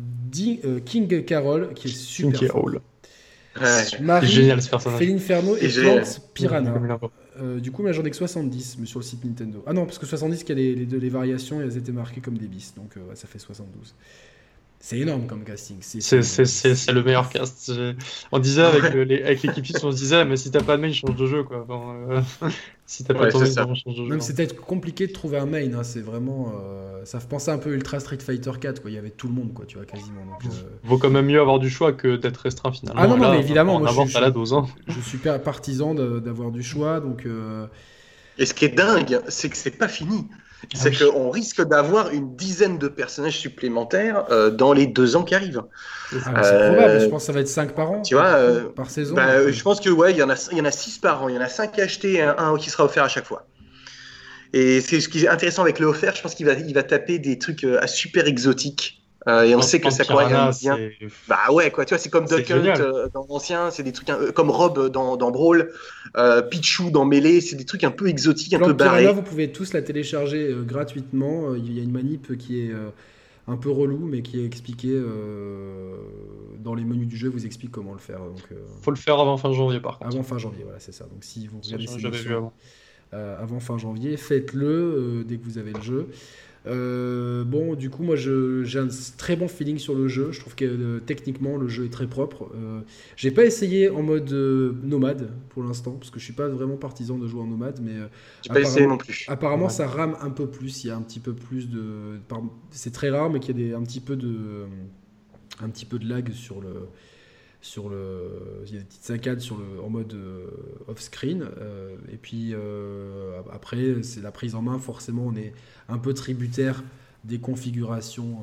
King Carol, qui est super
King
fort.
Carol.
Ouais.
Marie,
C'est génial ce personnage.
Félinferno et
génial.
Plants Piranha. Du coup, là, j'en ai que 70, mais sur le site Nintendo. Ah non, parce que 70, qu'il y a les variations, elles étaient marquées comme des bis, donc ouais, ça fait 72. C'est énorme comme casting.
C'est le meilleur cast. On disait avec l'équipe Fitz, on se disait, mais si t'as pas de main, change de jeu, quoi. Enfin, si t'as pas ton main, on change de jeu.
Même c'est peut-être compliqué de trouver un main, hein. C'est vraiment. Ça fait penser un peu Ultra Street Fighter 4, quoi. Il y avait tout le monde, quoi, tu vois, quasiment. Donc,
vaut quand même mieux avoir du choix que d'être restreint finalement.
Ah non,
là,
mais évidemment,
on
moi
avance à la dose. Hein.
Je suis partisan d'avoir du choix, donc.
Et ce qui est dingue, c'est que c'est pas fini. C'est qu'on risque d'avoir une dizaine de personnages supplémentaires dans les 2 ans qui arrivent.
C'est probable, je pense que ça va être 5 par an.
Tu vois,
par saison.
Je pense que ouais, il y en a 6 par an, il y en a 5 achetés et un qui sera offert à chaque fois. Et c'est ce qui est intéressant avec le offert, je pense qu'il va taper des trucs super exotiques. Et on sait que ça correspond bien. Bah ouais, quoi, tu vois, c'est comme Duck Hunt dans l'ancien, c'est des trucs comme Rob dans Brawl, Pichu dans Melee, c'est des trucs un peu exotiques, un peu barrés.
Là, vous pouvez tous la télécharger gratuitement. Il y a une manip qui est un peu relou, mais qui est expliquée dans les menus du jeu, vous explique comment le faire. Donc,
faut le faire avant fin janvier, par contre.
Avant fin janvier, voilà, c'est ça. Donc si vous regardez cette
j'avais vu
avant fin janvier, faites-le dès que vous avez le jeu. Bon, du coup, moi j'ai un très bon feeling sur le jeu. Je trouve que techniquement le jeu est très propre. J'ai pas essayé en mode nomade pour l'instant, parce que je suis pas vraiment partisan de jouer en nomade, mais
j'ai pas essayé non plus.
Apparemment, ça rame un peu plus. Il y a un petit peu plus de. C'est très rare, mais qu'il y a un petit peu de lag sur le. Il y a des petites saccades en mode off-screen. Et puis après, c'est la prise en main. Forcément, on est un peu tributaire des configurations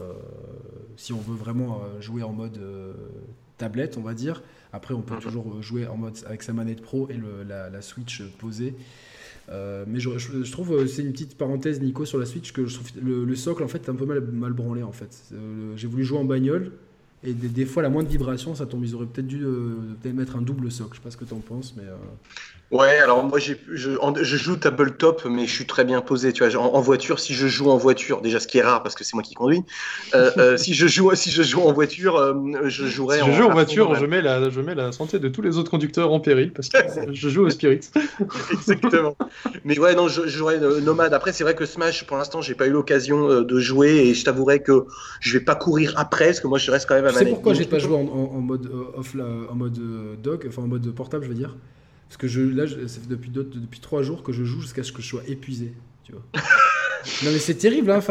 si on veut vraiment jouer en mode tablette, on va dire. Après, on peut toujours jouer en mode avec sa manette pro et la Switch posée. Mais je trouve, c'est une petite parenthèse, Nico, sur la Switch, que je trouve le socle en fait est un peu mal branlé en fait. J'ai voulu jouer en bagnole. Et des fois, la moindre vibration, ça tombe. Ils auraient peut-être dû mettre un double socle. Je sais pas ce que tu en penses, mais.
Ouais, alors moi je joue tabletop, mais je suis très bien posé. Tu vois, en voiture, si je joue en voiture, déjà ce qui est rare parce que c'est moi qui conduis. Si je joue en voiture, je jouerai.
Si je joue en voiture, je mets la santé de tous les autres conducteurs en péril parce que je joue au Spirit.
Exactement. Mais ouais, non, je jouerai nomade. Après, c'est vrai que Smash, pour l'instant, j'ai pas eu l'occasion de jouer et je t'avouerais que je vais pas courir après parce que moi je reste quand même à manette.
C'est pourquoi j'ai pas joué en mode en mode dock, enfin en mode portable, je veux dire. Parce que ça fait depuis 3 jours que je joue jusqu'à ce que je sois épuisé, tu vois. Non mais c'est terrible, hein. Enfin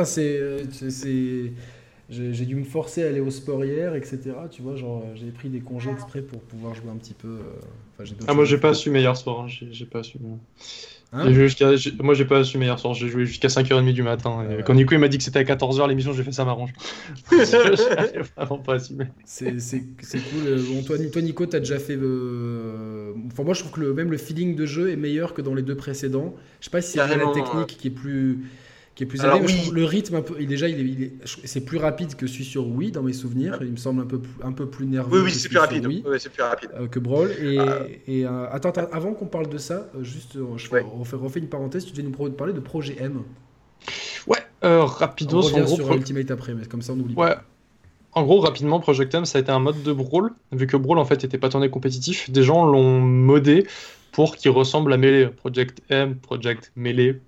j'ai dû me forcer à aller au sport hier, etc. Tu vois, genre j'ai pris des congés exprès pour pouvoir jouer un petit peu.
Moi j'ai pas assumé hier soir, hein. J'ai pas assumé. Hein, moi j'ai pas assumé hier soir, j'ai joué jusqu'à 5h30 du matin. Et quand Nico il m'a dit que c'était à 14h l'émission, j'ai fait ça m'arrange. J'ai vraiment pas assumé.
C'est cool. Bon, toi Nico, t'as déjà fait. Enfin, moi je trouve que même le feeling de jeu est meilleur que dans les 2 précédents. Je sais pas si c'est la technique qui est plus élevé, mais je trouve le rythme un peu. C'est plus rapide que celui sur Wii dans mes souvenirs. Il me semble un peu plus nerveux.
Oui, c'est plus rapide. Oui, c'est plus rapide
que Brawl. Attends, avant qu'on parle de ça, juste refais une parenthèse. Tu devais nous parler de Projet M.
Ouais, rapidos.
On revient sur Ultimate après, mais comme ça on oublie pas.
En gros, rapidement, Project M, ça a été un mode de Brawl. Vu que Brawl, en fait, était pas tourné compétitif, des gens l'ont modé pour qu'il ressemble à Melee. Project M, Project Melee.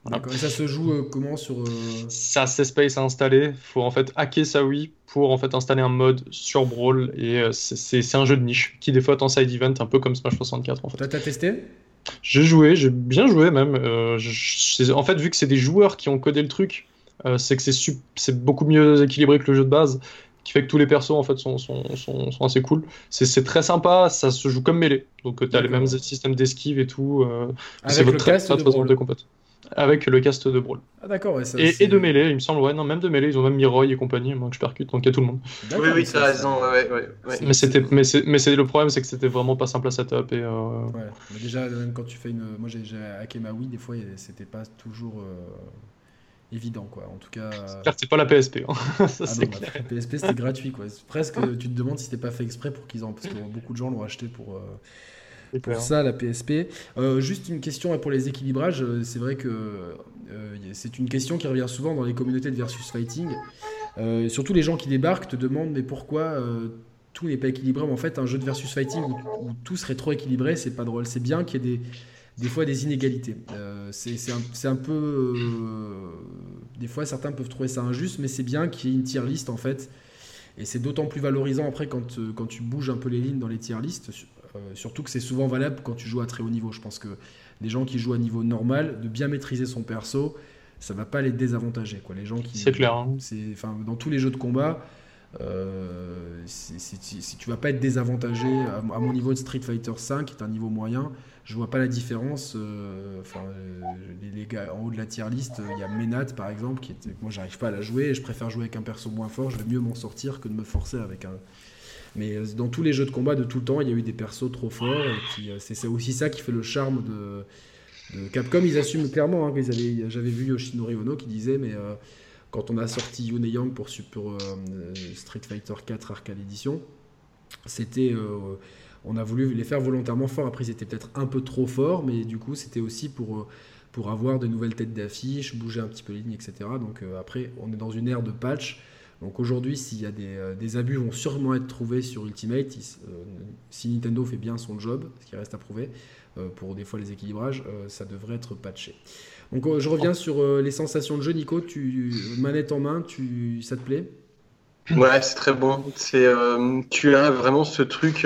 Voilà.
D'accord. Et ça se joue comment sur...
C'est assez space à installer. Faut en fait hacker sa Wii pour en fait installer un mode sur Brawl et c'est un jeu de niche qui des fois est en side event un peu comme Smash 64 en fait.
T'as testé?
J'ai joué, j'ai bien joué même. En fait, vu que c'est des joueurs qui ont codé le truc, c'est que c'est beaucoup mieux équilibré que le jeu de base, qui fait que tous les persos en fait sont assez cool. C'est très sympa, ça se joue comme mêlée. Donc t'as les mêmes systèmes d'esquive et tout. C'est
Avec le cast
très
de
très
Brawl.
complet. Avec le cast de Brawl.
Ah d'accord, ouais, ça,
Et de mêlée, il me semble, ouais, non, même de mêlée, ils ont même mis Roy et compagnie, moi que je percute, donc il y a tout le monde.
D'accord,
Oui,
mais
t'as raison. Ouais.
Mais le problème, c'est que c'était vraiment pas simple à setup. Et,
Ouais, mais déjà, même quand tu fais une... Moi, j'ai hacké ma Wii, des fois, c'était pas toujours évident, quoi. En tout cas...
J'espère que c'est pas la PSP. Hein. Ça,
Ah
c'est
non,
clair.
la PSP, c'était gratuit, quoi. C'est presque, tu te demandes si c'était pas fait exprès pour qu'ils en... Parce que beaucoup de gens l'ont acheté pour ça, la PSP. Juste une question pour les équilibrages. C'est vrai que c'est une question qui revient souvent dans les communautés de versus fighting. Surtout les gens qui débarquent te demandent mais pourquoi tout n'est pas équilibré. Mais en fait, un jeu de versus fighting où tout serait trop équilibré, c'est pas drôle. C'est bien qu'il y ait des fois des inégalités. C'est un peu... des fois, certains peuvent trouver ça injuste, mais c'est bien qu'il y ait une tier list en fait. Et c'est d'autant plus valorisant après quand tu bouges un peu les lignes dans les tier lists. Surtout que c'est souvent valable quand tu joues à très haut niveau. Je pense que les gens qui jouent à niveau normal, de bien maîtriser son perso, ça va pas les désavantager, quoi. Les gens qui,
C'est clair. Hein.
Enfin, dans tous les jeux de combat, si tu vas pas être désavantagé, à mon niveau de Street Fighter V, qui est un niveau moyen, je vois pas la différence. Les gars en haut de la tier list, il y a Menat par exemple, moi j'arrive pas à la jouer, et je préfère jouer avec un perso moins fort, je vais mieux m'en sortir que de me forcer avec un... Mais dans tous les jeux de combat de tout le temps, il y a eu des persos trop forts. Et puis, c'est aussi ça qui fait le charme de Capcom. Ils assument clairement. Hein, j'avais vu Yoshinori Ono qui disait mais quand on a sorti Yun et Yang pour Street Fighter 4 Arcade Edition, c'était... on a voulu les faire volontairement forts. Après, ils étaient peut-être un peu trop forts. Mais du coup, c'était aussi pour avoir de nouvelles têtes d'affiche, bouger un petit peu les lignes, etc. Donc après, on est dans une ère de patch. Donc aujourd'hui, s'il y a des abus vont sûrement être trouvés sur Ultimate, si Nintendo fait bien son job, ce qui reste à prouver, pour des fois les équilibrages, ça devrait être patché. Donc je reviens sur les sensations de jeu. Nico, manette en main, ça te plaît?
Ouais, c'est très bon. Tu as vraiment ce truc,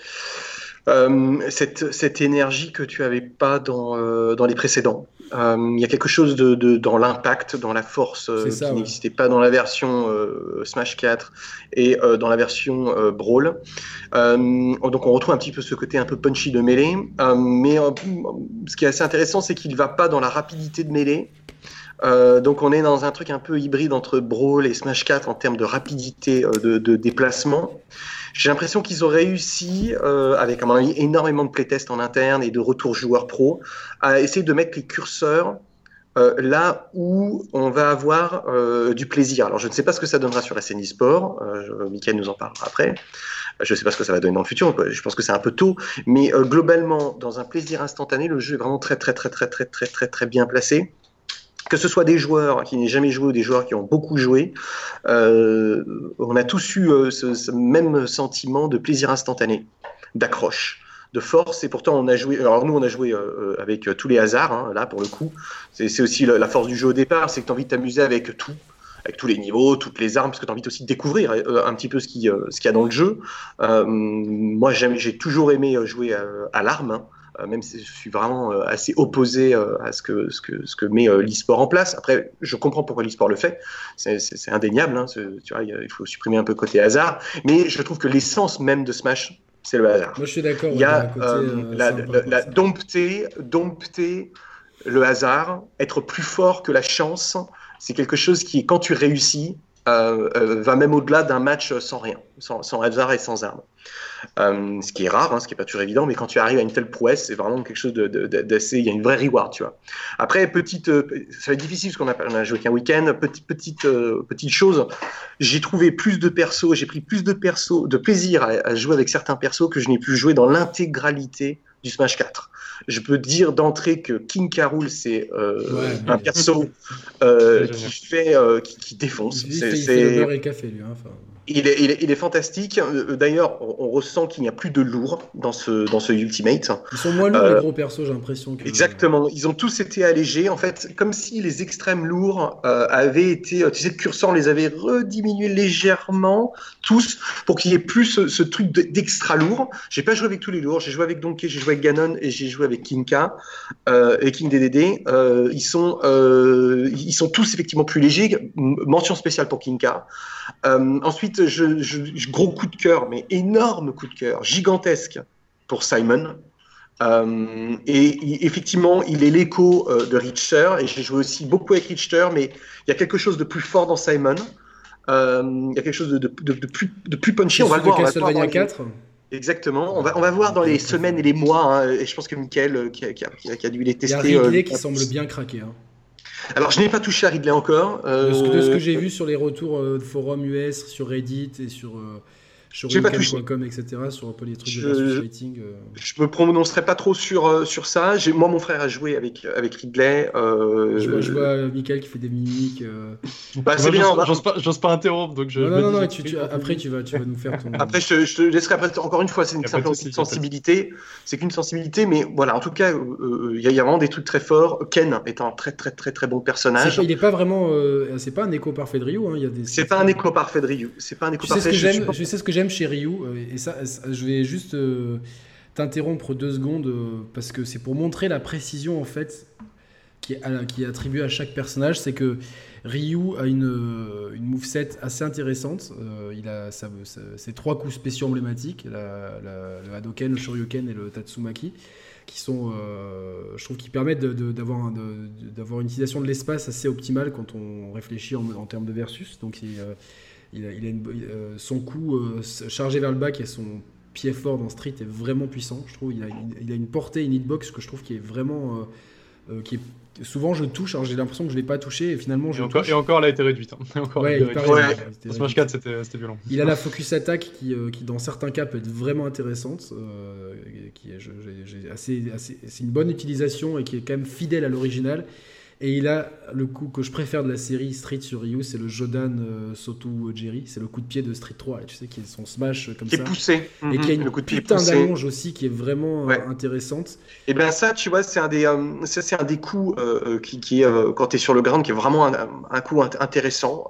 cette énergie que tu avais pas dans les précédents. Il y a quelque chose dans l'impact, dans la force
Ça,
qui
ouais.
n'existait pas dans la version Smash 4 et dans la version Brawl. Donc on retrouve un petit peu ce côté un peu punchy de mêlée. Mais ce qui est assez intéressant, c'est qu'il ne va pas dans la rapidité de mêlée. Donc on est dans un truc un peu hybride entre Brawl et Smash 4 en termes de rapidité de déplacement. J'ai l'impression qu'ils ont réussi, avec à mon avis énormément de playtests en interne et de retours joueurs pro, à essayer de mettre les curseurs là où on va avoir du plaisir. Alors je ne sais pas ce que ça donnera sur la scène e-sport, Mickaël nous en parlera après. Je ne sais pas ce que ça va donner dans le futur, je pense que c'est un peu tôt, mais globalement, dans un plaisir instantané, le jeu est vraiment très très très très très très très très bien placé. Que ce soit des joueurs qui n'aient jamais joué ou des joueurs qui ont beaucoup joué, on a tous eu ce même sentiment de plaisir instantané, d'accroche, de force. Et pourtant, on a joué. Alors nous, on a joué avec tous les hasards. Hein, là, pour le coup, c'est aussi la force du jeu au départ, c'est que tu as envie de t'amuser avec tout, avec tous les niveaux, toutes les armes, parce que tu as envie aussi de découvrir un petit peu ce qu'il y a dans le jeu. Moi, j'ai toujours aimé jouer à l'arme. Hein. Même si je suis vraiment assez opposé à ce que met l'e-sport en place. Après, je comprends pourquoi l'e-sport le fait, c'est indéniable, hein, tu vois, il faut supprimer un peu côté hasard, mais je trouve que l'essence même de Smash, c'est le hasard.
Moi, je suis d'accord.
Il y a dompter le hasard, être plus fort que la chance, c'est quelque chose qui, quand tu réussis, va même au-delà d'un match sans rien, sans hasard et sans armes. Ce qui est rare, hein, ce qui n'est pas toujours évident, mais quand tu arrives à une telle prouesse, c'est vraiment quelque chose d'assez... Il y a une vraie reward, tu vois. Après, ça va être difficile parce qu'on a joué qu'un week-end. Petite chose, j'ai trouvé plus de persos, j'ai pris plus de plaisir à jouer avec certains persos que je n'ai pu jouer dans l'intégralité du Smash 4. Je peux dire d'entrée que King K. Rool, c'est un perso qui défonce.
Il fait le beurre et le café, lui. Hein, enfin...
Il est fantastique. D'ailleurs, on ressent qu'il n'y a plus de lourd dans ce Ultimate.
Ils sont moins lourds, les gros persos, j'ai l'impression.
Exactement. Ils ont tous été allégés. En fait, comme si les extrêmes lourds avaient été... Tu sais, le curseur les avait rediminués légèrement, tous, pour qu'il y ait plus ce truc d'extra lourd. J'ai pas joué avec tous les lourds. J'ai joué avec Donkey, j'ai joué avec Ganon et j'ai joué avec King K et King DDD. Ils sont tous effectivement plus légers. Mention spéciale pour King K. Ensuite, gros coup de cœur, mais énorme coup de cœur, gigantesque pour Simon. Effectivement, il est l'écho de Richter, et j'ai joué aussi beaucoup avec Richter, mais il y a quelque chose de plus fort dans Simon. Il y a quelque chose de plus punchy.
On va le voir. Castlevania 4.
Exactement. On va voir dans les semaines et les mois, hein, et je pense que Mickaël, qui a dû les tester.
Il y a Ridley qui semble bien craquer. Hein.
Alors, je n'ai pas touché à Ridley encore.
De ce que j'ai vu sur les retours de forums US, sur Reddit et sur Weekend.com, etc., sur un peu les trucs de versus fighting.
Je me prononcerai pas trop sur ça. Moi, mon frère a joué avec Ridley.
Je vois Mickaël qui fait des mimiques.
C'est bien. J'ose pas interrompre, donc
Non, après tu vas nous faire ton.
Après, je te laisserai après. Encore une fois, c'est une simple sensibilité. C'est qu'une sensibilité, mais voilà. En tout cas, il y a vraiment des trucs très forts. Ken est un très très très très bon personnage.
Il est pas vraiment. C'est pas un écho parfait de Ryu. Hein.
C'est pas un écho parfait de Ryu. C'est pas un écho parfait.
Je sais ce que j'aime chez Ryu, et ça, je vais juste t'interrompre 2 secondes parce que c'est pour montrer la précision en fait qui est attribuée à chaque personnage. C'est que Ryu a une moveset assez intéressante. Il a ses 3 coups spéciaux emblématiques, le Hadoken, le Shoryuken et le Tatsumaki, qui sont, je trouve, qui permettent d'avoir une utilisation de l'espace assez optimale quand on réfléchit en termes de versus. Donc son coup chargé vers le bas, qui est son pied fort dans Street, est vraiment puissant. Je trouve il a une portée, une hitbox que je trouve qui est vraiment souvent je touche, alors j'ai l'impression que je l'ai pas touché et finalement
et encore elle a été réduite. Smash 4 c'était violent.
Il a la focus attack qui dans certains cas peut être vraiment intéressante, c'est une bonne utilisation et qui est quand même fidèle à l'original. Et il a le coup que je préfère de la série Street sur Ryu, c'est le Jodan Sotu Jerry, c'est le coup de pied de Street 3, et tu sais, qui est son smash comme ça.
Qui est poussé.
Et qui a une putain d'allonge aussi qui est vraiment intéressante. Et
bien ça, tu vois, c'est un des coups qui est, quand tu es sur le ground, qui est vraiment un coup intéressant.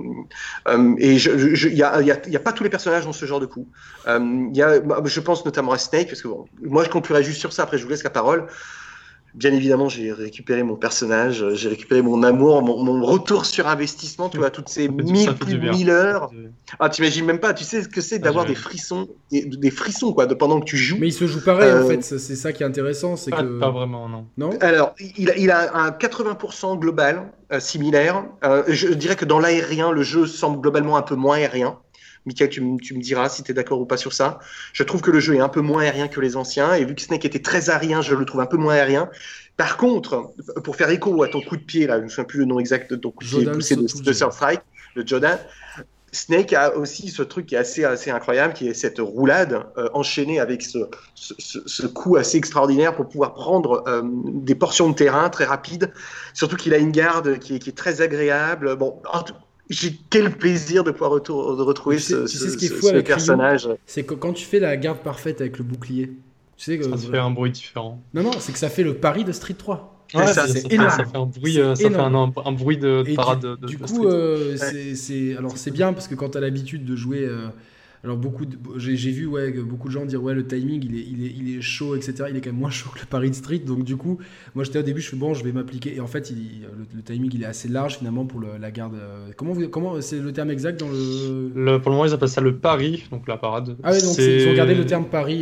Et il y a pas tous les personnages dans ce genre de coup. Je pense notamment à Snake, parce que moi je conclurai juste sur ça, après je vous laisse la parole. Bien évidemment, j'ai récupéré mon personnage, j'ai récupéré mon amour, mon retour sur investissement, tu vois, toutes ces 1000 heures. Ah, t'imagines même pas, tu sais ce que c'est d'avoir des frissons quoi, pendant que tu joues.
Mais il se joue pareil en fait, c'est ça qui est intéressant, c'est que...
Pas vraiment, non.
Non.
Alors, il a un 80% global similaire. Je dirais que dans l'aérien, le jeu semble globalement un peu moins aérien. Mickaël, tu me diras si tu es d'accord ou pas sur ça. Je trouve que le jeu est un peu moins aérien que les anciens, et vu que Snake était très aérien, je le trouve un peu moins aérien. Par contre, pour faire écho à ton coup de pied, là, je ne me souviens plus le nom exact de ton coup de pied poussé de Third Strike, le Jodan, Snake a aussi ce truc qui est assez incroyable, qui est cette roulade enchaînée avec ce coup assez extraordinaire pour pouvoir prendre des portions de terrain très rapides, surtout qu'il a une garde qui est très agréable. Bon, j'ai quel plaisir de pouvoir retrouver ce personnage.
Ryu, c'est que quand tu fais la garde parfaite avec le bouclier, tu sais que
ça fait un bruit différent.
Non, c'est que ça fait le pari de Street 3.
Ouais, c'est énorme. Ça fait un bruit, un bruit de parade.
Du coup, c'est bien parce que quand tu as l'habitude de jouer. Alors j'ai vu beaucoup de gens dire le timing il est chaud, etc. Il est quand même moins chaud que le pari de Street, donc du coup moi j'étais au début je vais m'appliquer, et en fait le timing il est assez large finalement pour la garde. Comment c'est le terme exact dans le...
Pour le moment ils appellent ça le pari, donc la parade.
Ah ouais, donc ils ont gardé le terme pari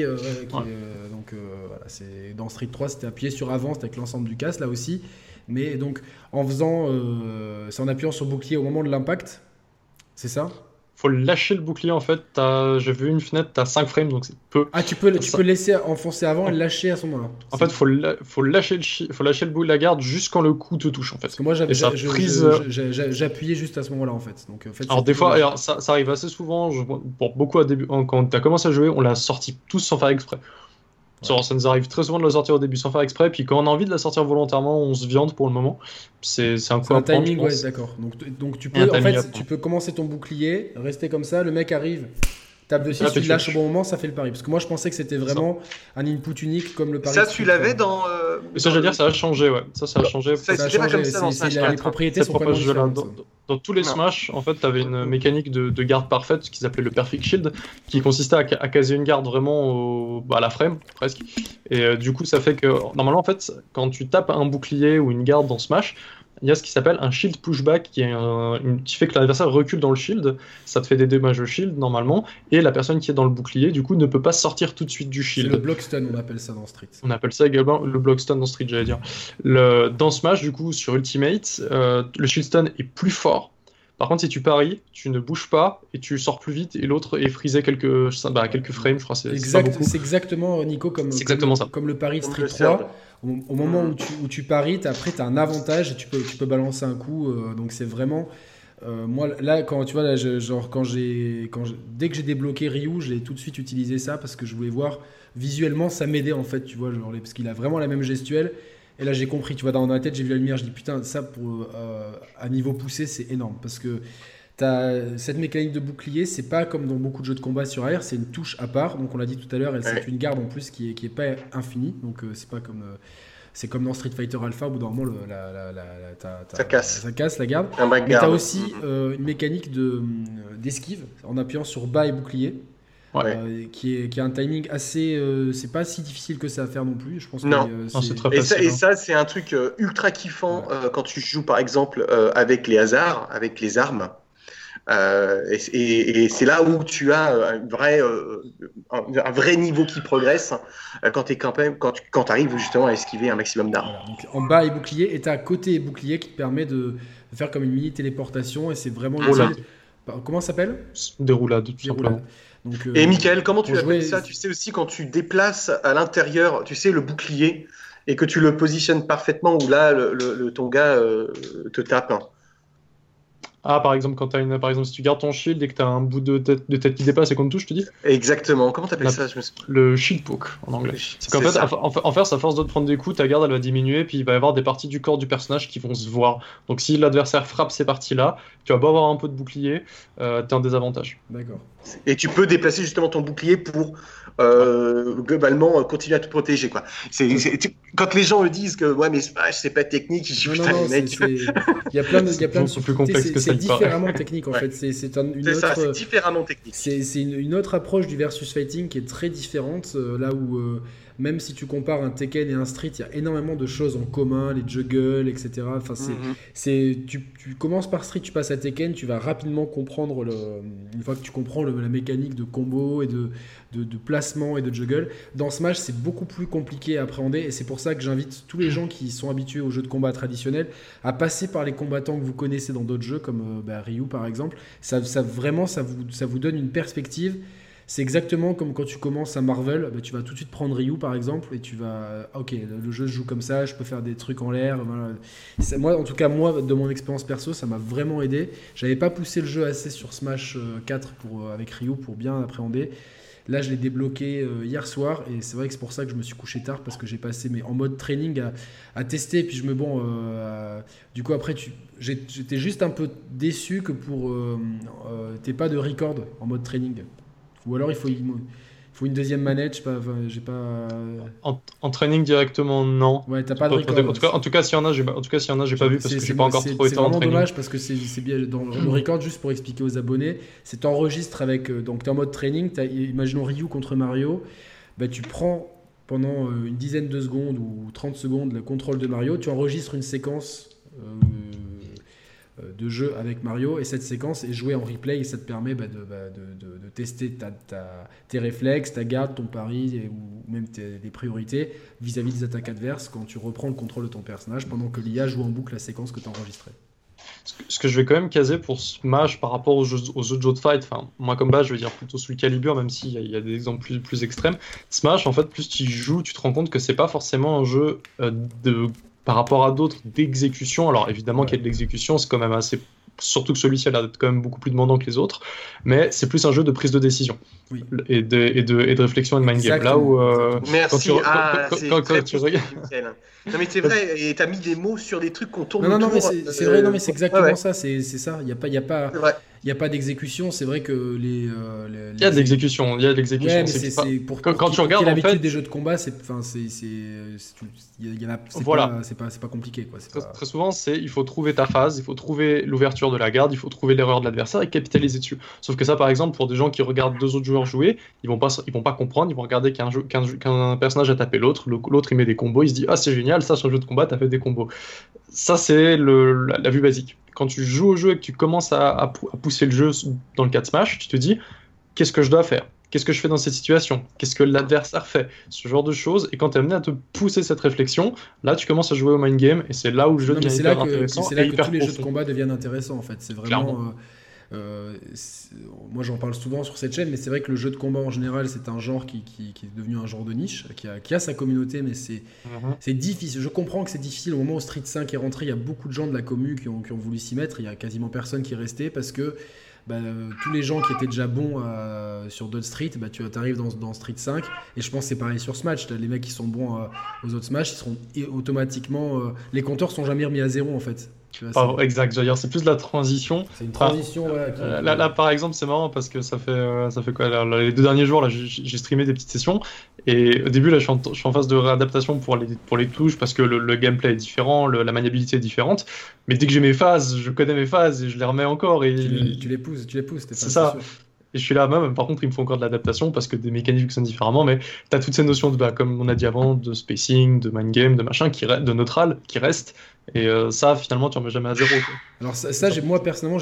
voilà, c'est dans Street 3 c'était appuyé sur avant, c'était avec l'ensemble du casque là aussi, mais donc en faisant c'est en appuyant sur bouclier au moment de l'impact, c'est ça?
Faut lâcher le bouclier en fait. J'ai vu une fenêtre, t'as 5 frames donc c'est peu.
Ah, tu peux laisser enfoncer avant et le lâcher à ce moment-là.
En fait, faut lâcher le bout de la garde juste quand le coup te touche en fait.
Parce que moi j'appuyais juste à ce moment-là en fait. Donc,
alors des fois, ça arrive assez souvent. Pour beaucoup à début, quand t'as commencé à jouer, on l'a sorti tous sans faire exprès. Ça nous arrive très souvent de la sortir au début sans faire exprès, puis quand on a envie de la sortir volontairement, on se viande pour le moment. C'est un coup à prendre,
timing,
je pense.
ouais, d'accord. Donc tu peux, en fait, tu peux commencer ton bouclier, rester comme ça, le mec arrive, tape dessus, si tu le lâches au bon moment, ça fait le pari. Parce que moi, je pensais que c'était vraiment un input unique comme le pari.
Ça, tu l'avais dans.
Ça, je veux dire, ça a changé, ouais. Ça a changé.
Ça a changé comme ça dans Smash 4.
Les propriétés sont complètement différentes.
Dans tous les Smash, en fait, tu avais une mécanique de garde parfaite, ce qu'ils appelaient le Perfect Shield, qui consistait à caser une garde vraiment à la frame, presque. Et du coup, ça fait que, normalement, en fait, quand tu tapes un bouclier ou une garde dans Smash, il y a ce qui s'appelle un shield pushback qui fait que l'adversaire recule dans le shield, ça te fait des dommages au shield normalement, et la personne qui est dans le bouclier du coup ne peut pas sortir tout de suite du shield.
C'est le block stun, on appelle ça dans Street.
On appelle ça également le block stun dans Street, j'allais dire. Dans Smash du coup sur Ultimate, le shield stun est plus fort. Par contre, si tu paries, tu ne bouges pas et tu sors plus vite et l'autre est frisé quelques frames, je crois. C'est
exactement, Nico, comme le pari de Street 3. Au moment où tu paries, après tu as un avantage et tu peux balancer un coup. Donc c'est vraiment. Moi, là, quand tu vois, là, dès que j'ai débloqué Ryu, j'ai tout de suite utilisé ça parce que je voulais voir visuellement, ça m'aidait en fait, tu vois, parce qu'il a vraiment la même gestuelle. Et là, j'ai compris, tu vois, dans ma tête, j'ai vu la lumière, je dis putain, ça à niveau poussé, c'est énorme parce que t'as cette mécanique de bouclier, c'est pas comme dans beaucoup de jeux de combat sur AR, c'est une touche à part. Donc on l'a dit tout à l'heure, c'est une garde en plus qui est pas infinie. Donc c'est pas comme c'est comme dans Street Fighter Alpha où normalement
ça
casse la garde. Mais t'as aussi une mécanique d'esquive en appuyant sur bas et bouclier. Qui a un timing assez c'est pas si difficile que ça à faire non plus, je pense.
Non,
c'est très facile,
et ça c'est un truc ultra kiffant quand tu joues par exemple avec les hasards, avec les armes. Et c'est là où tu as un vrai niveau qui progresse quand tu arrives justement à esquiver un maximum d'armes.
Voilà, donc en bas et bouclier, et tu as côté et bouclier qui te permet de faire comme une mini téléportation, et c'est vraiment comment ça s'appelle ?
Des roulades, tout simplement.
Donc,
et Michael, comment tu appelles ça ? Tu sais aussi quand tu déplaces à l'intérieur, tu sais, le bouclier et que tu le positionnes parfaitement où là ton gars te tape.
Ah, par exemple, si tu gardes ton shield et que tu as un bout de tête qui dépasse et qu'on te touche, je te dis ?
Exactement. Comment t'appelles ça ?
Le shield poke en anglais. C'est qu'en fait, en fait, à force de te prendre des coups, ta garde elle va diminuer, puis il va y avoir des parties du corps du personnage qui vont se voir. Donc si l'adversaire frappe ces parties-là, tu vas pas avoir un peu de bouclier, t'es en désavantage.
D'accord.
Et tu peux déplacer justement ton bouclier pour globalement continuer à te protéger, quoi. Quand les gens me disent que ouais mais Smash c'est pas technique, je dis putain les mecs.
Il y a plein de
plus complexe que ça.
C'est différemment technique en fait. C'est
différemment technique.
C'est une autre approche du versus fighting qui est très différente. Là où même si tu compares un Tekken et un Street, il y a énormément de choses en commun, les juggles, etc. Enfin, tu commences par Street, tu passes à Tekken, tu vas rapidement comprendre, une fois que tu comprends la mécanique de combo et de placement et de juggle. Dans Smash, c'est beaucoup plus compliqué à appréhender et c'est pour ça que j'invite tous les gens qui sont habitués aux jeux de combat traditionnels à passer par les combattants que vous connaissez dans d'autres jeux, comme Ryu par exemple. Ça vous donne une perspective. C'est exactement comme quand tu commences à Marvel, tu vas tout de suite prendre Ryu par exemple et tu vas ok, le jeu se joue comme ça, je peux faire des trucs en l'air. Voilà. Moi, en tout cas, de mon expérience perso, ça m'a vraiment aidé. J'avais pas poussé le jeu assez sur Smash 4 avec Ryu pour bien appréhender. Là, je l'ai débloqué hier soir et c'est vrai que c'est pour ça que je me suis couché tard parce que j'ai passé en mode training à tester. Et puis du coup, après, j'étais juste un peu déçu que t'aies pas de record en mode training. Ou alors il faut une deuxième manette, j'ai pas.
En training directement, non.
Ouais, t'as pas de record.
En tout cas, s'il y en a, j'ai pas vu parce que j'ai pas encore trop été en training.
C'est vraiment dommage parce que c'est bien. Dans le record, juste pour expliquer aux abonnés, c'est t'enregistres avec. Donc t'es en mode training, imaginons Ryu contre Mario, tu prends pendant une dizaine de secondes ou 30 secondes le contrôle de Mario, tu enregistres une séquence de jeu avec Mario et cette séquence est jouée en replay et ça te permet de tester tes réflexes, ta garde, ton pari ou même tes priorités vis-à-vis des attaques adverses quand tu reprends le contrôle de ton personnage pendant que l'IA joue en boucle la séquence que tu as enregistrée.
Ce que je vais quand même caser pour Smash par rapport aux autres jeux de fight, enfin moi comme base je vais dire plutôt Soul Calibur même s'il y a des exemples plus extrêmes. Smash en fait plus tu y joues tu te rends compte que c'est pas forcément un jeu par rapport à d'autres d'exécution. Alors évidemment qu'il y a de l'exécution, c'est quand même assez surtout que celui-ci a l'air d'être quand même beaucoup plus demandant que les autres, mais c'est plus un jeu de prise de décision et de réflexion et de mind game. Là où
merci,
quand tu regardes.
Non mais c'est vrai, et t'as mis des mots sur des trucs qu'on tourne
non,
autour.
Mais c'est vrai, non mais c'est exactement ça, c'est ça. Il y a pas d'exécution. C'est vrai que
il y a de l'exécution.
Ouais, mais c'est pour
quand tu regardes
l'habitude
en fait
des jeux de combat, c'est pas compliqué quoi.
Très souvent, il faut trouver ta phase, il faut trouver l'ouverture de la garde, il faut trouver l'erreur de l'adversaire et capitaliser dessus. Sauf que ça, par exemple, pour des gens qui regardent deux autres joueurs jouer, ils vont pas comprendre, ils vont regarder qu'un personnage a tapé l'autre il met des combos, il se dit ah c'est génial, ça sur le jeu de combat t'as fait des combos. Ça c'est la vue basique. Quand tu joues au jeu et que tu commences à pousser le jeu dans le cas de Smash, tu te dis qu'est-ce que je dois faire? Qu'est-ce que je fais dans cette situation? Qu'est-ce que l'adversaire fait? Ce genre de choses. Et quand tu es amené à te pousser cette réflexion, là, tu commences à jouer au mind game et c'est là où le jeu devient hyper intéressant.
C'est là que tous les jeux de combat deviennent intéressants, en fait. C'est vraiment... moi, j'en parle souvent sur cette chaîne, mais c'est vrai que le jeu de combat, en général, c'est un genre qui est devenu un genre de niche, qui a sa communauté, mais c'est difficile. Je comprends que c'est difficile. Au moment où Street 5 est rentré, il y a beaucoup de gens de la commu qui ont voulu s'y mettre. Il y a quasiment personne qui est resté parce que tous les gens qui étaient déjà bons sur d'autres Street, tu arrives dans Street 5 et je pense que c'est pareil sur Smash. Les mecs qui sont bons aux autres Smash, ils seront automatiquement les compteurs sont jamais remis à zéro en fait. Tu vois,
exact, j'allais dire, c'est plus de la transition.
C'est une transition.
Là, par exemple, c'est marrant parce que ça fait quoi là, les 2 derniers jours, là, j'ai streamé des petites sessions et au début, là, je suis en phase de réadaptation pour les touches parce que le gameplay est différent, la maniabilité est différente. Mais dès que j'ai mes phases, je connais mes phases et je les remets encore. Et
tu les pousses,
c'est ça. Et je suis là même, par contre, il me faut encore de l'adaptation parce que des mécaniques fonctionnent différemment, mais tu as toutes ces notions comme on a dit avant, de spacing, de mind game, de machin, de neutral, qui restent. Et ça, finalement, tu remets jamais à zéro. Quoi.
Alors moi, personnellement,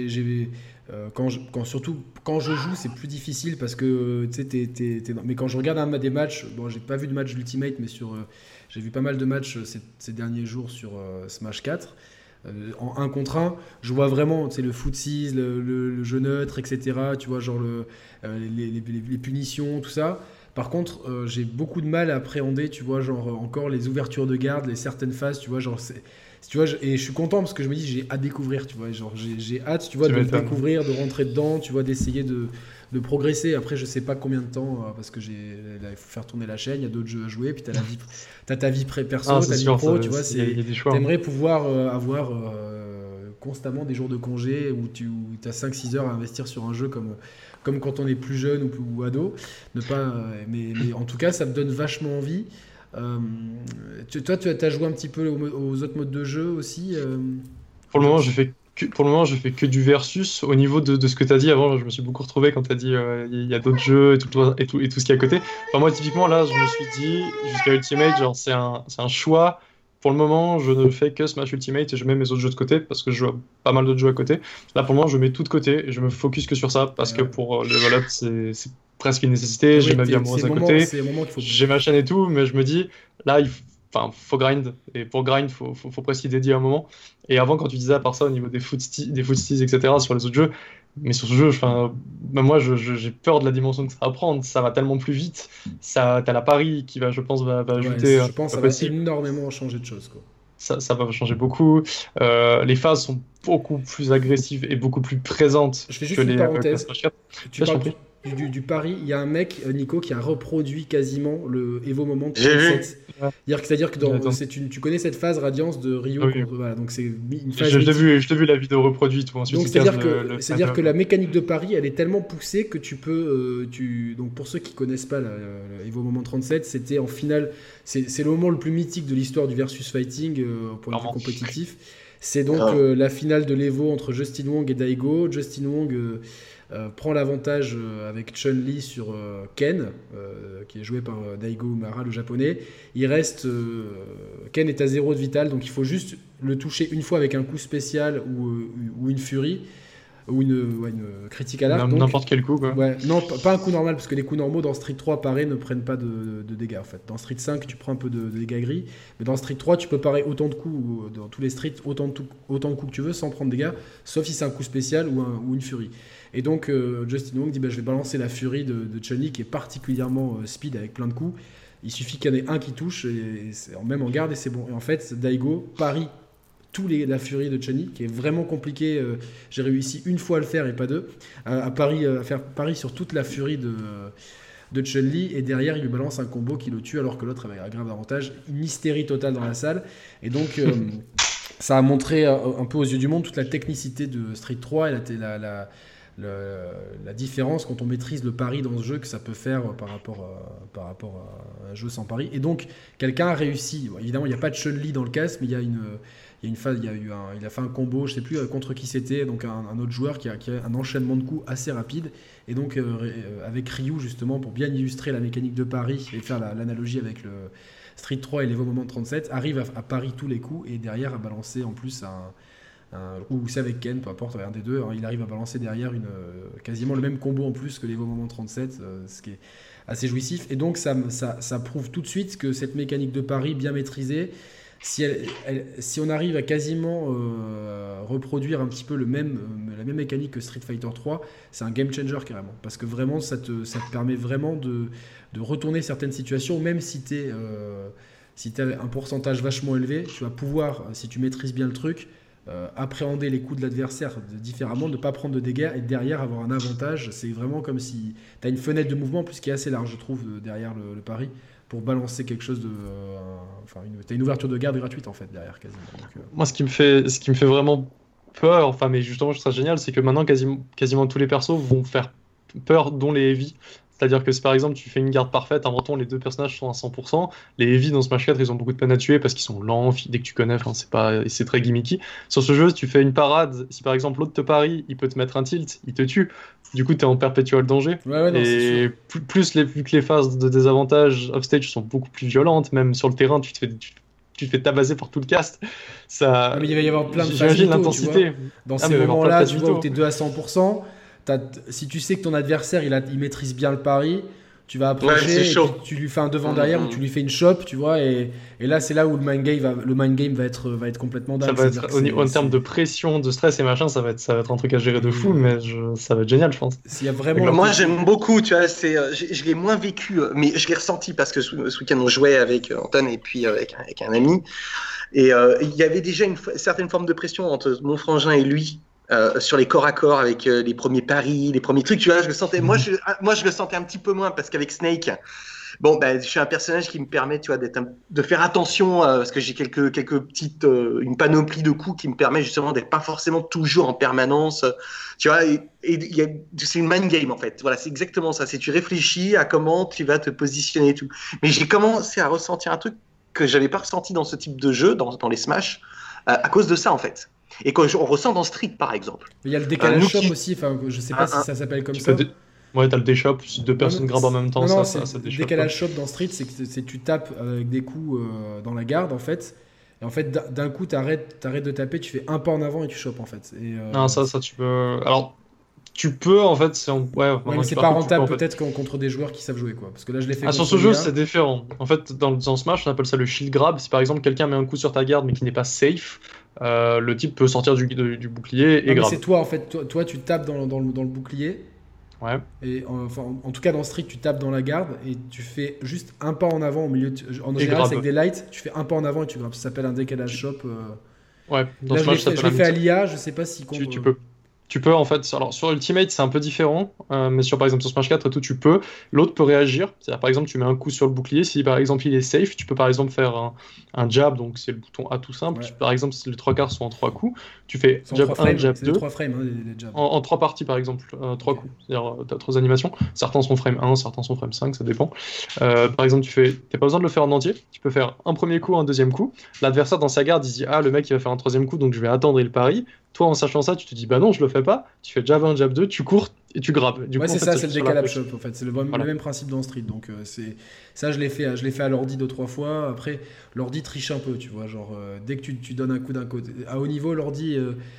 surtout quand je joue, c'est plus difficile parce que, tu sais, mais quand je regarde des matchs, bon, j'ai pas vu de match d'Ultimate, mais j'ai vu pas mal de matchs ces derniers jours sur Smash 4. En 1 contre 1, je vois vraiment le footsies, le jeu neutre, etc. Tu vois, genre les punitions, tout ça. Par contre, j'ai beaucoup de mal à appréhender, tu vois, genre encore les ouvertures de garde, les certaines phases, tu vois, genre tu vois, et je suis content parce que je me dis j'ai hâte de découvrir, tu vois, genre j'ai hâte, tu vois, de découvrir, de rentrer dedans, tu vois, d'essayer de progresser. Après, je sais pas combien de temps parce que il faut faire tourner la chaîne, il y a d'autres jeux à jouer, puis t'as ta vie perso, ta vie pro, tu vois, t'aimerais pouvoir avoir constamment des jours de congé où tu as 5-6 heures à investir sur un jeu comme quand on est plus jeune ou ado. Mais en tout cas, ça me donne vachement envie. Toi, tu as joué un petit peu aux autres modes de jeu aussi
Pour le moment, je fais que du versus. Au niveau de ce que tu as dit avant, je me suis beaucoup retrouvé quand tu as dit il y a d'autres jeux et tout ce qui est à côté. Enfin, moi, typiquement, là, je me suis dit, jusqu'à Ultimate, genre, c'est un choix. Pour le moment, je ne fais que Smash Ultimate et je mets mes autres jeux de côté parce que je joue à pas mal d'autres jeux à côté. Là, pour le moment, je mets tout de côté et je me focus que sur ça parce que pour le level up, c'est presque une nécessité. J'ai ma vie amoureuse à côté, j'ai ma chaîne et tout, mais je me dis, là, faut grind. Et pour grind, faut presque y dédier un moment. Et avant, quand tu disais à part ça au niveau des footsies, etc., sur les autres jeux, mais sur ce jeu, moi, j'ai peur de la dimension que ça va prendre. Ça va tellement plus vite. T'as la Paris qui je pense, va ajouter.
Je pense que ça va énormément changer de choses, quoi.
Ça va changer beaucoup. Les phases sont beaucoup plus agressives et beaucoup plus présentes.
Je fais juste une parenthèse. Tu parles du pari. Il y a un mec, Nico, qui a reproduit quasiment le Evo Moment 37. C'est-à-dire que tu connais cette phase Radiance de Rio. Voilà, donc c'est une phase.
Je l'ai vu la vidéo reproduite. Ensuite,
donc c'est-à-dire que la mécanique de pari, elle est tellement poussée que tu peux. Donc pour ceux qui connaissent pas le Evo Moment 37, c'était en finale. C'est le moment le plus mythique de l'histoire du versus fighting au point de vue compétitif. C'est donc la finale de l'Evo entre Justin Wong et Daigo. Justin Wong prend l'avantage avec Chun-Li sur Ken, qui est joué par Daigo Umehara, le japonais. Ken est à 0 de vital, donc il faut juste le toucher une fois avec un coup spécial ou une furie, ou une critique à l'arc.
N'importe quel coup, quoi.
Ouais, non, pas un coup normal, parce que les coups normaux dans Street 3, pareil, ne prennent pas de dégâts, en fait. Dans Street 5, tu prends un peu de dégâts gris, mais dans Street 3, tu peux parer autant de coups, ou dans tous les Streets, autant de coups que tu veux, sans prendre de dégâts, sauf si c'est un coup spécial ou une furie. Et donc, Justin Wong dit je vais balancer la furie de Chun-Li, qui est particulièrement speed, avec plein de coups. Il suffit qu'il y en ait un qui touche, même en garde, et c'est bon. Et en fait, Daigo parie la furie de Chun-Li, qui est vraiment compliqué. J'ai réussi une fois à le faire et pas deux. À faire pari sur toute la furie de Chun-Li, et derrière il lui balance un combo qui le tue alors que l'autre avait un grave avantage. Une hystérie totale dans la salle. Et donc ça a montré un peu aux yeux du monde toute la technicité de Street 3 et la différence quand on maîtrise le pari dans ce jeu que ça peut faire par rapport à un jeu sans pari. Et donc quelqu'un a réussi. Bon, évidemment il n'y a pas de Chun-Li dans le casque, mais il y a une phase, il a fait un combo, je sais plus contre qui c'était, donc un autre joueur qui a un enchaînement de coups assez rapide. Et donc avec Ryu justement, pour bien illustrer la mécanique de pari et faire l'analogie avec le Street 3 et l'Evo Moment 37, arrive à pari tous les coups et derrière à balancer en plus ou c'est avec Ken, peu importe, un des deux, il arrive à balancer derrière quasiment le même combo en plus que l'Evo Moment 37, ce qui est assez jouissif. Et donc ça prouve tout de suite que cette mécanique de pari bien maîtrisée, si on arrive à quasiment reproduire un petit peu la même mécanique que Street Fighter 3, c'est un game changer carrément. Parce que vraiment, ça te permet vraiment de retourner certaines situations, même si tu as un pourcentage vachement élevé, tu vas pouvoir, si tu maîtrises bien le truc, appréhender les coups de l'adversaire différemment, ne pas prendre de dégâts et derrière avoir un avantage. C'est vraiment comme si tu as une fenêtre de mouvement en plus qui est assez large, je trouve, derrière le pari, pour balancer quelque chose de... t'as une ouverture de garde gratuite en fait derrière quasiment. Donc,
Moi ce qui me fait vraiment peur, mais justement je trouve ça génial, c'est que maintenant quasiment tous les persos vont faire peur, dont les heavy. C'est-à-dire que si par exemple tu fais une garde parfaite, inventons les deux personnages sont à 100%, les heavy dans Smash 4 ils ont beaucoup de peine à tuer parce qu'ils sont lents, dès que tu connais, c'est très gimmicky. Sur ce jeu, si tu fais une parade, si par exemple l'autre te parie, il peut te mettre un tilt, il te tue. Du coup, tu es en perpétuel danger. Et vu que les phases de désavantage offstage sont beaucoup plus violentes, même sur le terrain, tu te fais tabasser par tout le cast. Ça...
Mais il va y avoir plein de
phases l'intensité.
Dans ces moments-là, tu vois, où tu es 2 à 100%, si tu sais que ton adversaire il maîtrise bien le pari, tu vas approcher, tu lui fais un devant-derrière ou tu lui fais une chope, tu vois, et là c'est là où le mind game va être complètement dingue.
Ça va être, en termes de pression, de stress et machin, ça va être un truc à gérer de fou, mais ça va être génial, je pense.
S'il y a vraiment
moi j'aime beaucoup, tu vois, je l'ai moins vécu, mais je l'ai ressenti parce que ce week-end on jouait avec Anton et puis avec un ami, et il y avait déjà une certaine forme de pression entre mon frangin et lui. Sur les corps à corps avec les premiers paris, les premiers trucs, tu vois, je le sentais. Moi, je le sentais un petit peu moins parce qu'avec Snake, je suis un personnage qui me permet, tu vois, de faire attention parce que j'ai quelques petites, une panoplie de coups qui me permet justement d'être pas forcément toujours en permanence, tu vois. Et c'est une mind game en fait. Voilà, c'est exactement ça. C'est tu réfléchis à comment tu vas te positionner et tout. Mais j'ai commencé à ressentir un truc que j'avais pas ressenti dans ce type de jeu, dans les Smash, à cause de ça en fait. Et qu'on ressent dans Street, par exemple.
Il y a le décalage shop aussi, je sais pas si ça s'appelle comme ça.
Ouais, t'as le déshop, si deux personnes grabent en même temps, ça déshop. Le
décalage shop dans Street, c'est que tu tapes avec des coups dans la garde, en fait. Et en fait, d'un coup, t'arrêtes de taper, tu fais un pas en avant et tu chopes, en fait.
Non, ça, tu peux... Alors, tu peux, en fait...
mais c'est pas rentable, peut-être, contre des joueurs qui savent jouer, quoi. Parce que là, je l'ai fait
sur ce jeu, c'est différent. En fait, dans Smash, on appelle ça le shield grab. Si, par exemple, quelqu'un met un coup sur ta garde, mais qui n'est pas safe... le type peut sortir du bouclier et grave.
C'est toi en fait, toi tu tapes dans le bouclier.
Ouais.
Et en tout cas dans Street tu tapes dans la garde et tu fais juste un pas en avant au milieu. En général c'est avec des lights, tu fais un pas en avant et tu graves. Ça s'appelle un décalage shop.
Ouais. Dans
là,
Smash,
je l'ai fait à l'IA, je sais pas si
tu peux en fait, alors sur Ultimate c'est un peu différent, mais par exemple sur Smash 4 et tout tu peux, l'autre peut réagir, c'est-à-dire par exemple tu mets un coup sur le bouclier, si par exemple il est safe, tu peux par exemple faire un jab, donc c'est le bouton A tout simple, par exemple si les 3/4 sont en 3 coups, tu fais jab 1, jab 2,
3 frames, les jabs.
en 3 parties par exemple, 3 coups, c'est-à-dire tu as 3 animations, certains sont frame 1, certains sont frame 5, ça dépend. Par exemple t'as pas besoin de le faire en entier, tu peux faire un premier coup, un deuxième coup, l'adversaire dans sa garde il dit le mec il va faire un troisième coup donc je vais attendre et le pari. Toi, en sachant ça, tu te dis bah non, je le fais pas. Tu fais jab 1, jab 2, tu cours et tu grabbes. Du coup,
c'est ça, c'est le décalage shop en fait. C'est le même principe dans Street. Donc ça, je l'ai fait à l'ordi 2-3 fois. Après, l'ordi triche un peu, tu vois. Genre dès que tu donnes un coup d'un côté, à haut niveau, l'ordi.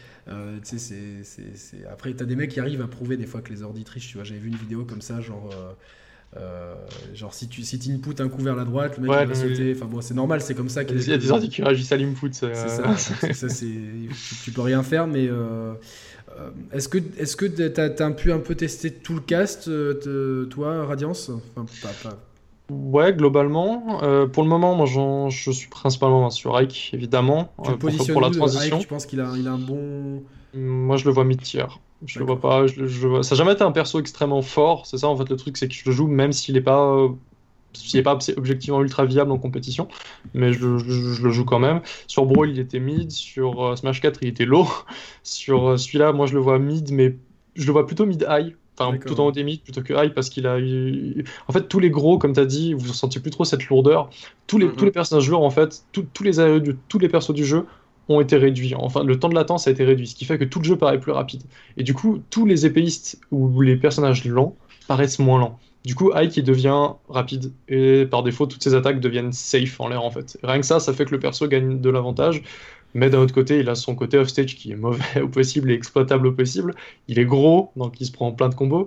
Après, t'as des mecs qui arrivent à prouver des fois que les ordi trichent. Tu vois, j'avais vu une vidéo comme ça, genre si tu input un coup vers la droite, le mec il va sauter. Enfin bon, c'est normal, c'est comme ça.
Il y a des ordi qui réagissent à l'input. C'est
ça. Tu peux rien faire, mais est-ce que t'as pu un peu tester tout le cast, toi, Radiance? Enfin,
Ouais, globalement. Pour le moment, je suis principalement sur Ike, évidemment,
Tu le
pour
positionnes
la
où, Ike?
transition.
Tu penses qu'il a un bon.
Moi, je le vois mid-tier. Je le vois
D'accord.
pas. Ça n'a jamais été un perso extrêmement fort. C'est ça, en fait, le truc, c'est que je le joue même s'il est pas objectivement ultra viable en compétition. Mais je le joue quand même. Sur Brawl, il était mid. Sur Smash 4, il était low. Sur celui-là, moi, je le vois mid, mais je le vois plutôt mid-high. Enfin, tout en
D'accord.
haut des mid plutôt que high parce qu'il a eu. En fait, tous les gros, comme tu as dit, vous sentez plus trop cette lourdeur. Tous les
Mhm.
personnages joueurs, en fait, tous les persos du jeu ont été réduits. Enfin, le temps de latence a été réduit, ce qui fait que tout le jeu paraît plus rapide. Et du coup, tous les épéistes ou les personnages lents paraissent moins lents. Du coup, Ike il devient rapide et par défaut, toutes ses attaques deviennent safe en l'air en fait. Et rien que ça fait que le perso gagne de l'avantage. Mais d'un autre côté, il a son côté offstage qui est mauvais au possible et exploitable au possible. Il est gros, donc il se prend plein de combos.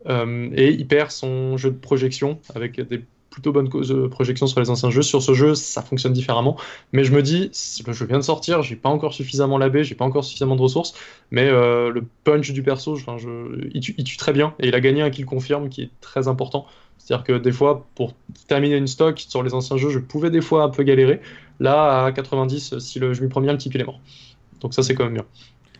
Et il perd son jeu de projection avec des plutôt bonnes projections sur les anciens jeux. Sur ce jeu, ça fonctionne différemment. Mais je me dis, le jeu vient de sortir, j'ai pas encore suffisamment labé, j'ai pas encore suffisamment de ressources. Mais le punch du perso, il tue très bien. Et il a gagné un kill confirme qui est très important. C'est-à-dire que des fois, pour terminer une stock sur les anciens jeux, je pouvais des fois un peu galérer. Là, à 90, si je m'y prends bien, le type il est mort. Donc ça, c'est quand même bien.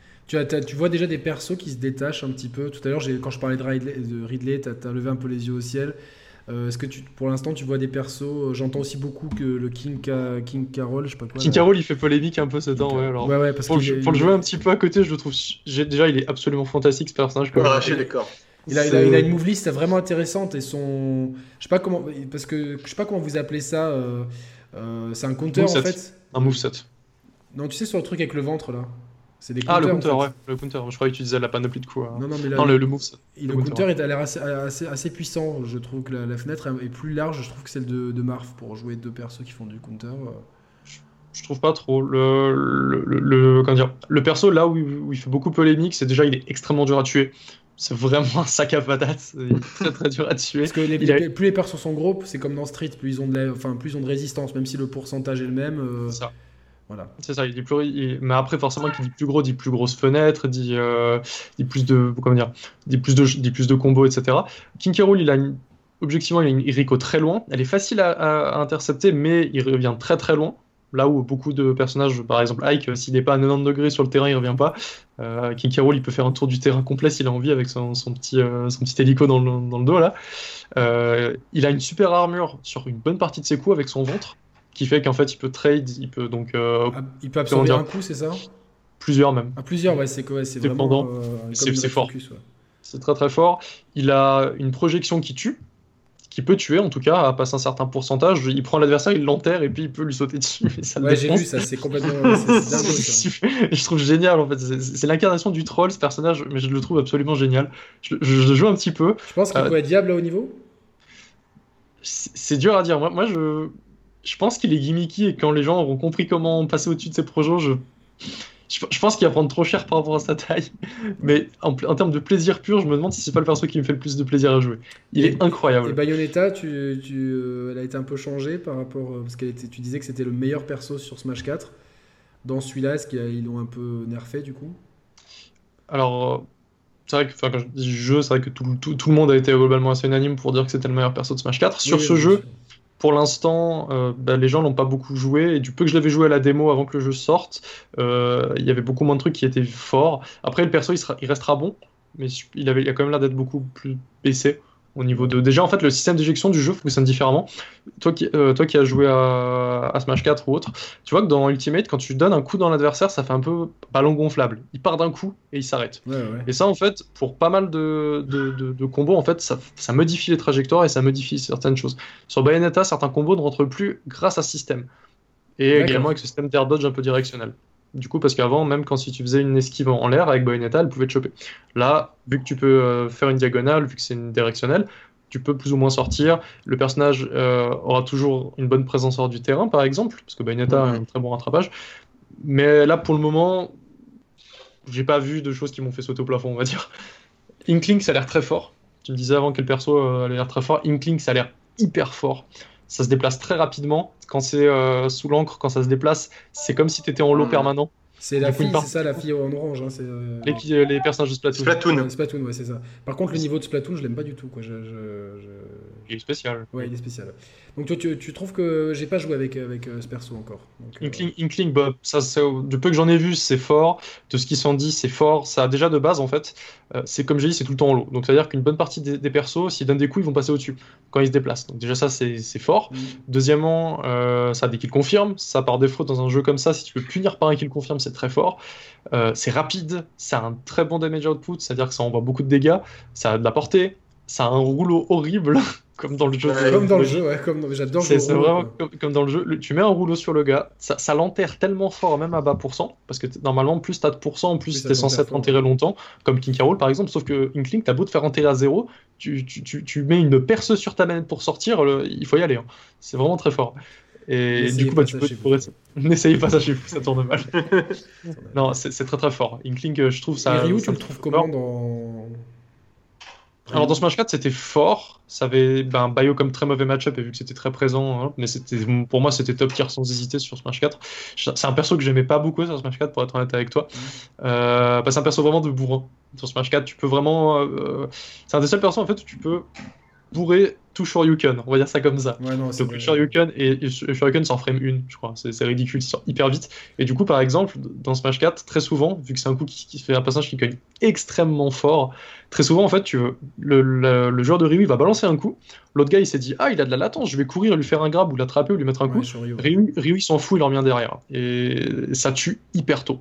Tu vois déjà des persos qui se détachent un petit peu. Tout à l'heure, quand je parlais de Ridley, tu as levé un peu les yeux au ciel. Est-ce que pour l'instant, tu vois des persos? J'entends aussi beaucoup que le King Carol, je sais pas quoi.
King
Là,
Carol, il fait polémique un peu ce temps, ouais. Alors,
ouais, parce
pour
qu'il
le, pour le jouer un petit peu à côté, je le trouve. Déjà, il est absolument fantastique ce personnage quand
Ah,
même.
je suis d'accord.
il a une move list vraiment intéressante et je sais pas comment, parce que je sais pas comment vous appelez ça. C'est un counter en
Moveset.
fait.
Un moveset.
Non, tu sais sur le truc avec le ventre là. C'est des
Ah, le
counters en
counter, ouais.
fait.
Le counter. Je croyais que tu disais la panoplie de coups.
Non, non, mais là,
Non, le moveset.
le
Le counter,
counter
ouais.
a l'air assez puissant. Je trouve que la fenêtre est plus large, je trouve, que celle de Marth pour jouer deux persos qui font du counter.
Je trouve pas trop. Comment dire, le perso, là où il fait beaucoup polémique, c'est déjà, il est extrêmement dur à tuer. C'est vraiment un sac à patates. Il est très très dur à tuer.
Parce que
Il a...
plus les persos sont gros, c'est comme dans Street, plus ils ont plus ils ont de résistance, même si le pourcentage est le même.
C'est ça.
Voilà.
C'est ça, mais après, forcément, qui dit plus gros, dit plus grosse fenêtre, dit plus de, comment dire, dit plus de combos, etc. King K. Rool, objectivement, il a une Iriko très loin. Elle est facile à intercepter, mais il revient très très loin. Là où beaucoup de personnages, par exemple Ike, s'il n'est pas à 90 degrés sur le terrain, il revient pas. King K. Rool, il peut faire un tour du terrain complet s'il a envie avec son petit hélico dans le dos là. Il a une super armure sur une bonne partie de ses coups avec son ventre, qui fait qu'en fait il peut trade, il peut donc
Il peut
comment
absorber
dire,
un coup, c'est ça?
plusieurs même,
À plusieurs, ouais, c'est quoi? C'est vraiment
dépendant.
comme
C'est
une
fort,
focus, ouais.
c'est très très fort. Il a une projection qui peut tuer en tout cas, à passer un certain pourcentage. Il prend l'adversaire, il l'enterre et puis il peut lui sauter dessus. Et ça le
Ouais, j'ai vu
défonce.
ça, c'est complètement. C'est dingo ça.
Je trouve génial en fait. C'est l'incarnation du troll ce personnage, mais je le trouve absolument génial. Je le joue un petit peu.
Je pense qu'il
Euh,
peut être viable à haut niveau.
c'est dur à dire. Moi je pense qu'il est gimmicky et quand les gens auront compris comment passer au-dessus de ses projets, je pense qu'il va prendre trop cher par rapport à sa taille. Mais en termes de plaisir pur, je me demande si c'est pas le perso qui me fait le plus de plaisir à jouer. Il est
Et
incroyable.
Bayonetta, elle a été un peu changée par rapport. Parce tu disais que c'était le meilleur perso sur Smash 4. Dans celui-là, est-ce qu'ils l'ont un peu nerfé du coup?
Alors, c'est vrai que enfin, quand je dis jeu, c'est vrai que tout le monde a été globalement assez unanime pour dire que c'était le meilleur perso de Smash 4. Sur
Oui,
ce
oui, bien
jeu,
sûr.
pour l'instant, les gens l'ont pas beaucoup joué. Et du peu que je l'avais joué à la démo avant que le jeu sorte, il y avait beaucoup moins de trucs qui étaient forts. Après, le perso, il restera bon, mais il a quand même l'air d'être beaucoup plus baissé au niveau de. Déjà, en fait, le système d'éjection du jeu fonctionne différemment. Toi qui as joué à Smash 4 ou autre, tu vois que dans Ultimate, quand tu donnes un coup dans l'adversaire, ça fait un peu ballon gonflable. Il part d'un coup et il s'arrête.
Ouais, ouais.
Et ça, en fait, pour pas mal de combos, en fait, ça modifie les trajectoires et ça modifie certaines choses. Sur Bayonetta, certains combos ne rentrent plus grâce à ce système. Et
D'accord.
également avec ce système d'air dodge un peu directionnel. Du coup, parce qu'avant, même quand si tu faisais une esquive en l'air avec Bayonetta, elle pouvait te choper. Là, vu que tu peux faire une diagonale, vu que c'est une directionnelle, tu peux plus ou moins sortir. Le personnage aura toujours une bonne présence hors du terrain, par exemple, parce que Bayonetta a un très bon rattrapage. Mais là, pour le moment, j'ai pas vu de choses qui m'ont fait sauter au plafond, on va dire. Inkling, ça a l'air très fort. Tu me disais avant que le perso allait l'air très fort. Inkling, ça a l'air hyper fort. Ça se déplace très rapidement. Quand c'est sous l'encre, quand ça se déplace, c'est comme si tu étais en lot permanent.
C'est la fille, c'est ça, la fille en orange. Hein,
les personnages de Splatoon.
Splatoon.
Splatoon, ouais, c'est ça. Par contre, le niveau de Splatoon, je l'aime pas du tout. Quoi.
Il est spécial.
Ouais, il est spécial. Donc toi, tu trouves que j'ai pas joué avec ce perso encore. Donc,
Inkling, bah, ça, du peu que j'en ai vu, c'est fort. De ce qui s'en dit, c'est fort. Ça a déjà de base, en fait, c'est comme j'ai dit, c'est tout le temps en lot. Donc c'est-à-dire qu'une bonne partie des persos, s'ils donnent des coups, ils vont passer au-dessus quand ils se déplacent. Donc déjà, ça, c'est fort. Deuxièmement, ça a des kills confirmes. Ça, par défaut, dans un jeu comme ça, si tu peux punir par un kill confirme, c'est très fort. C'est rapide, ça a un très bon damage output, c'est-à-dire que ça envoie beaucoup de dégâts, ça a de la portée, ça a un rouleau horrible, comme dans le jeu.
Comme dans le jeu, ouais, j'adore jouer au
C'est
rouleau,
vraiment comme dans le jeu. Tu mets un rouleau sur le gars, ça l'enterre tellement fort, même à bas pourcent, parce que normalement, plus t'as de pourcent, plus t'es censé être enterré longtemps, comme King K. Rool par exemple, sauf que Inkling, t'as beau te faire enterrer à 0, tu mets une perce sur ta manette pour sortir, il faut y aller. Hein. C'est vraiment très fort. Et du coup, bah, tu peux n'essayez pas ça chez vous, ça tourne mal. Non, c'est très très fort. Inkling, je trouve ça.
Et Ryu, tu le trouves comment dans.
Alors dans Smash 4 c'était fort, ça avait Bayo comme très mauvais match-up et vu que c'était très présent, hein, mais pour moi c'était top tier sans hésiter sur Smash 4. C'est un perso que j'aimais pas beaucoup sur Smash 4 pour être honnête avec toi. C'est un perso vraiment de bourrin. Sur Smash 4 tu peux vraiment... c'est un des seuls persos en fait où tu peux bourrer tout Shoryuken, on va dire ça comme ça.
Ouais, non,
donc le Shoryuken et Shoryuken c'est en frame 1 je crois, c'est ridicule, il sort hyper vite. Et du coup par exemple dans Smash 4 très souvent, vu que c'est un coup qui fait un passage qui cogne extrêmement fort, très souvent en fait le joueur de Ryu il va balancer un coup, l'autre gars il s'est dit ah il a de la latence, je vais courir lui faire un grab ou l'attraper ou lui mettre un coup, Ryu il s'en fout, il en revient derrière et ça tue hyper tôt.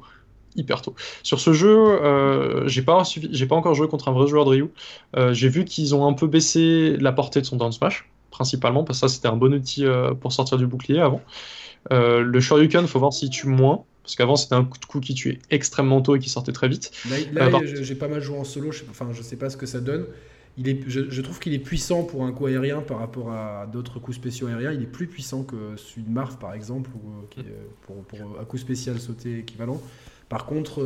Sur ce jeu, j'ai pas encore joué contre un vrai joueur de Ryu. J'ai vu qu'ils ont un peu baissé la portée de son down smash, principalement, parce que ça c'était un bon outil pour sortir du bouclier avant. Le Shoryuken, faut voir s'il tue moins, parce qu'avant c'était un coup de coup qui tuait extrêmement tôt et qui sortait très vite.
Là j'ai pas mal joué en solo, je sais pas ce que ça donne. Je trouve qu'il est puissant pour un coup aérien par rapport à d'autres coups spéciaux aériens. Il est plus puissant que celui de Marth par exemple, ou pour un coup spécial sauté équivalent. Par contre,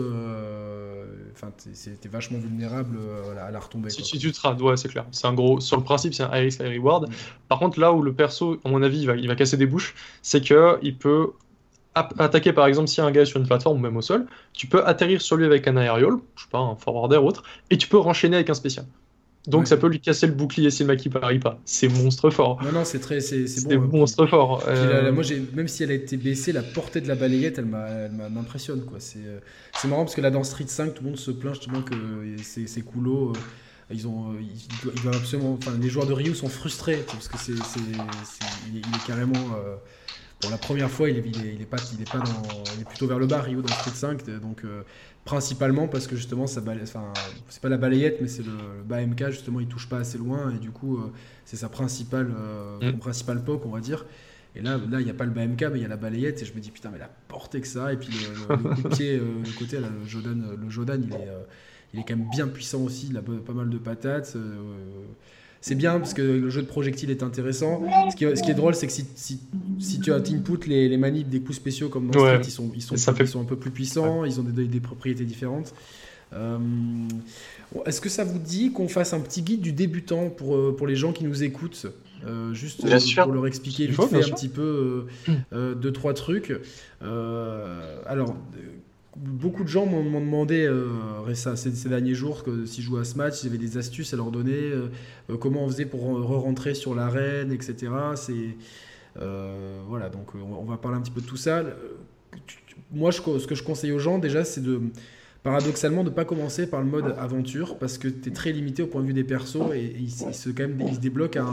t'es vachement vulnérable à la retombée.
Si tu te rates, ouais, c'est clair. C'est un gros. Sur le principe, c'est un high risk, high reward. Par contre, là où le perso, à mon avis, il va casser des bouches, c'est qu'il peut attaquer par exemple si un gars est sur une plateforme ou même au sol, tu peux atterrir sur lui avec un aerial, je sais pas, un forwarder ou autre, et tu peux renchaîner avec un spécial. Donc ça peut lui casser le bouclier si le mec il parie pas. C'est monstre fort.
Non, c'est bon.
Monstre fort.
Moi, même si elle a été baissée, la portée de la balayette, elle m'impressionne quoi. C'est marrant parce que là dans Street 5, tout le monde se plaint justement que ces coulots, ils doivent absolument. Enfin, les joueurs de Ryu sont frustrés parce que il est carrément. Pour la première fois, il est plutôt vers le bas, Ryu, dans Street 5, donc principalement parce que justement, c'est pas la balayette, mais c'est le bas MK, justement, il touche pas assez loin, et du coup, c'est sa principale poke, on va dire. Et là, il n'y a pas le bas MK, mais il y a la balayette, et je me dis, putain, mais la portée que ça, et puis le coup de pied de côté, là, le Jodan, il est quand même bien puissant aussi, il a pas mal de patates. C'est bien parce que le jeu de projectiles est intéressant. Ce qui est drôle, c'est que si tu input les manips des coups spéciaux comme dans Street, ils sont un peu plus puissants, ils ont des propriétés différentes. Est-ce que ça vous dit qu'on fasse un petit guide du débutant pour les gens qui nous écoutent, juste pour leur expliquer vite fait un petit peu 2-3 trucs. Alors, beaucoup de gens m'ont demandé ces derniers jours que si je jouais à ce match, j'avais des astuces à leur donner, comment on faisait pour rentrer sur l'arène, etc. Voilà, donc on va parler un petit peu de tout ça. Moi, ce que je conseille aux gens déjà, c'est paradoxalement de ne pas commencer par le mode aventure parce que tu es très limité au point de vue des persos et il se débloque à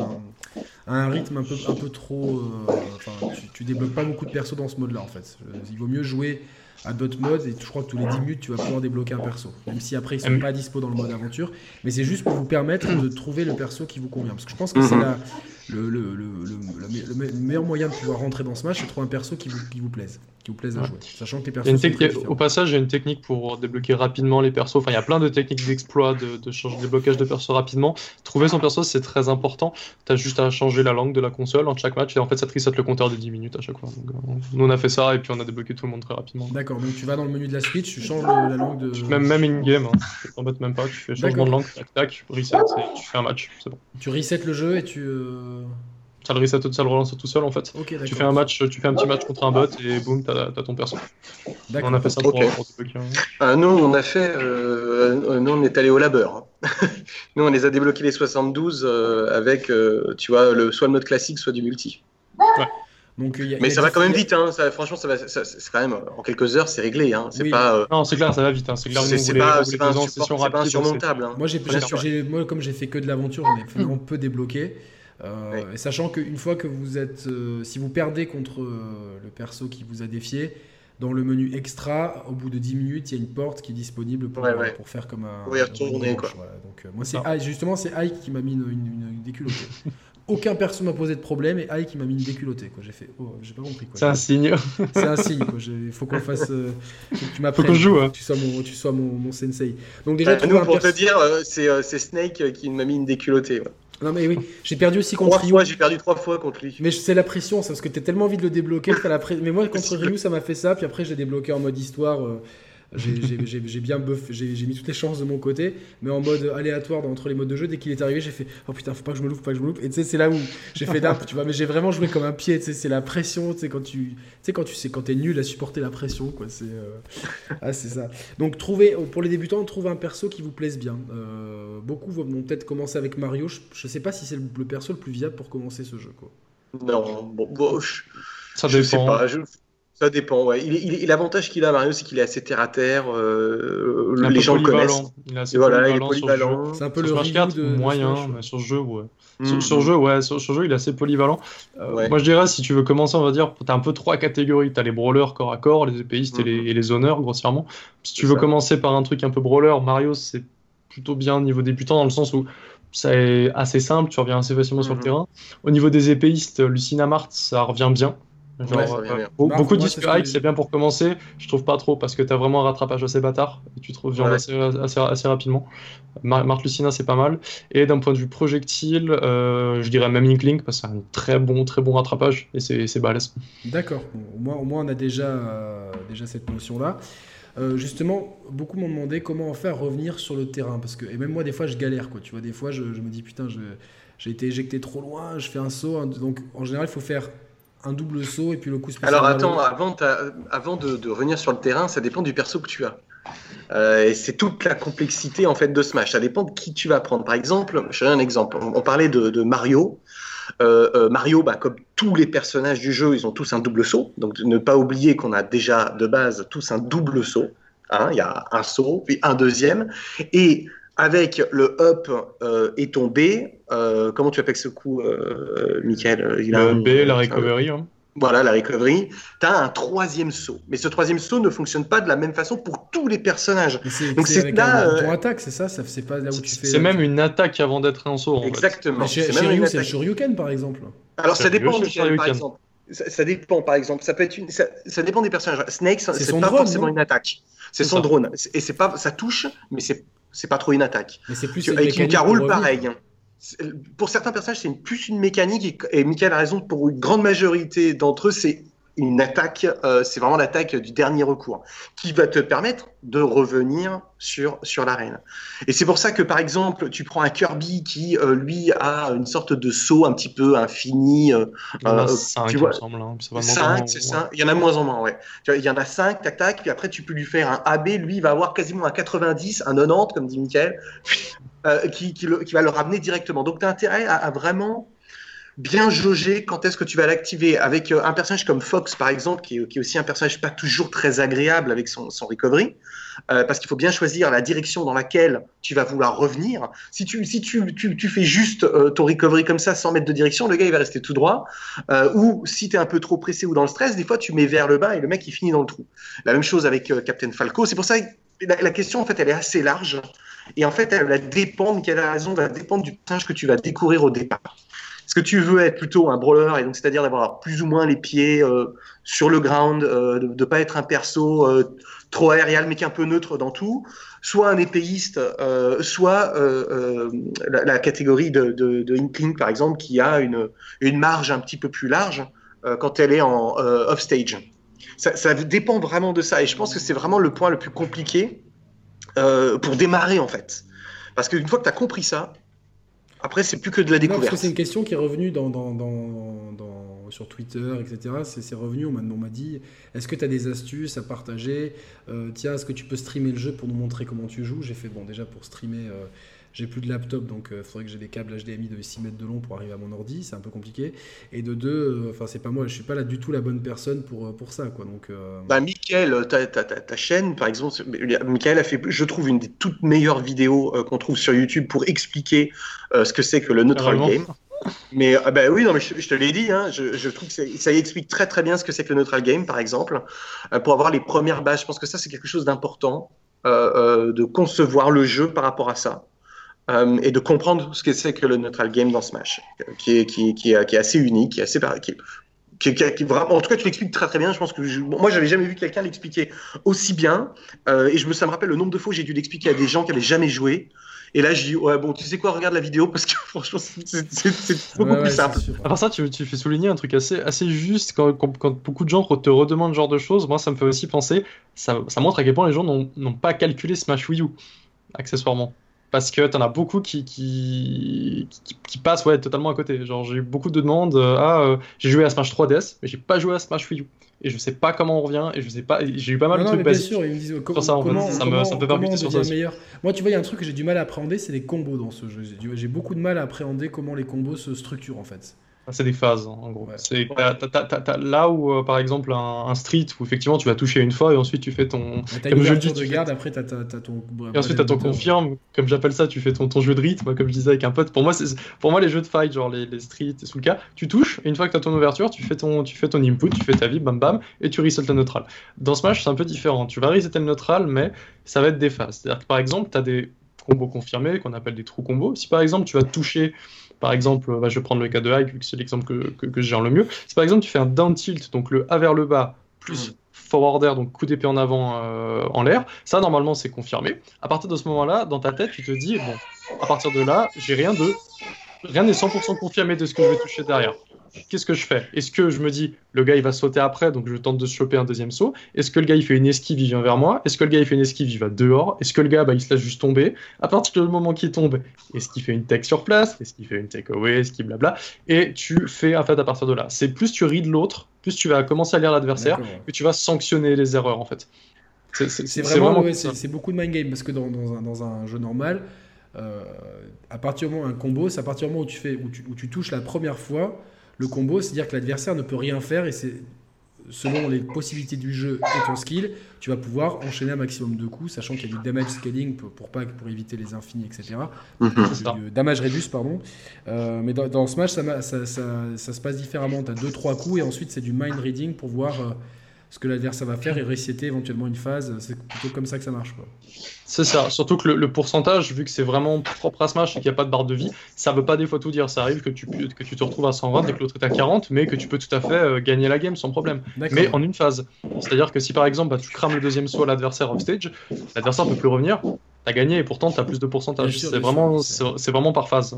un rythme un peu trop... tu débloques pas beaucoup de persos dans ce mode-là en fait. Il vaut mieux jouer à d'autres modes et je crois que tous les 10 minutes tu vas pouvoir débloquer un perso, même si après ils sont pas dispo dans le mode aventure, mais c'est juste pour vous permettre de trouver le perso qui vous convient, parce que je pense que c'est le meilleur moyen de pouvoir rentrer dans ce match, c'est de trouver un perso qui vous plaise à jouer, sachant que les persos sont très différents.
Au passage, il y a une technique pour débloquer rapidement les persos, enfin il y a plein de techniques d'exploit, de déblocage de persos rapidement. Trouver son perso c'est très important, tu as juste à changer la langue de la console en chaque match et en fait ça te reset le compteur de 10 minutes à chaque fois. Donc, nous on a fait ça et puis on a débloqué tout le monde très rapidement.
D'accord, donc tu vas dans le menu de la Switch, tu changes la langue de...
Même in-game, hein. Tu t'embêtes même pas, tu fais changement de langue, tac, reset, tu fais un match, c'est bon.
Tu resets le jeu et
Ça le reset, ça le relance tout seul en fait.
Ok, d'accord.
Tu fais un petit match contre un bot et boum, t'as ton perso.
D'accord.
On a fait ça
Ok.
pour débloquer.
Nous, on a fait. Nous, on est allé au labeur. Nous, on les a débloqués les 72 avec, tu vois, soit le mode classique, soit du multi.
Donc,
Mais ça va quand même vite, hein. Franchement, c'est quand même en quelques heures, c'est réglé. Hein. C'est pas.
Non, c'est clair, ça va vite. Hein. C'est clair,
C'est pas insurmontable. Hein.
Moi, moi, comme j'ai fait que de l'aventure, j'en ai vraiment peu débloqué. Et sachant qu'une fois que vous êtes, si vous perdez contre le perso qui vous a défié, dans le menu extra, au bout de 10 minutes, il y a une porte qui est disponible pour faire comme un.
Oui, retourner quoi.
Voilà. Donc, moi, c'est Ike qui m'a mis une déculottée. Aucun perso m'a posé de problème et Ike qui m'a mis une déculottée. Quoi. J'ai fait, j'ai pas compris. Quoi.
C'est un signe.
C'est un signe. Il faut qu'on fasse. Tu m'apprennes.
Faut qu'on joue.
Tu sois mon sensei. Donc déjà,
nous, pour te dire, c'est Snake qui m'a mis une déculottée. Ouais.
Non mais oui, j'ai perdu aussi contre Ryu.
J'ai perdu 3 fois contre lui.
Mais c'est la pression, ça, parce que t'as tellement envie de le débloquer. Mais moi contre Ryu, ça m'a fait ça. Puis après, j'ai débloqué en mode histoire. J'ai bien buff, j'ai mis toutes les chances de mon côté, mais en mode aléatoire entre les modes de jeu. Dès qu'il est arrivé, j'ai fait oh putain, faut pas que je me loupe, Et tu sais, c'est là où j'ai fait d'imp, tu vois. Mais j'ai vraiment joué comme un pied. Tu sais, c'est la pression. Tu sais quand t'es nul à supporter la pression, quoi. C'est ça. Donc pour les débutants, trouver un perso qui vous plaise bien. Beaucoup vont peut-être commencer avec Mario. Je sais pas si c'est le perso le plus viable pour commencer ce jeu, quoi.
Non,
ça
je
dépend.
sais pas. Ça dépend, ouais. L'avantage qu'il a, Mario, c'est qu'il est assez terre à terre. Les gens le connaissent.
Il est assez
polyvalent.
C'est un peu le
Smash 4, moyen,
Smash,
mais sur ce jeu, ouais. Sur jeu, il est assez polyvalent.
Ouais.
Moi, je dirais, si tu veux commencer, on va dire, t'as un peu 3 catégories. T'as les brawlers corps à corps, les épéistes et les zoneurs, grossièrement. Si tu veux commencer par un truc un peu brawler, Mario, c'est plutôt bien au niveau débutant, dans le sens où c'est assez simple, tu reviens assez facilement sur le terrain. Au niveau des épéistes, Lucina Mart, ça revient bien. Beaucoup disent que Ike c'est bien pour commencer, je trouve pas trop parce que t'as vraiment un rattrapage assez bâtard et tu te reviens assez rapidement. Marthe Lucina c'est pas mal, et d'un point de vue projectile, je dirais même Inkling parce que c'est un très bon rattrapage et c'est balèze.
D'accord, bon, au moins on a déjà cette notion là. Justement, beaucoup m'ont demandé comment faire revenir sur le terrain parce que, et même moi des fois je galère quoi, tu vois, des fois je me dis putain j'ai été éjecté trop loin, je fais un saut, donc en général il faut faire un double saut et puis le coup spécial.
Alors attends, avant de revenir sur le terrain, ça dépend du perso que tu as. Et c'est toute la complexité en fait de Smash. Ça dépend de qui tu vas prendre. Par exemple, je te donne un exemple. On parlait de Mario. Mario, comme tous les personnages du jeu, ils ont tous un double saut. Donc ne pas oublier qu'on a déjà de base tous un double saut. Il y a un saut, puis un deuxième. Et avec le up et ton B, comment tu appelles ce coup, Michael?
Le B, la recovery.
Voilà, la recovery. Tu as un troisième saut. Mais ce troisième saut ne fonctionne pas de la même façon pour tous les personnages.
Donc c'est là. Ton attaque, c'est ça? C'est pas là où tu fais.
C'est même une attaque avant d'être un saut.
Exactement.
Chez Ryu, c'est le Shoryuken, par exemple.
Alors ça dépend, Michael, par exemple. Ça dépend, par exemple. Ça peut être ça dépend des personnages. Snake, c'est pas forcément une attaque. C'est son drone. Et c'est pas, ça touche, mais c'est pas trop une attaque.
Mais c'est plus
avec une caroule, pareil. Pour certains personnages, c'est plus une mécanique, et Michael a raison, pour une grande majorité d'entre eux, c'est une attaque, c'est vraiment l'attaque du dernier recours, qui va te permettre de revenir sur l'arène. Et c'est pour ça que, par exemple, tu prends un Kirby qui, lui, a une sorte de saut un petit peu infini.
Il y en a 5,
tu vois,
il me semble.
5, c'est ça. Il y en a de moins en moins, ouais. Il y en a 5, tac, puis après, tu peux lui faire un AB. Lui, il va avoir quasiment un 90, un 90, comme dit Michael, qui va le ramener directement. Donc, tu as intérêt à vraiment bien jauger quand est-ce que tu vas l'activer. Avec un personnage comme Fox, par exemple, qui est aussi un personnage pas toujours très agréable avec son recovery, parce qu'il faut bien choisir la direction dans laquelle tu vas vouloir revenir. Si tu fais juste ton recovery comme ça, sans mettre de direction, le gars, il va rester tout droit. Ou si tu es un peu trop pressé ou dans le stress, des fois, tu mets vers le bas et le mec, il finit dans le trou. La même chose avec Captain Falco. C'est pour ça que la question, en fait, elle est assez large. Et en fait, elle va dépendre, Michael a raison, va dépendre du personnage que tu vas découvrir au départ. Est-ce que tu veux être plutôt un brawler, et donc c'est-à-dire d'avoir plus ou moins les pieds sur le ground, de ne pas être un perso trop aérien mais qui est un peu neutre dans tout, soit un épéiste, soit la catégorie de Inkling par exemple, qui a une marge un petit peu plus large quand elle est en off-stage. Ça dépend vraiment de ça, et je pense que c'est vraiment le point le plus compliqué pour démarrer en fait. Parce qu'une fois que tu as compris ça, Après, c'est plus que de la
Non, parce
découverte.
que c'est une question qui est revenue sur Twitter, etc. C'est revenu, on m'a dit, est-ce que tu as des astuces à partager? Tiens, est-ce que tu peux streamer le jeu pour nous montrer comment tu joues? J'ai fait, bon, déjà pour streamer, j'ai plus de laptop, donc il faudrait que j'ai des câbles HDMI de 6 mètres de long pour arriver à mon ordi, c'est un peu compliqué. Et de deux, enfin, c'est pas moi, je suis pas là du tout la bonne personne pour ça, quoi. Donc,
Mickaël, ta chaîne, par exemple, Mickaël a fait, je trouve, une des toutes meilleures vidéos qu'on trouve sur YouTube pour expliquer ce que c'est que le neutral
Carrément.
game. Mais oui, non, mais je te l'ai dit, hein, je trouve que ça explique très très bien ce que c'est que le neutral game, par exemple, pour avoir les premières bases. Je pense que ça, c'est quelque chose d'important, de concevoir le jeu par rapport à ça. Et de comprendre ce que c'est que le neutral game dans Smash, qui est assez unique, qui est assez qui vraiment, en tout cas, tu l'expliques très très bien. Je pense que moi, j'avais jamais vu quelqu'un l'expliquer aussi bien. Et ça me rappelle le nombre de fois où j'ai dû l'expliquer à des gens qui avaient jamais joué. Et là, je dis, ouais, bon, tu sais quoi, regarde la vidéo parce que franchement, c'est beaucoup plus simple.
c'est sûr.
Alors ça, tu fais souligner un truc assez juste quand beaucoup de gens te redemandent ce genre de choses. Moi, ça me fait aussi penser, ça montre à quel point les gens n'ont pas calculé Smash Wii U, accessoirement. Parce que t'en as beaucoup qui passent totalement à côté. Genre, j'ai eu beaucoup de demandes, j'ai joué à Smash 3DS, mais j'ai pas joué à Smash Wii U. Et je sais pas comment on revient, et je sais pas, et j'ai eu pas mal
Non,
de
non,
trucs
mais bien
basiques.
sûr, ils me disent
Sur ça, en fait, ça me fait
comment
percuter
on
sur ça
devient
aussi.
meilleur. Moi, tu vois, il y a un truc que j'ai du mal à appréhender, c'est les combos dans ce jeu. J'ai beaucoup de mal à appréhender comment les combos se structurent en fait.
C'est des phases, en gros.
Ouais.
C'est, là où, par exemple, un street, où effectivement tu vas toucher une fois, et ensuite tu fais ton.
Mais t'as une
Comme je le
ouverture
dis,
de
tu fais
garde, après t'as ton.
et ensuite, t'as ton confirme, comme j'appelle ça, tu fais ton jeu de rythme, comme je disais avec un pote. Pour moi, les jeux de fight, genre les streets et sous le cas, tu touches, et une fois que t'as ton ouverture, tu fais ton input, tu fais ta vie, bam bam, et tu resets le neutral. Dans Smash, c'est un peu différent. Tu vas resetter le neutral, mais ça va être des phases. C'est-à-dire que par exemple, t'as des combos confirmés, qu'on appelle des true combos. Si par exemple, tu vas toucher, par exemple, je vais prendre le cas de Hike, vu que c'est l'exemple que je gère le mieux. Si par exemple, tu fais un down tilt, donc le A vers le bas, plus forward air, donc coup d'épée en avant en l'air. Ça, normalement, c'est confirmé. À partir de ce moment-là, dans ta tête, tu te dis, bon, à partir de là, rien n'est 100% confirmé de ce que je vais toucher derrière. Qu'est-ce que je fais? Est-ce que je me dis, le gars, il va sauter après, donc je tente de choper un deuxième saut? Est-ce que le gars, il fait une esquive, il vient vers moi? Est-ce que le gars, il fait une esquive, il va dehors? Est-ce que le gars, il se laisse juste tomber? À partir du moment qu'il tombe, est-ce qu'il fait une tech sur place? Est-ce qu'il fait une takeaway? Est-ce qu'il blabla? Et tu fais, en fait, à partir de là. C'est plus tu read l'autre, plus tu vas commencer à lire l'adversaire, que tu vas sanctionner les erreurs, en fait.
C'est vraiment, c'est beaucoup de mind game parce que dans un jeu normal, à partir du moment un combo, c'est à partir du moment où tu touches la première fois, le combo, c'est-à-dire que l'adversaire ne peut rien faire et c'est selon les possibilités du jeu et ton skill, tu vas pouvoir enchaîner un maximum de coups, sachant qu'il y a du damage scaling pour éviter les infinis, etc. Du damage reduce, pardon. Mais dans Smash, ça se passe différemment. Tu as 2-3 coups et ensuite c'est du mind reading pour voir ce que l'adversaire va faire et resetter éventuellement une phase. C'est plutôt comme ça que ça marche, quoi.
C'est ça, surtout que le pourcentage, vu que c'est vraiment propre à Smash et qu'il n'y a pas de barre de vie, ça veut pas des fois tout dire. Ça arrive que tu te retrouves à 120 et que l'autre est à 40, mais que tu peux tout à fait gagner la game sans problème. Mais en une phase. C'est-à-dire que si par exemple tu crames le deuxième saut à l'adversaire off-stage, l'adversaire ne peut plus revenir, t'as gagné et pourtant t'as plus de pourcentage. C'est vraiment par phase.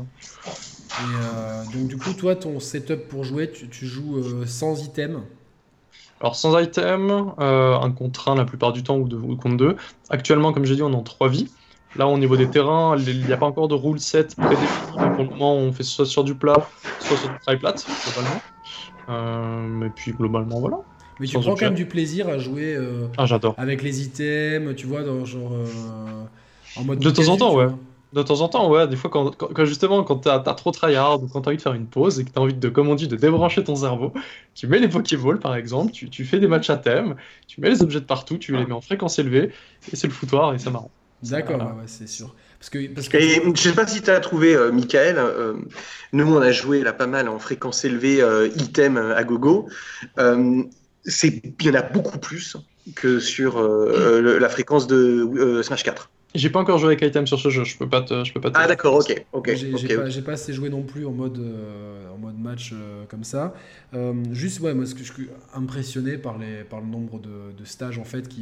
Et donc du coup, toi, ton setup pour jouer, tu joues sans item.
Alors sans item, un contre 1 la plupart du temps ou contre 2. Actuellement, comme j'ai dit, on est en 3 vies. Là, au niveau des terrains, il n'y a pas encore de rule set prédéfini. Mais pour le moment, on fait soit sur du plat, soit sur du try-plat, globalement. Et puis globalement, voilà.
Mais tu prends quand même du plaisir à jouer
j'adore.
avec les items, tu vois, dans genre en mode
de temps en temps, ouais.
Vois.
De temps en temps, ouais, des fois, quand t'as trop tryhard ou quand t'as envie de faire une pause et que t'as envie comme on dit, de débrancher ton cerveau, tu mets les Pokéballs par exemple, tu fais des matchs à thème, tu mets les objets de partout, tu les mets en fréquence élevée, et c'est le foutoir et c'est marrant.
D'accord, ouais, c'est sûr. Parce que...
Et je sais pas si tu as trouvé, Mickaël, nous on a joué là pas mal en fréquence élevée, item à gogo. Il y en a beaucoup plus que sur la fréquence de Smash 4.
J'ai pas encore joué avec item sur ce jeu, je peux pas te
Ah d'accord, ok.
J'ai pas assez joué non plus en mode match comme ça. Juste, ouais, moi, je suis impressionné par le nombre de stages en fait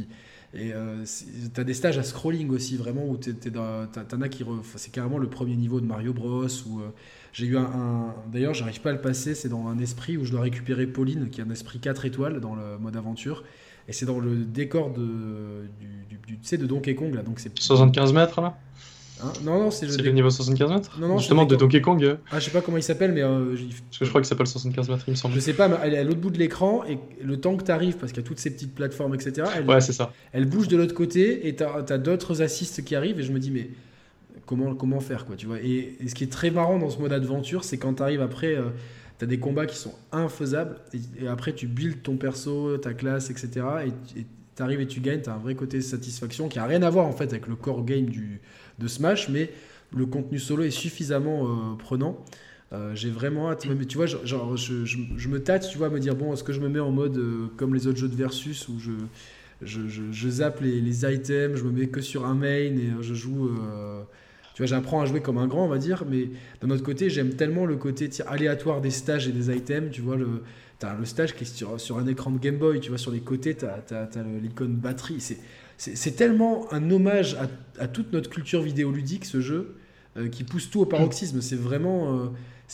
t'as des stages à scrolling aussi, vraiment, où t'en as c'est carrément le premier niveau de Mario Bros. Où j'ai eu d'ailleurs, j'arrive pas à le passer, c'est dans un esprit où je dois récupérer Pauline, qui est un esprit 4 étoiles dans le mode aventure. Et c'est dans le décor de Donkey Kong là, donc c'est
75 mètres là.
Hein non, c'est
le niveau 75 mètres.
Non,
justement de Donkey Kong.
Ah, je sais pas comment il s'appelle, mais
parce que je crois qu'il s'appelle 75 mètres, il me semble.
Je sais pas, mais elle est à l'autre bout de l'écran et le temps que t'arrives, parce qu'il y a toutes ces petites plateformes, etc.
C'est ça.
Elle bouge de l'autre côté et t'as d'autres assists qui arrivent et je me dis mais comment faire quoi, tu vois. Et ce qui est très marrant dans ce mode aventure, c'est quand t'arrives après, t'as des combats qui sont infaisables et après tu builds ton perso, ta classe, etc. Et t'arrives et tu gagnes, t'as un vrai côté satisfaction qui a rien à voir en fait avec le core game de Smash, mais le contenu solo est suffisamment prenant. J'ai vraiment hâte, mais tu vois, je me tâte, tu vois, à me dire bon, est-ce que je me mets en mode comme les autres jeux de versus où je zappe les items, je me mets que sur un main et je joue. Tu vois, j'apprends à jouer comme un grand, on va dire, mais d'un autre côté, j'aime tellement le côté aléatoire des stages et des items. Tu vois, t'as le stage qui est sur un écran de Game Boy, tu vois, sur les côtés, t'as l'icône batterie. C'est tellement un hommage à toute notre culture vidéoludique, ce jeu, qui pousse tout au paroxysme. C'est vraiment.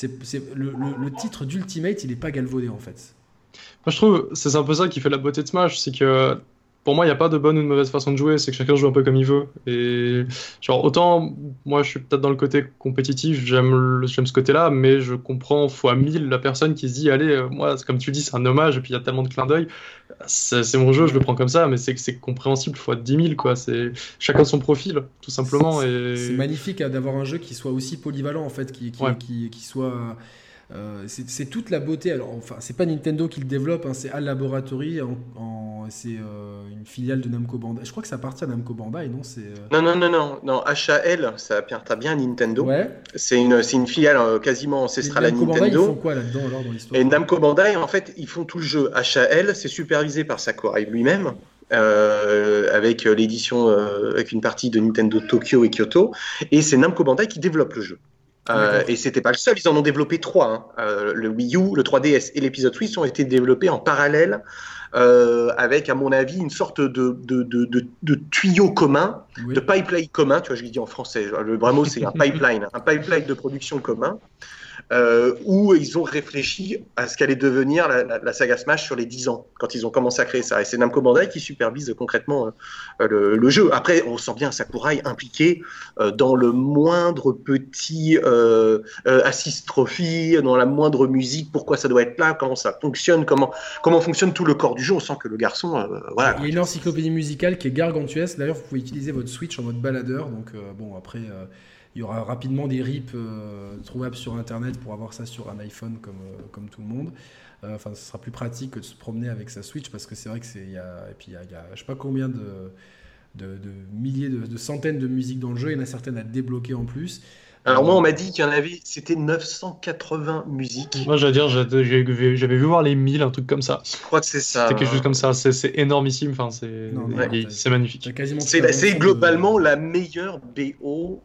Le titre d'Ultimate, il est pas galvaudé, en fait.
Moi, je trouve c'est un peu ça qui fait la beauté de Smash, c'est que. Pour moi, il n'y a pas de bonne ou de mauvaise façon de jouer, c'est que chacun joue un peu comme il veut. Et genre, autant, moi, je suis peut-être dans le côté compétitif, j'aime ce côté-là, mais je comprends fois 1000 la personne qui se dit, allez, moi, comme tu dis, c'est un hommage, et puis il y a tellement de clins d'œil. C'est mon jeu, je le prends comme ça, mais c'est compréhensible fois 10 000, quoi. C'est chacun son profil, tout simplement.
C'est magnifique d'avoir un jeu qui soit aussi polyvalent, en fait, qui soit. C'est toute la beauté. Alors, enfin, c'est pas Nintendo qui le développe, hein, c'est HAL Laboratory, c'est une filiale de Namco Bandai. Je crois que ça appartient à Namco Bandai, non
Non, HAL, ça appartient bien à Nintendo.
Ouais.
C'est une filiale quasiment ancestrale à Nintendo.
Bandai, ils font quoi là-dedans alors dans l'histoire?
Et Namco Bandai, en fait, ils font tout le jeu. HAL, c'est supervisé par Sakurai lui-même. Avec l'édition, avec une partie de Nintendo Tokyo et Kyoto, et c'est Namco Bandai qui développe le jeu. Et c'était pas le seul, ils en ont développé 3. Le Wii U, le 3DS et l'épisode Switch ont été développés en parallèle, avec, à mon avis, une sorte de tuyau commun, de pipeline commun. Tu vois, je l'ai dit en français. Le vrai mot, c'est un pipeline de production commun. Où ils ont réfléchi à ce qu'allait devenir la saga Smash sur les 10 ans, quand ils ont commencé à créer ça. Et c'est Namco Bandai qui supervise concrètement le jeu. Après, on sent bien Sakurai impliqué dans le moindre petit assist trophy, dans la moindre musique, pourquoi ça doit être là, comment ça fonctionne, comment fonctionne tout le corps du jeu. On sent que le garçon... voilà.
Il y a une encyclopédie musicale qui est gargantuesque. D'ailleurs, vous pouvez utiliser votre Switch en mode baladeur. Donc, bon, après... il y aura rapidement des rips trouvables sur internet pour avoir ça sur un iPhone comme tout le monde. Enfin, ce sera plus pratique que de se promener avec sa Switch parce que c'est vrai que il y a je sais pas combien de milliers de centaines de musiques dans le jeu. Il y en a certaines à débloquer en plus.
Alors moi, on m'a dit qu'il y en avait, c'était 980 musiques.
Moi, j'allais dire, j'avais vu voir les 1000, un truc comme ça.
Je crois que c'est ça.
C'était quelque chose comme ça. C'est énormissime. Enfin, c'est magnifique.
C'est globalement la meilleure BO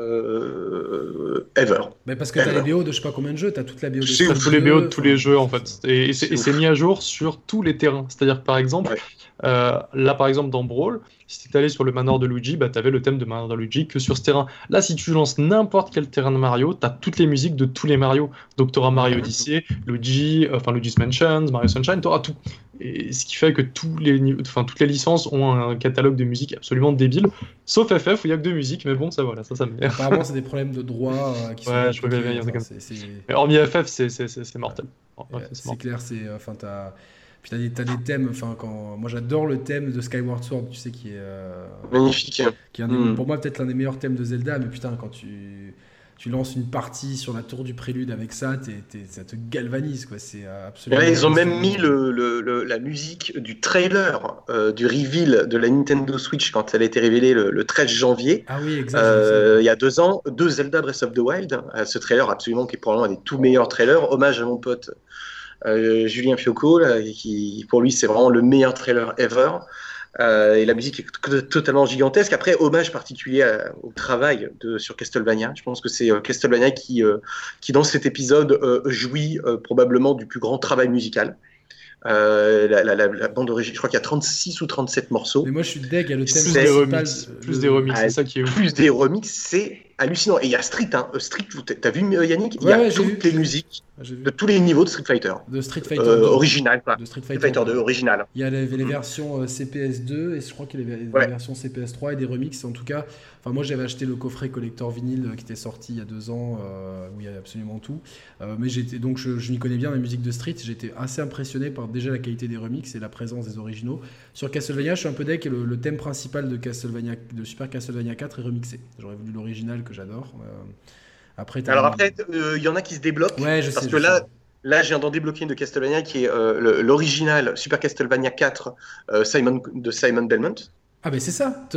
ever.
Mais parce que t'as les BO de je sais pas combien de jeux, t'as toute la BO
de tous les BO de tous les jeux en fait. Et c'est mis à jour sur tous les terrains. C'est-à-dire que par exemple, là par exemple dans Brawl, si t'es allé sur le manoir de Luigi, bah t'avais le thème de manoir de Luigi que sur ce terrain. Là, si tu lances n'importe quel terrain de Mario, t'as toutes les musiques de tous les Mario. Donc t'auras Mario Odyssey, Luigi's Mansion, Mario Sunshine, t'auras tout. Et ce qui fait que toutes les licences ont un catalogue de musique absolument débile, sauf FF où il y a que 2 musiques, mais bon, ça m'énerve.
Apparemment, c'est des problèmes de droit qui sont.
Ouais, je crois bien, mais hormis FF, c'est mortel.
C'est clair, puis t'as des thèmes, moi j'adore le thème de Skyward Sword, tu sais, qui est
magnifique,
qui est pour moi peut-être l'un des meilleurs thèmes de Zelda, mais putain, quand tu lances une partie sur la tour du prélude avec ça, ça te galvanise, quoi. C'est absolument.
Ils ont même mis la musique du trailer du reveal de la Nintendo Switch quand elle a été révélée le 13 janvier.
Ah oui, exactement.
Il y a 2 ans, de Zelda Breath of the Wild. Ce trailer absolument qui est probablement un des tout meilleurs trailers. Hommage à mon pote Julien Fiocco, là, qui pour lui c'est vraiment le meilleur trailer ever. Et la musique est totalement gigantesque. Après, hommage particulier au travail sur Castlevania. Je pense que c'est Castlevania qui dans cet épisode jouit probablement du plus grand travail musical. La bande d'origine, je crois qu'il y a 36 ou 37 morceaux.
Mais moi je suis deg, il y a le thème
plus des remix, c'est ça qui est ouf.
Plus des remix, c'est hallucinant. Et il y a Street, hein. Street, t'as vu Yannick? Il y
Ouais,
a
ouais, j'ai
toutes
vu.
les musiques
J'ai vu.
de tous les niveaux de Street Fighter.
De Street Fighter 2.
Original, quoi.
De Street
Street
Fighter
Fighter 2,
2.
original.
Il y a les versions CPS 2 et je crois qu'il y a les
Ouais.
versions CPS 3 et des remixes en tout cas. Enfin, moi j'avais acheté le coffret collector vinyle qui était sorti il y a 2 ans où il y a absolument tout. Mais donc je m'y connais bien la musique de Street. J'étais assez impressionné par déjà la qualité des remixes et la présence des originaux. Sur Castlevania, je suis un peu deck et le thème principal de Super Castlevania 4 est remixé. J'aurais voulu l'original que j'adore. Après,
Alors après, il y en a qui se débloquent.
Ouais, je
parce
sais.
que là, je viens d'en débloquer une de Castlevania qui est l'original Super Castlevania 4 de Simon Belmont.
Ah ben c'est ça.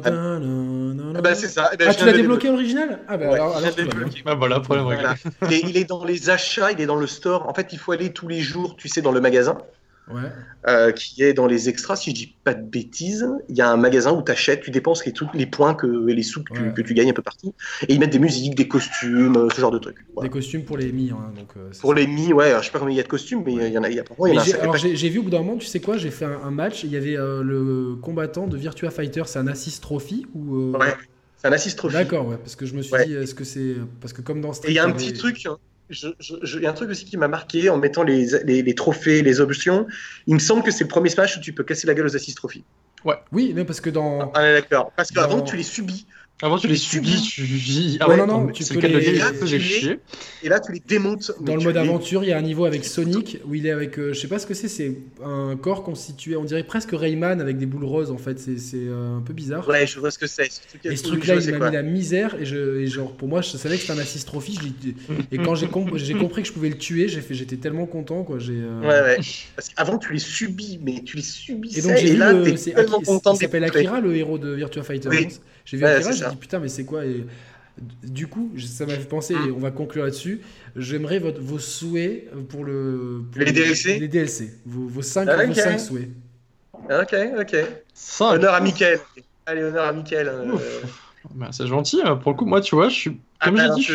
Bah, c'est ça. Eh ben,
Ah,
je
tu
viens
l'as
de
débloqué l'original? Ah ben
Ouais,
alors
je viens de
tout va bien.
débloquer.
Bah voilà, problème réglé.
Voilà. Il est dans les achats, il est dans le store. En fait, il faut aller tous les jours, tu sais, dans le magasin.
Ouais.
Qui est dans les extras, si je dis pas de bêtises. Il y a un magasin où tu achètes, tu dépenses les points et les sous que tu gagnes un peu partout. Et ils mettent des musiques, des costumes, ce genre de trucs. Voilà.
Des costumes pour les mi. Hein, donc,
pour les mi, ouais, je sais pas combien il y a de costumes, mais il y en a.
Alors j'ai vu au bout d'un moment, tu sais quoi, j'ai fait un match, il y avait le combattant de Virtua Fighter, c'est un Assist Trophy ou
Ouais, c'est un Assist Trophy.
D'accord, ouais, parce que je me suis dit, est-ce que c'est. Parce que comme dans Street.
Et il y a un petit truc. Il y a un truc aussi qui m'a marqué en mettant les trophées, les options. Il me semble que c'est le premier Smash où tu peux casser la gueule aux Assist Trophy.
Ouais.
Oui, mais parce que dans.
Ah, d'accord. Parce qu'avant, tu les subis.
Avant, tu les subis, tu vis. Ah
ouais,
ouais,
non,
tu
tu
peux
peux
les
j'ai chier. Et là, tu les démontes.
Dans le mode aventure, il y a un niveau avec Sonic où il est avec, je sais pas ce que c'est un corps constitué, on dirait presque Rayman avec des boules roses en fait, c'est un peu bizarre.
Ouais, je vois ce que c'est.
Et ce truc-là, il m'a mis la misère et genre pour moi, je savais que c'était un Assist Trophy. Et quand j'ai compris que je pouvais le tuer, j'étais tellement content quoi.
Ouais. Parce qu'avant, tu les subis, mais tu les subis.
Et donc j'ai vu
là,
il
content.
s'appelle Akira, le héros de Virtua Fighter.
Oui.
J'ai vu Akira, j'ai dit putain, mais c'est quoi? Et du coup, ça m'a fait penser, et on va conclure là-dessus. J'aimerais vos souhaits pour
les DLC.
Les DLC. Vos 5 souhaits.
Ok.
5.
Honneur à Mickaël. Allez, honneur à Mickaël.
Bah, c'est gentil. Pour le coup, moi, tu vois, je suis. Comme j'ai dit,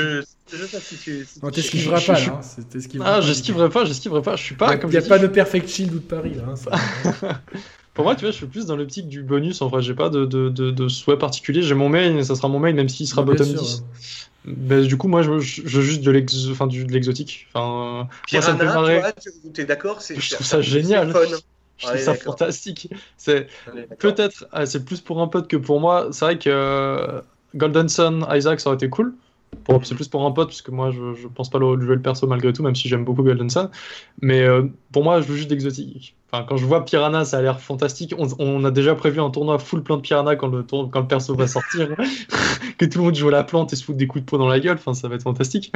Non, t'esquiveras pas là.
Ah, j'esquiverai pas. Je suis pas.
Il n'y a pas de Perfect Shield ou de Paris là.
Pour moi, tu vois, je suis plus dans l'optique du bonus. En vrai, j'ai pas de souhait particulier. J'ai mon main et ça sera mon main, même s'il sera bottom 10. Bah, du coup, moi, je juste de l'exotique. Enfin,
Piranha,
moi, ça me fait marrer.
T'es d'accord?
Je trouve ça génial. Je trouve ça fantastique. C'est peut-être, c'est plus pour un pote que pour moi. C'est vrai que Golden Sun, Isaac, ça aurait été cool. C'est plus pour un pote, parce que moi, je pense pas jouer le perso malgré tout, même si j'aime beaucoup Golden Sun. Mais pour moi, je veux juste d'exotique. Enfin, quand je vois Piranha, ça a l'air fantastique. On a déjà prévu un tournoi full plante Piranha quand le perso va sortir. Que tout le monde joue à la plante et se fout des coups de poing dans la gueule. Enfin, ça va être fantastique.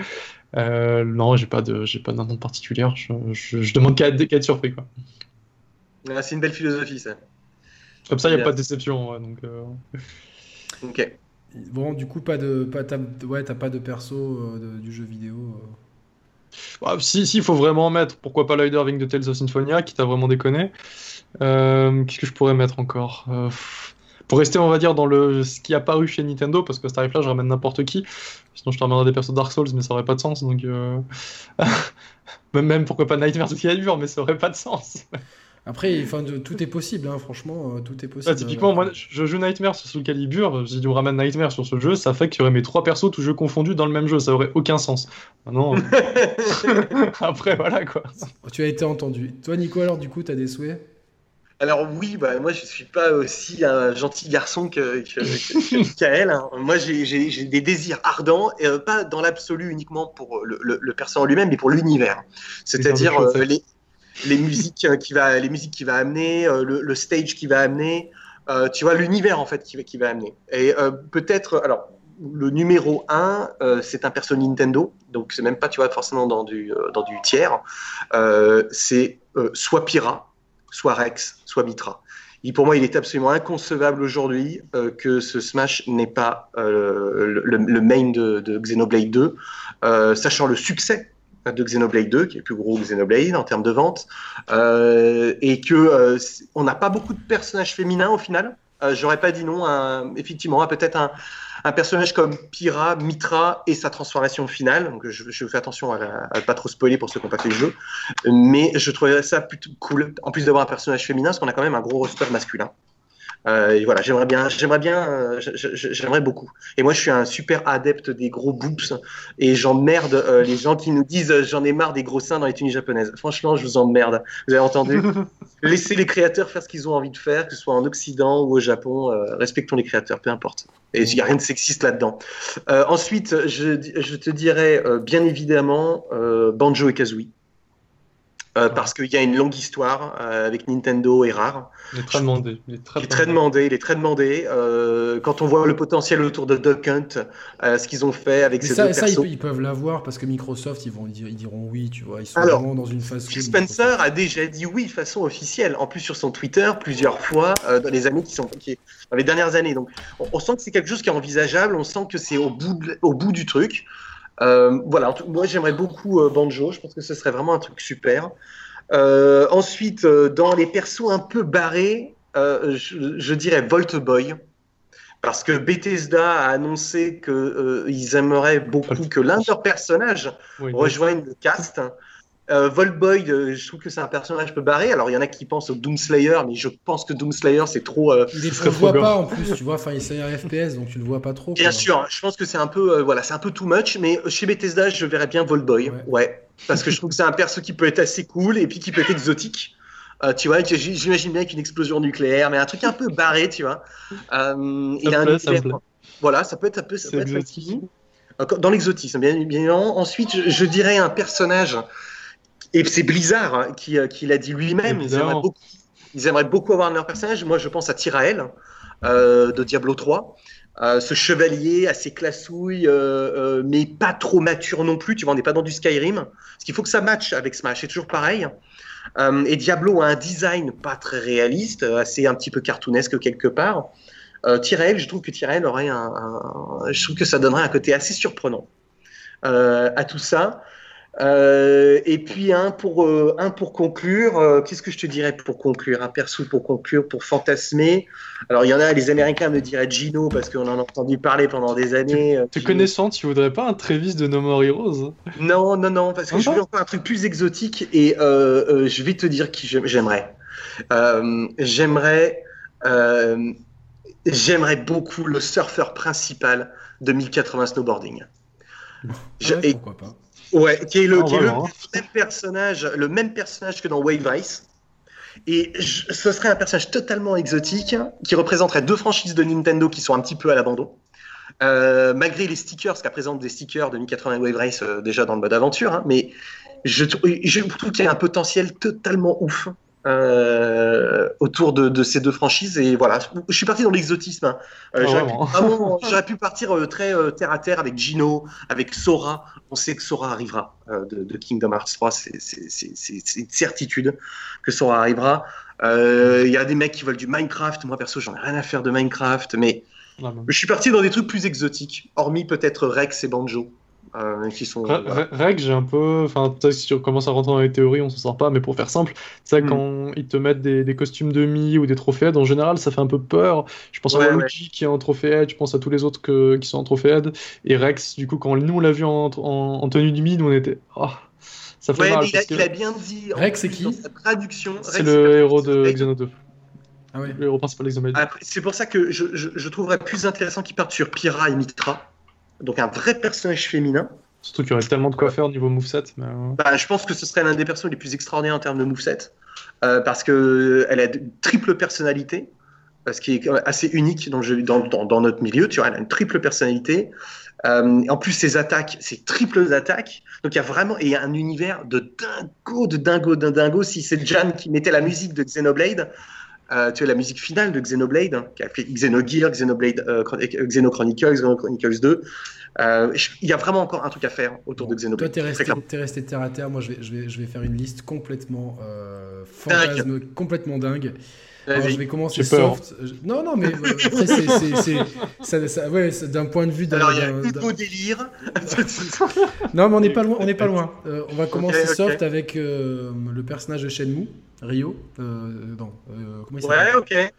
Non, j'ai pas d'intention particulière. Je demande qu'à être surpris, quoi.
Ah, c'est une belle philosophie, ça.
Comme ça, il n'y a pas de déception. Ouais, donc,
Ok.
Bon, du coup, t'as pas de perso du jeu vidéo.
Si, il faut vraiment en mettre. Pourquoi pas Lider Ring de Tales of Symphonia, qui t'a vraiment déconné. Qu'est-ce que je pourrais mettre encore pour rester, on va dire, dans ce qui a paru chez Nintendo, parce que ce tarif-là, je ramène n'importe qui. Sinon, je te ramènerais des persos Dark Souls, mais ça aurait pas de sens. Donc, même pourquoi pas Nightmare tout Calibur, mais ça aurait pas de sens.
Après, tout est possible, hein, franchement, tout est possible.
Typiquement, moi, je joue Nightmare sur Soul Calibur, si on ramène Nightmare sur ce jeu, ça fait qu'il y aurait mes 3 persos, tous jeux confondus, dans le même jeu, ça aurait aucun sens. Maintenant, après, voilà, quoi.
Tu as été entendu. Toi, Nico, alors, du coup, t'as des souhaits?
Alors oui, moi je suis pas aussi un gentil garçon que Mickaël. Hein. Moi j'ai des désirs ardents, et pas dans l'absolu uniquement pour le perso en lui-même, mais pour l'univers. C'est-à-dire les musiques qu'il va amener, le stage qu'il va amener, tu vois, l'univers en fait qu'il va amener. Et peut-être, alors le numéro 1, c'est un perso Nintendo, donc c'est même pas, tu vois, forcément dans du tiers. C'est soit Pyra, soit Rex, soit Mitra. Pour moi, il est absolument inconcevable aujourd'hui que ce Smash n'ait pas le main de Xenoblade 2, sachant le succès de Xenoblade 2, qui est le plus gros Xenoblade en termes de vente, et que on n'a pas beaucoup de personnages féminins au final. J'aurais pas dit non, effectivement, peut-être un personnage comme Pyra, Mitra et sa transformation finale. Donc je fais attention à ne pas trop spoiler pour ceux qui n'ont pas fait le jeu. Mais je trouverais ça plutôt cool, en plus d'avoir un personnage féminin, parce qu'on a quand même un gros roster masculin. Et voilà, j'aimerais beaucoup. Et moi, je suis un super adepte des gros boobs et j'emmerde les gens qui nous disent j'en ai marre des gros seins dans les tenues japonaises. Franchement, je vous emmerde. Vous avez entendu? Laissez les créateurs faire ce qu'ils ont envie de faire, que ce soit en Occident ou au Japon. Respectons les créateurs, peu importe. Et il n'y a rien de sexiste là-dedans. Ensuite, je te dirais bien évidemment Banjo et Kazooie. Parce qu'il y a une longue histoire avec Nintendo et Rare.
Il est très demandé. Il
est très demandé. Quand on voit le potentiel autour de Duck Hunt, ce qu'ils ont fait avec ces deux persos.
Ils peuvent l'avoir parce que Microsoft, ils diront oui, tu vois. Ils sont vraiment dans une phase.
Phil Spencer a déjà dit oui de façon officielle. En plus sur son Twitter plusieurs fois dans les années dans les dernières années. Donc on sent que c'est quelque chose qui est envisageable. On sent que c'est au bout du truc. Voilà, moi j'aimerais beaucoup Banjo, je pense que ce serait vraiment un truc super. Ensuite, dans les persos un peu barrés, je dirais Volt Boy, parce que Bethesda a annoncé qu'ils aimeraient beaucoup que l'un de leurs personnages rejoigne le cast. Voltboy, je trouve que c'est un personnage peu barré. Alors, il y en a qui pensent au Doomslayer, mais je pense que Doomslayer, c'est trop.
Il est trop vois pas en plus, tu vois. Enfin, c'est un FPS, donc tu le vois pas trop.
Bien sûr, je pense que c'est un peu, c'est un peu too much. Mais chez Bethesda, je verrais bien Voltboy. Ouais, parce que je trouve que c'est un perso qui peut être assez cool et puis qui peut être exotique. Tu vois, j'imagine bien qu'une explosion nucléaire, mais un truc un peu barré, tu vois. Il a un univers. Voilà, ça peut être un peu. Ça peut être exotique. Dans l'exotisme, bien évidemment. Ensuite, je dirais un personnage. Et c'est Blizzard qui l'a dit lui-même. Ils aimeraient beaucoup avoir leur personnage. Moi, je pense à Tyrael de Diablo 3. Ce chevalier assez classouille, mais pas trop mature non plus. Tu vois, on n'est pas dans du Skyrim. Parce qu'il faut que ça matche avec Smash. C'est toujours pareil. Et Diablo a un design pas très réaliste, assez un petit peu cartoonesque quelque part. Tyrael, je trouve que Tyrael aurait je trouve que ça donnerait un côté assez surprenant à tout ça. Et puis un pour conclure, qu'est-ce que je te dirais pour conclure? Un perso pour conclure, pour fantasmer. Alors il y en a, les Américains me diraient Gino parce qu'on en a entendu parler pendant des années.
Te connaissant, tu voudrais pas un Travis de No More Heroes?
Non, parce que je veux encore un truc plus exotique et je vais te dire qui j'aimerais. J'aimerais beaucoup le surfeur principal de 1080 Snowboarding.
Pourquoi pas?
Ouais, qui est le même personnage que dans Wave Ice. Et ce serait un personnage totalement exotique qui représenterait deux franchises de Nintendo qui sont un petit peu à l'abandon. Malgré les stickers, parce qu'à présent des stickers de 1080 Wave Race déjà dans le mode aventure, hein, mais je trouve qu'il y a un potentiel totalement ouf autour de ces deux franchises. Et voilà, je suis parti dans l'exotisme. Hein. J'aurais pu partir très terre à terre avec Gino, avec Sora. On sait que Sora arrivera de Kingdom Hearts 3, c'est une certitude que Sora arrivera. Il y a des mecs qui veulent du Minecraft. Moi perso, j'en ai rien à faire de Minecraft, mais je suis parti dans des trucs plus exotiques, hormis peut-être Rex et Banjo. Qui sont
Rex, j'ai un peu, enfin peut-être si tu commences à rentrer dans les théories on s'en sort pas, mais pour faire simple, ça quand ils te mettent des costumes de Mii ou des trophées Ed, en général ça fait un peu peur. Je pense à Waluigi qui est en trophée Ed, je pense à tous les autres qui sont en trophée Ed, et Rex du coup quand nous on l'a vu en tenue de Mii, nous on était ça fait mal,
mais il a bien dit
Rex c'est qui
dans sa traduction.
C'est le héros de Xeno 2.
Ah ouais.
Le héros principal d'Xenoblade.
C'est pour ça que je trouverais plus intéressant qu'il parte sur Pyra et Mitra. Donc un vrai personnage féminin.
Surtout qu'il y aurait tellement de quoi faire niveau moveset. Mais...
je pense que ce serait l'un des persos les plus extraordinaires en termes de moveset. Parce qu'elle a une triple personnalité. Ce qui est assez unique dans notre milieu. Tu vois, elle a une triple personnalité. En plus, ses attaques, c'est triples attaques. Donc il y a vraiment un univers de dingo. Si c'est Jan qui mettait la musique de Xenoblade, tu as la musique finale de Xenoblade, qui a fait Xenogears, Xeno Chronicles 2. Il y a vraiment encore un truc à faire autour de Xenoblade.
Toi, t'es resté terre à terre. Moi, je vais faire une liste complètement fantasme, complètement dingue. Alors, je vais commencer soft. Non, mais après, c'est d'un point de vue
Alors, il y a un nouveau délire.
Non, mais on n'est pas loin. On va commencer soft avec le personnage de Shenmue, Ryo. Comment il s'appelle ?
Ouais, ok.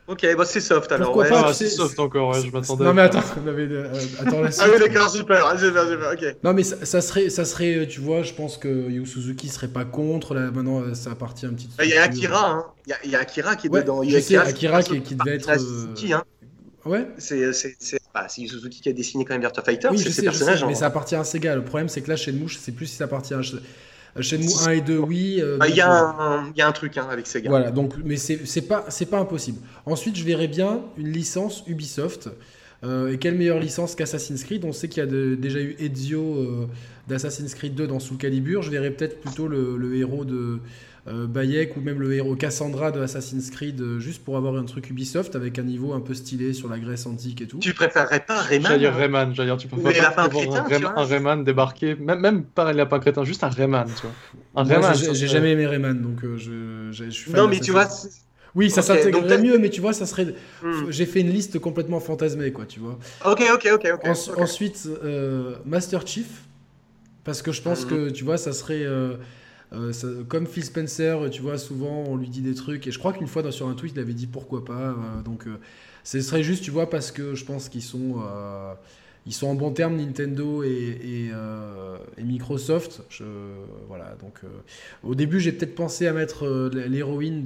Ok, bah c'est soft alors.
Pourquoi
ouais.
pas,
Ah,
tu sais,
c'est soft encore, ouais, je m'attendais.
Non mais attends, attends la
Ah
suite.
oui, d'accord, super, ok.
Non mais ça serait, tu vois, je pense que Yu Suzuki serait pas contre. Là, maintenant, ça appartient à une petite.
Il y a
structure.
Akira, hein. Il y a Akira qui est
Ouais,
dedans. Il y
je
a
sais,
c'est
Akira
un
qui devait être.
personnage Suzuki, hein.
Ouais.
C'est Yu Suzuki qui a dessiné quand même Virtua Fighter,
Oui,
c'est
je
ces
sais,
personnages.
mais ça appartient à Sega. Le problème, c'est que là, Shenmue, je sais plus si ça appartient à Shenmue 1 et 2, oui.
Il
donc,
y a un truc hein, avec Sega.
voilà, donc, mais c'est pas impossible. Ensuite, je verrais bien une licence Ubisoft. Et quelle meilleure licence qu'Assassin's Creed? On sait qu'il y a déjà eu Ezio d'Assassin's Creed 2 dans Soul Calibur. Je verrais peut-être plutôt le héros de Bayek ou même le héros Cassandra de Assassin's Creed juste pour avoir un truc Ubisoft avec un niveau un peu stylé sur la Grèce antique et tout.
Tu préférerais pas Rayman?
J'allais dire Rayman, j'allais dire, tu peux
Mais
pas
lapin
avoir
crétin, tu vois.
un Rayman débarquer, même pas un lapin crétin, juste un Rayman, tu vois. Un
Moi,
Rayman.
j'ai jamais aimé Rayman, donc je suis fan
Non, mais tu
d'Assassin's
vois.
Oui, ça
Ok,
s'intégrerait
donc
mieux, mais tu vois, ça serait.
Hmm.
J'ai fait une liste complètement fantasmée, quoi, tu vois.
Ok.
Ensuite, Master Chief, parce que je pense que, tu vois, ça serait. Comme Phil Spencer, tu vois, souvent on lui dit des trucs, et je crois qu'une fois sur un tweet, il avait dit pourquoi pas. Donc, ce serait juste, tu vois, parce que je pense qu'ils sont. Ils sont en bon terme, Nintendo et Microsoft. Voilà, donc, au début, j'ai peut-être pensé à mettre l'héroïne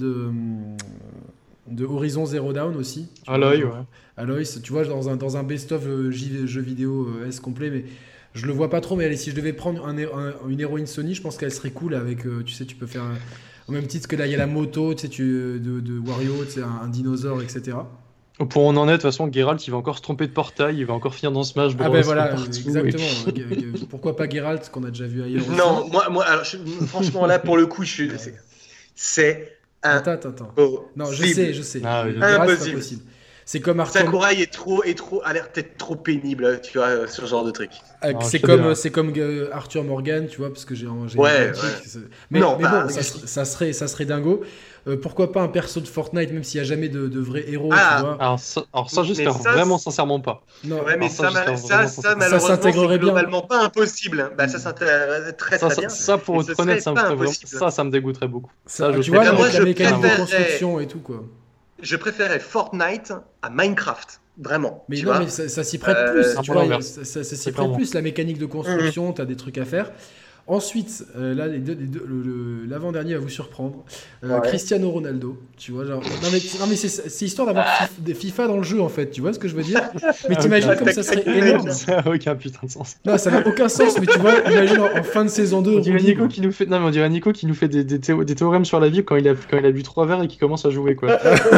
de Horizon Zero Dawn aussi.
Aloy, ouais.
Aloy, tu vois, dans un best-of jeu vidéo S complet, mais je le vois pas trop. Mais allez, si je devais prendre une héroïne Sony, je pense qu'elle serait cool avec, tu sais, tu peux faire au même titre que là, il y a la moto, tu sais, de Wario, tu sais, un dinosaure, etc.
Pour on en est, de toute façon, Geralt, il va encore se tromper de portail, il va encore finir dans Smash Bros.
Ah ben voilà,
partout,
exactement. Pourquoi pas Geralt, qu'on a déjà vu ailleurs aussi.
Non, moi alors, franchement, là, pour le coup, c'est
Attends. Non, je sais.
Ah oui.
Geralt, c'est pas
Impossible.
possible. C'est comme Arthur.
Sakurai a l'air peut-être trop pénible, tu vois, sur ce genre de truc.
Non,
C'est comme Arthur Morgan, tu vois, parce que j'ai
Ouais,
un truc,
ouais.
Mais
Non,
bon,
bah,
ça serait dingo. Pourquoi pas un perso de Fortnite, même s'il n'y a jamais de vrai héros,
Ah.
tu vois.
Alors ça, j'espère
Mais ça,
vraiment sincèrement pas.
Non,
Ouais, mais
Alors ça, j'espère vraiment
ça,
pas.
malheureusement,
s'intégrerait
c'est
bien.
globalement pas impossible. Bah, ça s'intégrerait très bien.
Ça, pour
Et
être
ce
honnête,
serait
ça me
pas
ferait vraiment-
impossible.
ça me dégoûterait beaucoup.
ça,
je
tu vois,
préfère.
Moi,
avec la
je
mécanique de
préférerais-
construction et tout, quoi.
Je préférais Fortnite à Minecraft, vraiment.
Mais
tu
non,
vois.
mais ça s'y prête
Euh,
plus,
un
tu
peu
vois,
l'inverse.
ça s'y prête
Clairement.
plus, la mécanique de construction, t'as des trucs à faire. Ensuite, là, l'avant-dernier va vous surprendre.
Ouais.
Cristiano Ronaldo, tu vois, genre. Non, mais c'est histoire d'avoir des FIFA dans le jeu, en fait, tu vois ce que je veux dire? Mais t'imagines
ok.
comme ça serait énorme.
Ça n'a aucun putain de sens.
Non, ça n'a aucun sens, mais tu vois, imagine en fin de saison 2.
On dirait Nico qui nous fait, non, mais on dirait Nico qui nous fait des théorèmes sur la vie quand il a bu 3 verres et qui commence à jouer, quoi.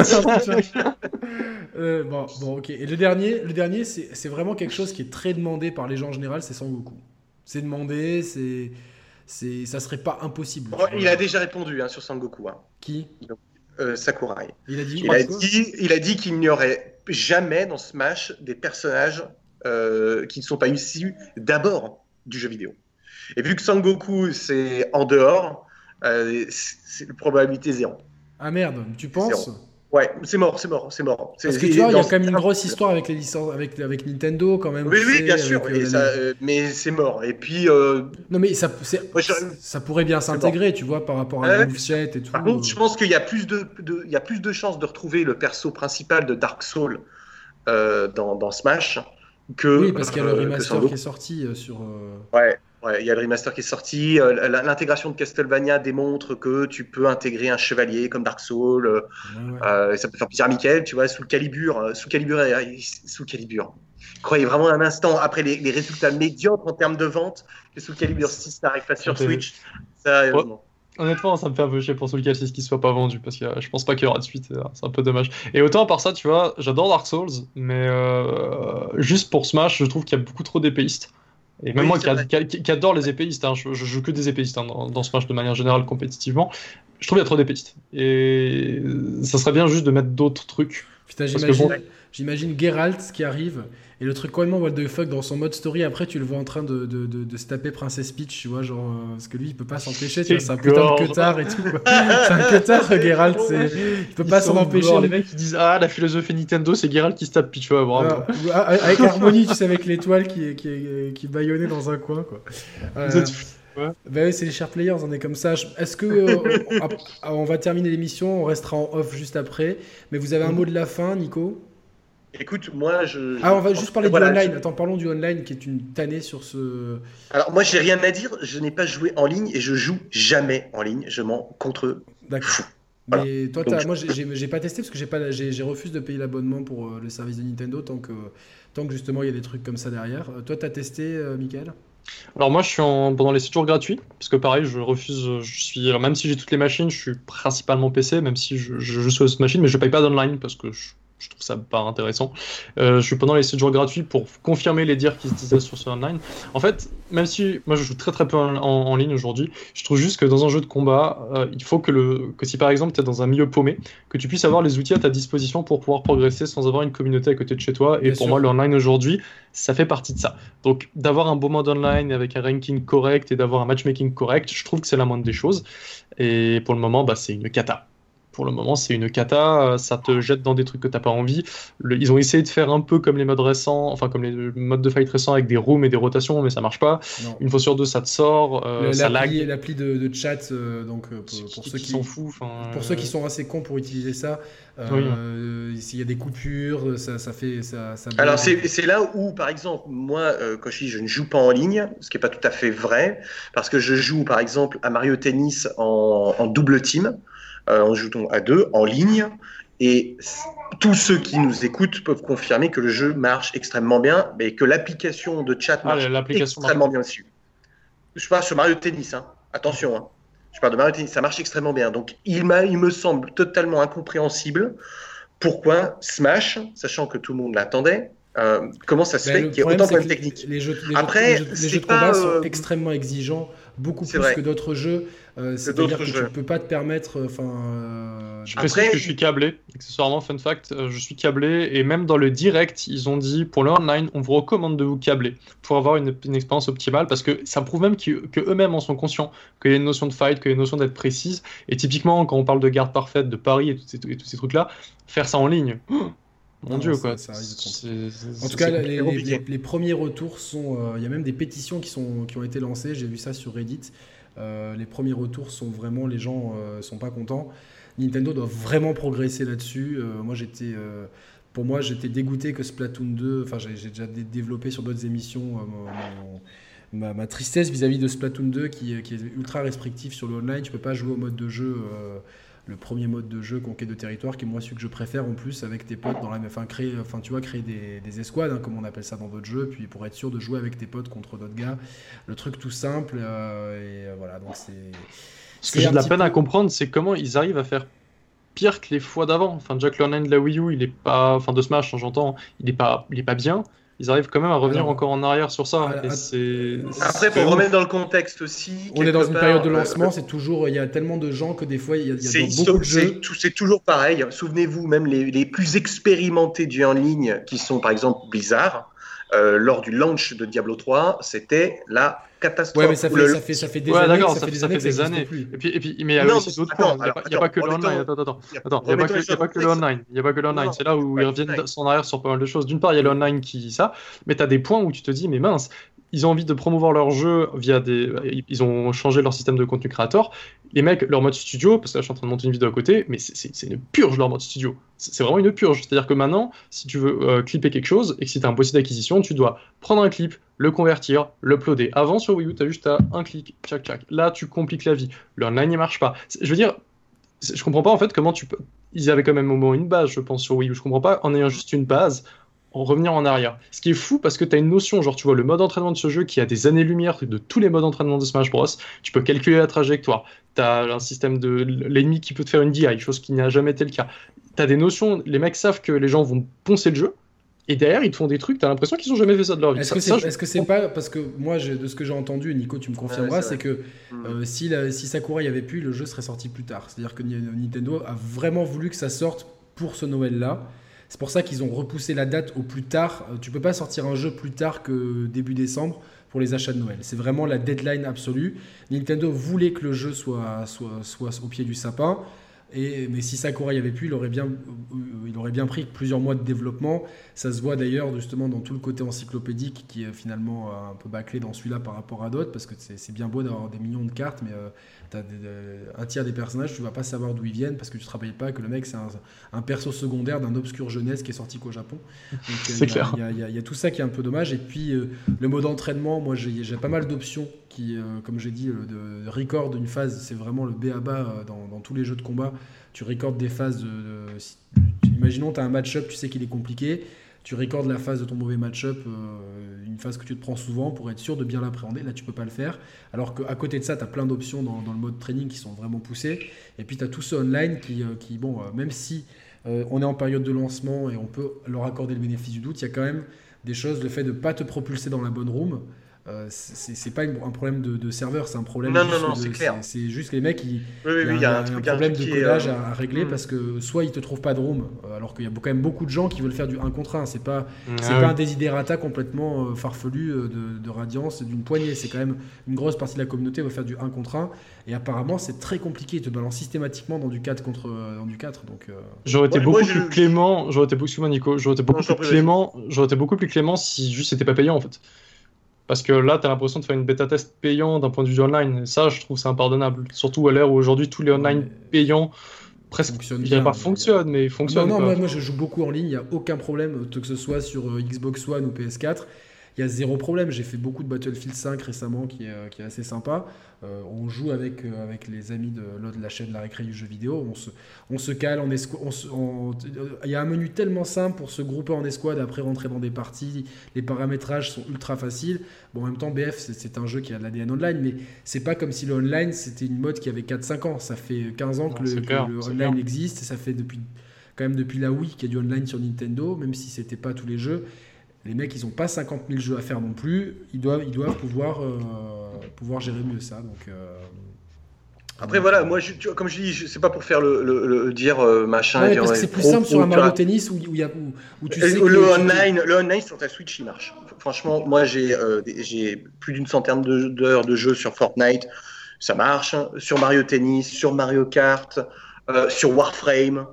Bon, ok. Et le dernier c'est vraiment quelque chose qui est très demandé par les gens en général, c'est Sangoku. C'est demandé, ça serait pas impossible.
Bon, il a déjà répondu hein, sur Sangoku. Hein.
Qui?
Sakurai.
Il a dit
Il a dit qu'il n'y aurait jamais dans Smash des personnages qui ne sont pas issus d'abord du jeu vidéo. Et vu que Sangoku c'est en dehors, c'est la probabilité zéro.
Ah merde, tu penses?
Zéro. Ouais, c'est mort.
Parce que tu vois, il y a
dans-
quand même une grosse histoire avec les licences, avec Nintendo quand même.
Oui,
tu
oui,
sais,
bien sûr,
avec,
et mais c'est mort. Et puis,
Non mais
Moi,
ça pourrait bien s'intégrer, tu vois, par rapport à
Ouais.
la moveset et tout.
par contre, je pense qu'il y a plus de chances de retrouver le perso principal de Dark Souls dans Smash que.
Oui, parce qu'il y a le
que
remaster
Sangoku.
qui est sorti sur.
Ouais, il y a le remaster qui est sorti. L'intégration de Castlevania démontre que tu peux intégrer un chevalier comme Dark Souls.
Ouais.
Ça peut faire plaisir à Mickaël, tu vois, Soul Calibur. Croyez vraiment un instant, après les résultats médiocres en termes de vente, que Soul Calibur 6 n'arrive pas sur
Ça fait-
Switch. Sérieusement.
Honnêtement, ça me fait un peu chier pour Soul Calibur 6 qu'il soit pas vendu parce que je pense pas qu'il y aura de suite. C'est un peu dommage. Et autant à part ça, tu vois, j'adore Dark Souls, mais juste pour Smash, je trouve qu'il y a beaucoup trop d'épéistes. Et même
Oui,
moi
c'est vrai.
qui adore les épéistes, hein, je joue que des épéistes hein, dans Smash de manière générale compétitivement, je trouve qu'il y a trop d'épéistes. Et ça serait bien juste de mettre d'autres trucs.
Putain,
Parce que
j'imagine Geralt qui arrive et le truc complètement what the fuck dans son mode story. Après, tu le vois en train de se taper Princess Peach, tu vois, genre parce que lui il peut pas s'empêcher, tu vois, c'est un putain de queutard et tout. Quoi. C'est un queutard, Geralt, il peut pas s'en empêcher.
Les mecs qui disent ah la philosophie Nintendo c'est Geralt qui se tape Peach, ouais, bravo.
Avec Harmony, tu sais, avec l'étoile qui bâillonnait dans un coin, quoi.
Ouais.
Bah oui, c'est les chers players, on est comme ça. Est-ce que on va terminer l'émission, on restera en off juste après. Mais vous avez un mot de la fin, Nico?
Écoute, moi,
On va juste parler
voilà,
du online. Attends, parlons du online qui est une tannée sur ce.
Alors, moi, j'ai rien à dire. Je n'ai pas joué en ligne et je joue jamais en ligne. Je m'en contre.
D'accord.
Voilà.
Mais toi,
Donc,
moi, j'ai pas testé parce que j'ai refusé de payer l'abonnement pour le service de Nintendo tant que justement il y a des trucs comme ça derrière. Toi, t'as testé, Michael?
Alors moi, je suis pendant les 7 jours gratuits, parce que pareil, je refuse. Alors, même si j'ai toutes les machines, je suis principalement PC, même si je joue sur cette machine, mais je paye pas d'online parce que je trouve ça pas intéressant. Je suis pendant les 7 jours gratuits pour confirmer les dires qui se disaient sur ce online. En fait, même si moi je joue très très peu en ligne aujourd'hui, je trouve juste que dans un jeu de combat, il faut que si par exemple tu es dans un milieu paumé, que tu puisses avoir les outils à ta disposition pour pouvoir progresser sans avoir une communauté à côté de chez toi. Et
Bien
pour
sûr.
moi, le online aujourd'hui, ça fait partie de ça. Donc d'avoir un beau mode online avec un ranking correct et d'avoir un matchmaking correct, je trouve que c'est la moindre des choses. Et pour le moment, bah, c'est une cata. Pour le moment, c'est une cata, ça te jette dans des trucs que t'as pas envie. Ils ont essayé de faire un peu comme les modes récents, enfin comme les modes de fight récents avec des rooms et des rotations, mais ça marche pas.
Non.
Une fois sur deux, ça te sort, ça lag.
L'appli de chat, donc pour ceux qui
s'en foutent.
pour ceux qui sont assez cons pour utiliser ça,
Oui.
s'il y a des coupures, ça fait ça.
alors, c'est là où, par exemple, moi, quand je ne joue pas en ligne, ce qui n'est pas tout à fait vrai, parce que je joue, par exemple, à Mario Tennis en double team. On joue donc à deux en ligne et tous ceux qui nous écoutent peuvent confirmer que le jeu marche extrêmement bien et que l'application de chat marche extrêmement bien dessus. Je parle sur Mario Tennis, hein. Attention, hein. Je parle de Mario Tennis, ça marche extrêmement bien. Donc il me semble totalement incompréhensible pourquoi Smash, sachant que tout le monde l'attendait, comment ça se fait qu'il y ait autant de problèmes techniques.
Les jeux
Après,
les jeux de combat sont extrêmement exigeants, beaucoup plus
vrai.
que d'autres jeux. C'est-à-dire que tu
jeux.
ne peux pas te permettre.
Je précise que je suis câblé, accessoirement, fun fact, je suis câblé, et même dans le direct, ils ont dit, pour le online, on vous recommande de vous câbler pour avoir une expérience optimale, parce que ça prouve même que eux-mêmes en sont conscients, qu'il y a une notion de fight, qu'il y a une notion d'être précise, et typiquement, quand on parle de garde parfaite, de pari et tous ces trucs-là, faire ça en ligne, mon Dieu, quoi.
Ça risque de En tout cas, les premiers retours sont. Il y a même des pétitions qui ont été lancées. J'ai vu ça sur Reddit. Les premiers retours sont vraiment. Les gens sont pas contents. Nintendo doit vraiment progresser là-dessus. Pour moi, j'étais dégoûté que Splatoon 2. Enfin, j'ai déjà développé sur d'autres émissions ma tristesse vis-à-vis de Splatoon 2 qui est ultra restrictif sur le online. Tu peux pas jouer au mode de jeu. Le premier mode de jeu conquête de territoire qui est moi celui que je préfère en plus avec tes potes créer des escouades, hein, comme on appelle ça dans d'autres jeux, puis pour être sûr de jouer avec tes potes contre d'autres gars, le truc tout simple, voilà, donc
ce que j'ai de la peine à comprendre, c'est comment ils arrivent à faire pire que les fois d'avant. Enfin, déjà que l'online de la Wii U, il est pas, enfin de Smash, hein, j'entends, il est pas bien. Ils arrivent quand même à revenir encore en arrière sur ça.
Après, pour remettre dans le contexte aussi,
on est dans une période de lancement, c'est toujours, il y a tellement de gens que des fois, il y a beaucoup de jeux.
C'est toujours pareil. Souvenez-vous, même les plus expérimentés du en ligne, qui sont par exemple Blizzard, lors du launch de Diablo 3, c'était la catastrophe.
Ouais, mais ça fait des années.
D'accord, ça fait des années. Et puis, mais il y a aussi d'autres points. Il n'y a pas que l'online. Attends, il n'y a pas que l'online. Il n'y a pas que l'online. C'est là où ils reviennent en arrière sur pas mal de choses. D'une part, il y a l'online qui dit ça, mais tu as des points où tu te dis, mais mince, ils ont envie de promouvoir leur jeu via ils ont changé leur système de contenu créateur. Les mecs, leur mode studio, parce que là je suis en train de monter une vidéo à côté, mais c'est une purge leur mode studio. C'est vraiment une purge. C'est-à-dire que maintenant, si tu veux clipper quelque chose et que si tu as un dossier d'acquisition, tu dois prendre un clip, le convertir, l'uploader. Avant sur Wii U, tu as juste un clic, tchac tchac. Là, tu compliques la vie. Le online ne marche pas. Je veux dire, je comprends pas en fait comment tu peux. Ils avaient quand même au moins une base, je pense, sur Wii U. Je comprends pas en ayant juste une base. En revenir en arrière. Ce qui est fou parce que tu as une notion, genre tu vois le mode d'entraînement de ce jeu qui a des années-lumière de tous les modes d'entraînement de Smash Bros. Tu peux calculer la trajectoire. Tu as un système de l'ennemi qui peut te faire une DI, chose qui n'a jamais été le cas. Tu as des notions, les mecs savent que les gens vont poncer le jeu. Et derrière, ils te font des trucs, t'as l'impression qu'ils ont jamais fait ça de leur vie.
Est-ce que c'est pas parce que moi, de ce que j'ai entendu, et Nico, tu me confirmeras, c'est que si Sakurai y avait pu, le jeu serait sorti plus tard. C'est-à-dire que Nintendo a vraiment voulu que ça sorte pour ce Noël-là. C'est pour ça qu'ils ont repoussé la date au plus tard. Tu peux pas sortir un jeu plus tard que début décembre pour les achats de Noël. C'est vraiment la deadline absolue. Nintendo voulait que le jeu soit au pied du sapin. Mais si Sakurai avait pu, il aurait bien pris plusieurs mois de développement. Ça se voit d'ailleurs justement dans tout le côté encyclopédique qui est finalement un peu bâclé dans celui-là par rapport à d'autres, parce que c'est bien beau d'avoir des millions de cartes, mais t'as un tiers des personnages, tu vas pas savoir d'où ils viennent parce que tu te rappelles pas que le mec c'est un perso secondaire d'un obscur jeunesse qui est sorti qu'au Japon.
C'est clair.
Il y a tout ça qui est un peu dommage. Et puis le mode entraînement, moi j'ai pas mal d'options qui, comme j'ai dit, de record une phase, c'est vraiment le b.a.-ba dans tous les jeux de combat. Tu recordes des phases imaginons tu as un match-up, tu sais qu'il est compliqué, tu recordes la phase de ton mauvais match-up, une phase que tu te prends souvent pour être sûr de bien l'appréhender. Là tu peux pas le faire, alors qu'à côté de ça tu as plein d'options dans le mode training qui sont vraiment poussées. Et puis tu as tout ce online qui bon, même si on est en période de lancement et on peut leur accorder le bénéfice du doute, il y a quand même des choses, le fait de ne pas te propulser dans la bonne room. C'est pas un problème de serveur, c'est un problème
c'est clair.
C'est juste que les mecs il
y a
un problème de collage à régler parce que soit ils te trouvent pas de room, alors qu'il y a quand même beaucoup de gens qui veulent faire du 1 contre 1, c'est pas un desiderata complètement farfelu de Radiance d'une poignée, c'est quand même une grosse partie de la communauté veut faire du 1 contre 1 et apparemment c'est très compliqué, ils te balancent systématiquement dans du 4 contre dans du 4, donc
j'aurais été beaucoup plus clément, excuse-moi Nico, j'aurais été beaucoup plus clément si juste c'était pas payant en fait. Parce que là, tu as l'impression de faire une bêta-test payant d'un point de vue online. Et ça, je trouve c'est impardonnable. Surtout à l'ère où aujourd'hui, tous les online payants presque fonctionnent, mais fonctionnent.
Non, moi, je joue beaucoup en ligne, il n'y a aucun problème, que ce soit sur Xbox One ou PS4. Il y a zéro problème. J'ai fait beaucoup de Battlefield 5 récemment qui est assez sympa. On joue avec les amis de la chaîne La Récré du jeu vidéo. On se cale, il y a un menu tellement simple pour se grouper en escouade, après rentrer dans des parties. Les paramétrages sont ultra faciles. Bon, en même temps, BF, c'est un jeu qui a de l'ADN online, mais c'est pas comme si le online, c'était une mode qui avait 4-5 ans. Ça fait 15 ans que le online existe. Et ça fait quand même depuis la Wii qu'il y a du online sur Nintendo, même si c'était pas tous les jeux. Les mecs, ils n'ont pas 50 000 jeux à faire non plus. Ils doivent pouvoir gérer mieux ça. Donc,
après, voilà, moi, comme je dis, c'est pas pour faire le dire machin.
Ouais, parce que c'est plus simple sur un Mario Tennis où tu sais que
le online sur ta Switch, il marche. Franchement, moi, j'ai plus d'une centaine d'heures de jeu sur Fortnite. Ça marche. Sur Mario Tennis, sur Mario Kart, sur Warframe.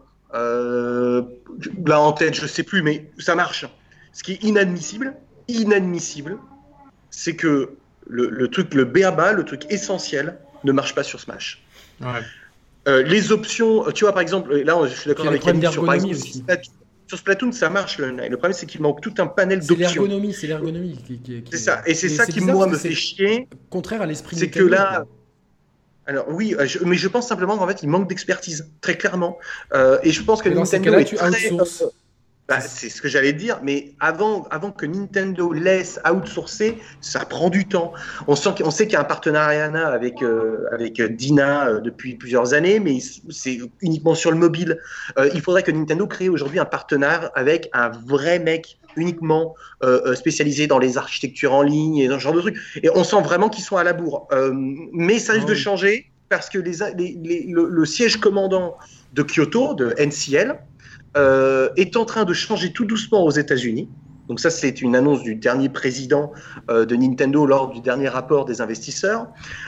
Là, en tête, je sais plus, mais ça marche. Ce qui est inadmissible, c'est que le truc, le b.a.-ba, le truc essentiel, ne marche pas sur Smash.
Ouais.
Les options, tu vois, par exemple, là, je suis d'accord avec Yannick sur, par exemple, sur Splatoon, ça marche. Le problème, c'est qu'il manque tout un panel d'options.
C'est l'ergonomie qui
c'est ça, et c'est ça qui, moi, me fait chier.
Contraire à l'esprit
c'est
Nintendo,
que là. Alors oui, mais je pense simplement qu'en fait, il manque d'expertise, très clairement. Et je pense que Nintendo est très... c'est ce que j'allais dire, mais avant que Nintendo laisse outsourcer, ça prend du temps. On sait qu'il y a un partenariat avec Dina depuis plusieurs années, mais c'est uniquement sur le mobile. Il faudrait que Nintendo crée aujourd'hui un partenariat avec un vrai mec uniquement spécialisé dans les architectures en ligne et dans ce genre de trucs. Et on sent vraiment qu'ils sont à la bourre. Mais ça risque de changer parce que le siège commandant de Kyoto, de NCL, est en train de changer tout doucement aux États-Unis. Donc ça, c'est une annonce du dernier président de Nintendo lors du dernier rapport des investisseurs,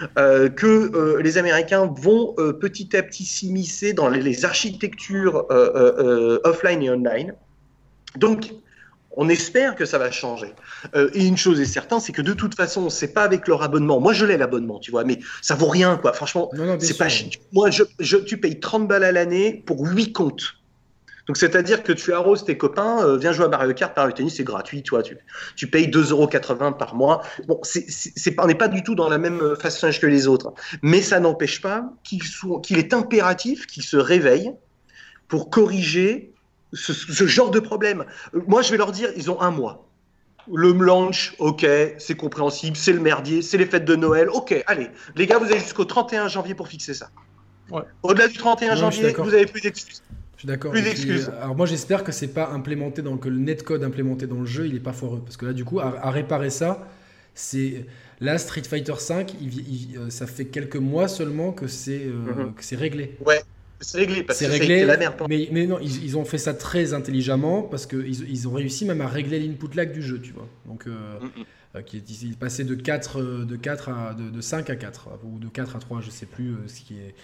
que les Américains vont petit à petit s'immiscer dans les architectures offline et online. Donc, on espère que ça va changer. Et une chose est certaine, c'est que de toute façon, c'est pas avec leur abonnement. Moi, je l'ai l'abonnement, tu vois, mais ça vaut rien, quoi. Franchement, c'est pas. Moi, tu payes 30 balles à l'année pour 8 comptes. Donc, c'est-à-dire que tu arroses tes copains, viens jouer à Mario Kart, Mario Tennis, c'est gratuit, tu vois, tu payes 2,80 € par mois. Bon, on n'est pas du tout dans la même façon que les autres. Mais ça n'empêche pas qu'il est impératif qu'ils se réveillent pour corriger ce genre de problème. Moi, je vais leur dire, ils ont 1 mois. Le launch, ok, c'est compréhensible, c'est le merdier, c'est les fêtes de Noël, ok, allez, les gars, vous avez jusqu'au 31 janvier pour fixer ça.
Ouais.
Au-delà du 31 janvier, vous avez plus d'excuses.
Je suis d'accord.
Plus d'excuses.
Alors moi, j'espère que c'est pas implémenté que le netcode implémenté dans le jeu, il est pas foireux, parce que là, du coup, à réparer ça, c'est là Street Fighter 5, ça fait quelques mois seulement que c'est réglé.
Ouais. C'est réglé, parce que
c'est
la merde.
Mais non, ils ont fait ça très intelligemment parce qu'ils ont réussi même à régler l'input lag du jeu, tu vois. Donc, il est passé de 5 à 4, ou de 4 à 3, je sais plus ce qui est.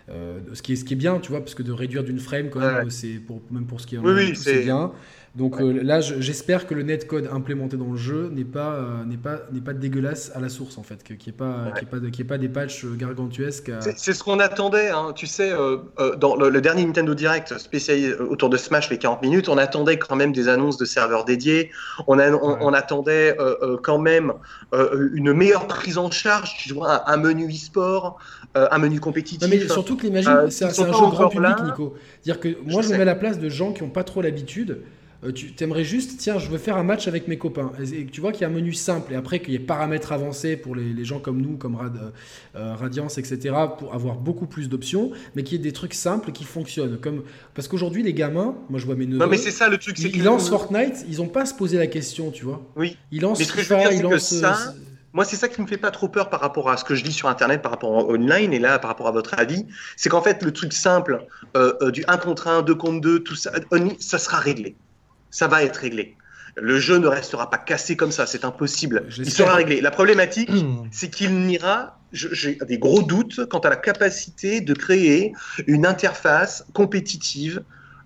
Ce qui est bien, tu vois, parce que de réduire d'une frame, quand même, c'est même pour ce qui est
Oui,
c'est bien. Donc là, j'espère que le netcode implémenté dans le jeu n'est pas dégueulasse à la source, en fait, qu'il n'y ait pas des patchs gargantuesques.
C'est ce qu'on attendait, hein. Tu sais, dans le dernier Nintendo Direct spécialisé autour de Smash, les 40 minutes, on attendait quand même des annonces de serveurs dédiés, on attendait quand même une meilleure prise en charge, tu vois, un menu e-sport, un menu compétitif.
Non, mais surtout que l'imagine, c'est un jeu grand public, Nico. C'est-à-dire que moi, je me mets à la place de gens qui n'ont pas trop l'habitude. Tu t'aimerais juste, tiens, je veux faire un match avec mes copains. Et tu vois qu'il y a un menu simple et après qu'il y ait paramètres avancés pour les gens comme nous, comme Radiance, etc., pour avoir beaucoup plus d'options, mais qu'il y ait des trucs simples qui fonctionnent. Parce qu'aujourd'hui, les gamins, moi je vois mes neveux.
Non, mais c'est ça le truc.
Ils lancent Fortnite, ils n'ont pas à se poser la question, tu vois.
Oui.
Ils lancent
FIFA, ils lancent. Moi, c'est ça qui me fait pas trop peur par rapport à ce que je lis sur Internet, par rapport au online, et là, par rapport à votre avis, c'est qu'en fait, le truc simple, du 1 contre 1, 2 contre 2, tout ça, ça sera réglé. Ça va être réglé. Le jeu ne restera pas cassé comme ça, c'est impossible. Il sera réglé. La problématique, c'est qu'il n'ira. J'ai des gros doutes quant à la capacité de créer une interface compétitive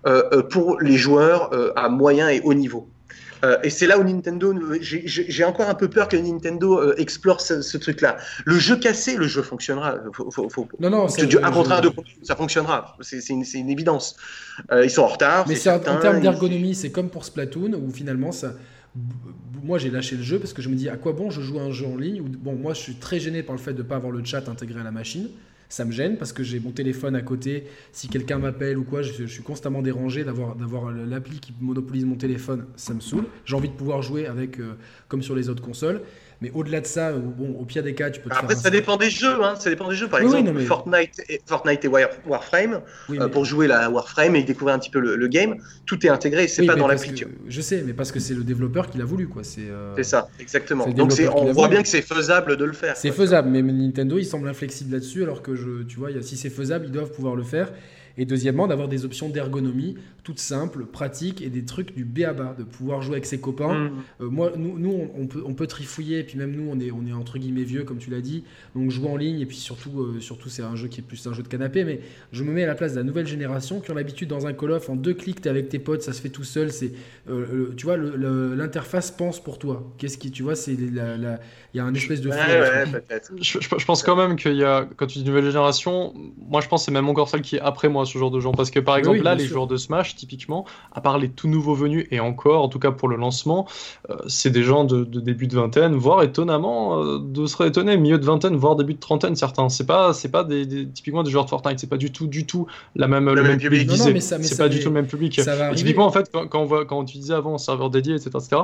pour les joueurs à moyen et haut niveau. Et c'est là où Nintendo, j'ai encore un peu peur que Nintendo explore ce truc-là. Le jeu cassé, le jeu fonctionnera.
Non,
un contre un, deux contre un, ça fonctionnera. C'est une évidence. Ils sont en retard.
Mais en termes d'ergonomie, c'est comme pour Splatoon où finalement ça. Moi, j'ai lâché le jeu parce que je me dis à quoi bon je joue à un jeu en ligne où, bon, moi, je suis très gêné par le fait de ne pas avoir le chat intégré à la machine. Ça me gêne parce que j'ai mon téléphone à côté. Si quelqu'un m'appelle ou quoi, je suis constamment dérangé d'avoir l'appli qui monopolise mon téléphone. Ça me saoule. J'ai envie de pouvoir jouer avec, comme sur les autres consoles. Mais au-delà de ça, bon, au pire des cas, tu peux te
Après,
faire
ça dépend des jeux. Hein. Ça dépend des jeux. Par exemple, Fortnite et Warframe, pour jouer la Warframe et découvrir un petit peu le game, tout est intégré. C'est pas dans l'appli.
Je sais, mais parce que c'est le développeur qui l'a voulu, quoi.
C'est ça, exactement. Donc on voit bien que c'est faisable de le faire.
C'est faisable, mais Nintendo, il semble inflexible là-dessus, alors que tu vois, si c'est faisable, ils doivent pouvoir le faire. Et deuxièmement, d'avoir des options d'ergonomie toutes simples, pratiques et des trucs du b.a.-ba, de pouvoir jouer avec ses copains. Nous, on peut trifouiller, et puis même nous, on est entre guillemets vieux, comme tu l'as dit, donc jouer en ligne, et puis surtout c'est un jeu qui est plus un jeu de canapé, mais je me mets à la place de la nouvelle génération qui ont l'habitude dans un Call of, en 2 clics, t'es avec tes potes, ça se fait tout seul, tu vois, l'interface pense pour toi. Tu vois, il y a un espèce de
peut-être.
Je pense quand même qu'il y a, quand tu dis nouvelle génération, moi je pense que c'est même encore celle qui est après moi, ce genre de gens, parce que par exemple les joueurs de Smash typiquement, à part les tout nouveaux venus, et encore en tout cas pour le lancement, c'est des gens de début de vingtaine, voire étonnamment de se étonner, milieu de vingtaine, voire début de trentaine certains. C'est pas typiquement des joueurs de Fortnite, c'est pas du tout le même public. C'est pas du tout le même public. Typiquement en fait quand tu disais avant serveur dédié, etc.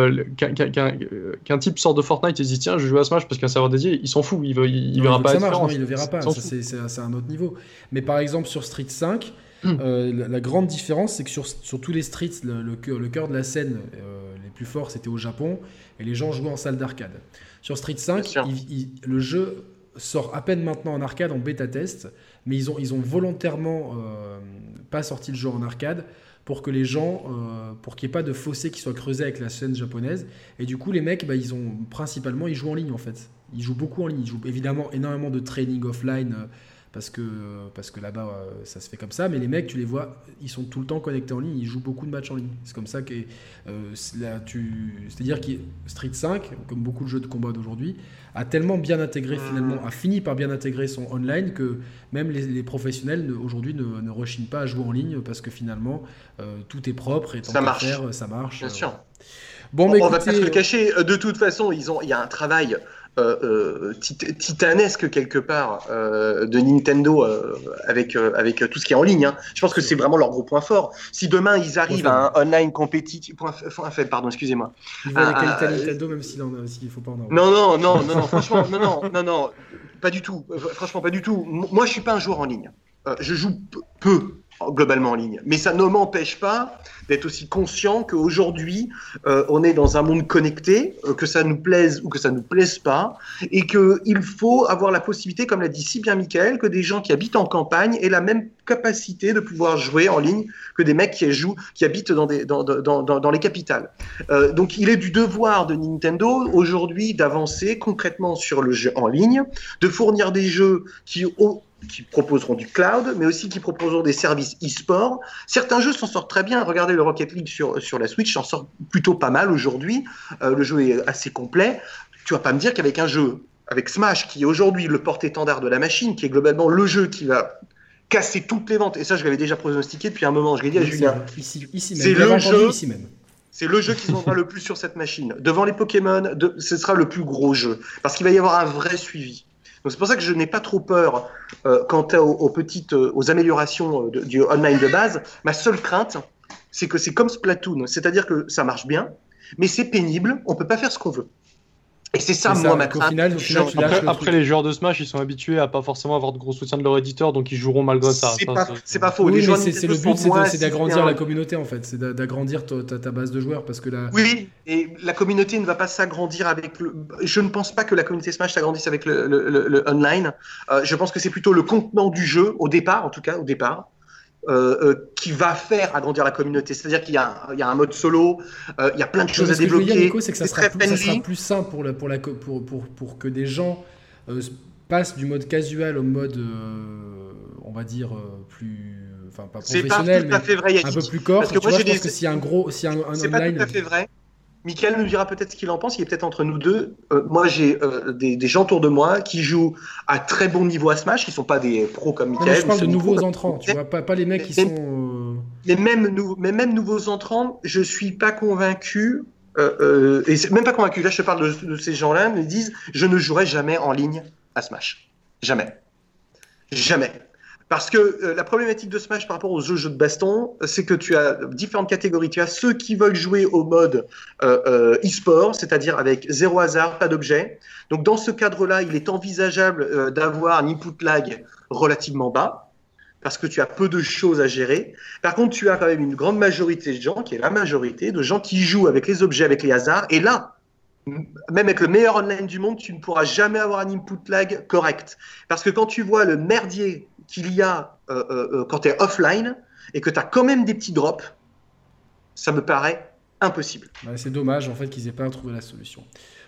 Qu'un type sort de Fortnite et se dit tiens je joue à Smash parce qu'un serveur dédié, il s'en fout, il verra pas la différence.
Il le verra pas, c'est un autre niveau. Mais par exemple sur Street 5, la grande différence, c'est que sur tous les streets, le cœur de la scène les plus forts, c'était au Japon, et les gens jouaient en salle d'arcade. Sur Street 5, le jeu sort à peine maintenant en arcade, en bêta-test, mais ils ont volontairement pas sorti le jeu en arcade pour que les gens, pour qu'il n'y ait pas de fossé qui soit creusé avec la scène japonaise. Et du coup, les mecs, ils jouent en ligne, en fait. Ils jouent beaucoup en ligne. Ils jouent évidemment énormément de training offline, parce que là-bas ça se fait comme ça, mais les mecs tu les vois, ils sont tout le temps connectés en ligne, ils jouent beaucoup de matchs en ligne. C'est comme ça que c'est-à-dire que Street 5, comme beaucoup de jeux de combat d'aujourd'hui, a tellement bien intégré finalement, a fini par bien intégrer son online que même les professionnels aujourd'hui ne rechignent pas à jouer en ligne parce que finalement tout est propre et
ça marche.
Ça marche.
Bien sûr.
Bon,
on va pas se le cacher. De toute façon, il y a un travail titanesque quelque part de Nintendo avec tout ce qui est en ligne. Hein. Je pense que c'est vraiment leur gros point fort. Si demain ils arrivent à un online compétitif, pardon, excusez-moi.
Ils voient les qualités à Nintendo même s'il faut pas en avoir.
Non, franchement, non, pas du tout. Franchement, pas du tout. Moi, je suis pas un joueur en ligne. Je joue peu globalement en ligne, mais ça ne m'empêche pas d'être aussi conscient qu'aujourd'hui on est dans un monde connecté, que ça nous plaise ou que ça nous plaise pas, et qu'il faut avoir la possibilité, comme l'a dit si bien Michael, que des gens qui habitent en campagne aient la même capacité de pouvoir jouer en ligne que des mecs qui habitent dans les capitales. Donc il est du devoir de Nintendo aujourd'hui d'avancer concrètement sur le jeu en ligne, de fournir des jeux qui qui proposeront du cloud, mais aussi qui proposeront des services e-sport. Certains jeux s'en sortent très bien. Regardez le Rocket League sur la Switch, s'en sort plutôt pas mal aujourd'hui. Le jeu est assez complet. Tu vas pas me dire qu'avec un jeu, avec Smash, qui est aujourd'hui le porte-étendard de la machine, qui est globalement le jeu qui va casser toutes les ventes, et ça je l'avais déjà pronostiqué depuis un moment, je l'ai dit à Julien, c'est le jeu, c'est le jeu qui se vendra le plus sur cette machine. Devant les Pokémon, ce sera le plus gros jeu, parce qu'il va y avoir un vrai suivi. Donc c'est pour ça que je n'ai pas trop peur quant aux améliorations du online de base. Ma seule crainte, c'est que c'est comme Splatoon, c'est-à-dire que ça marche bien, mais c'est pénible, on peut pas faire ce qu'on veut. Et c'est ça, moi, ma crainte.
Après, les joueurs de Smash, ils sont habitués à pas forcément avoir de gros soutien de leur éditeur, donc ils joueront malgré ça.
C'est pas faux.
Oui, c'est le but, c'est d'agrandir la communauté, en fait. C'est d'agrandir ta base de joueurs. Parce que
Oui, et la communauté ne va pas s'agrandir avec le... Je ne pense pas que la communauté Smash s'agrandisse avec le online. Je pense que c'est plutôt le contenant du jeu, au départ, en tout cas, qui va faire agrandir la communauté. C'est-à-dire qu'il y a un mode solo, il y a plein de choses à débloquer.
Ce que je veux dire, Nico, c'est que ça sera plus simple pour que des gens passent du mode casual au mode, on va dire, plus... Enfin, pas professionnel, mais un peu plus corps. Parce que moi, je pense que s'il y a un online...
C'est pas tout à fait vrai. Mickaël nous dira peut-être ce qu'il en pense, il est peut-être entre nous deux. Moi, j'ai des gens autour de moi qui jouent à très bon niveau à Smash, qui ne sont pas des pros comme Mickaël.
Je parle de nouveaux entrants, tu vois, pas les mecs qui sont...
Mais même nouveaux entrants, je ne suis pas convaincu, et c'est même pas convaincu, là je te parle de ces gens-là, ils disent « je ne jouerai jamais en ligne à Smash ». Jamais. Jamais. Parce que la problématique de Smash par rapport aux jeux de baston, c'est que tu as différentes catégories. Tu as ceux qui veulent jouer au mode e-sport, c'est-à-dire avec zéro hasard, pas d'objet. Donc dans ce cadre-là, il est envisageable d'avoir un input lag relativement bas, parce que tu as peu de choses à gérer. Par contre, tu as quand même une grande majorité de gens, qui est la majorité, de gens qui jouent avec les objets, avec les hasards. Et là, même avec le meilleur online du monde, tu ne pourras jamais avoir un input lag correct. Parce que quand tu vois le merdier qu'il y a quand tu es offline et que tu as quand même des petits drops, ça me paraît impossible.
C'est dommage en fait qu'ils aient pas trouvé la solution.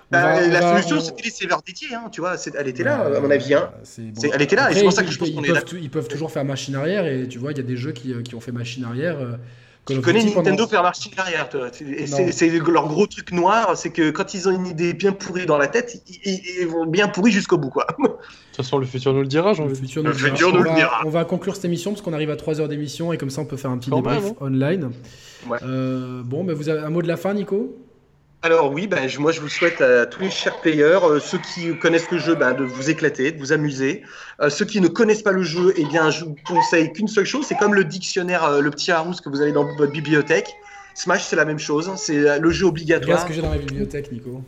La solution, c'était les serveurs dédiés, hein, tu vois, elle était là, à mon avis. Hein. Elle était là, après, et c'est pour ça que je pense qu'on est là.
Ils peuvent toujours faire machine arrière, et tu vois, il y a des jeux qui ont fait machine arrière.
Tu connais Nintendo faire machine arrière, toi. C'est leur gros truc noir, c'est que quand ils ont une idée bien pourrie dans la tête, ils vont bien pourris jusqu'au bout, quoi.
De toute façon, le futur nous le dira,
Le futur nous le dira.
On va conclure cette émission parce qu'on arrive à 3 heures d'émission, et comme ça, on peut faire un petit débrief online.
Ouais.
Bon, vous avez un mot de la fin, Nico ?
Alors oui, moi je vous souhaite à tous les chers players, ceux qui connaissent le jeu, de vous éclater, de vous amuser. Ceux qui ne connaissent pas le jeu, je vous conseille qu'une seule chose, c'est comme le dictionnaire, le petit Larousse que vous avez dans votre bibliothèque. Smash, c'est la même chose, c'est le jeu obligatoire.
Regarde ce que j'ai dans ma bibliothèque, Nico.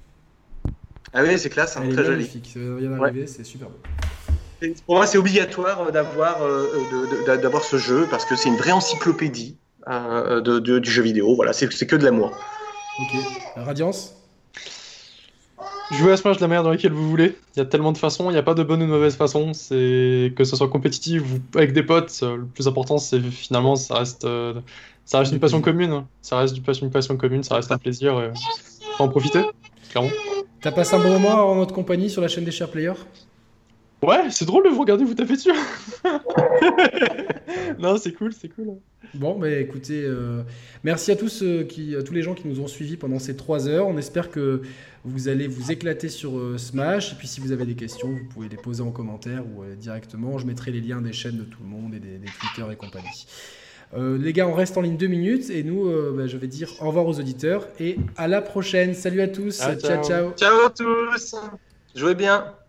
Ah oui, c'est classe,
elle est
très
magnifique. Ça vient d'arriver, c'est super beau.
Pour moi, c'est obligatoire d'avoir ce jeu, parce que c'est une vraie encyclopédie du jeu vidéo. Voilà, c'est que de l'amour.
Ok. Radiance ?
Jouez à Smash de la manière dans laquelle vous voulez. Il y a tellement de façons, il n'y a pas de bonne ou de mauvaise façon. C'est que ce soit compétitif ou avec des potes. Le plus important, c'est finalement, ça reste une passion commune. Ça reste une passion commune, ça reste un plaisir. Faut en profiter, clairement.
T'as passé un bon moment en notre compagnie sur la chaîne des chers players ?
Ouais, c'est drôle de vous regarder vous taper dessus. Non, c'est cool.
Bon, écoutez, merci à tous les gens qui nous ont suivis pendant ces 3 heures. On espère que vous allez vous éclater sur Smash. Et puis si vous avez des questions, vous pouvez les poser en commentaire ou directement. Je mettrai les liens des chaînes de tout le monde et des Twitter et compagnie. Les gars, on reste en ligne 2 minutes et nous, je vais dire au revoir aux auditeurs et à la prochaine. Salut à tous. Ciao.
Ciao à tous. Jouez bien.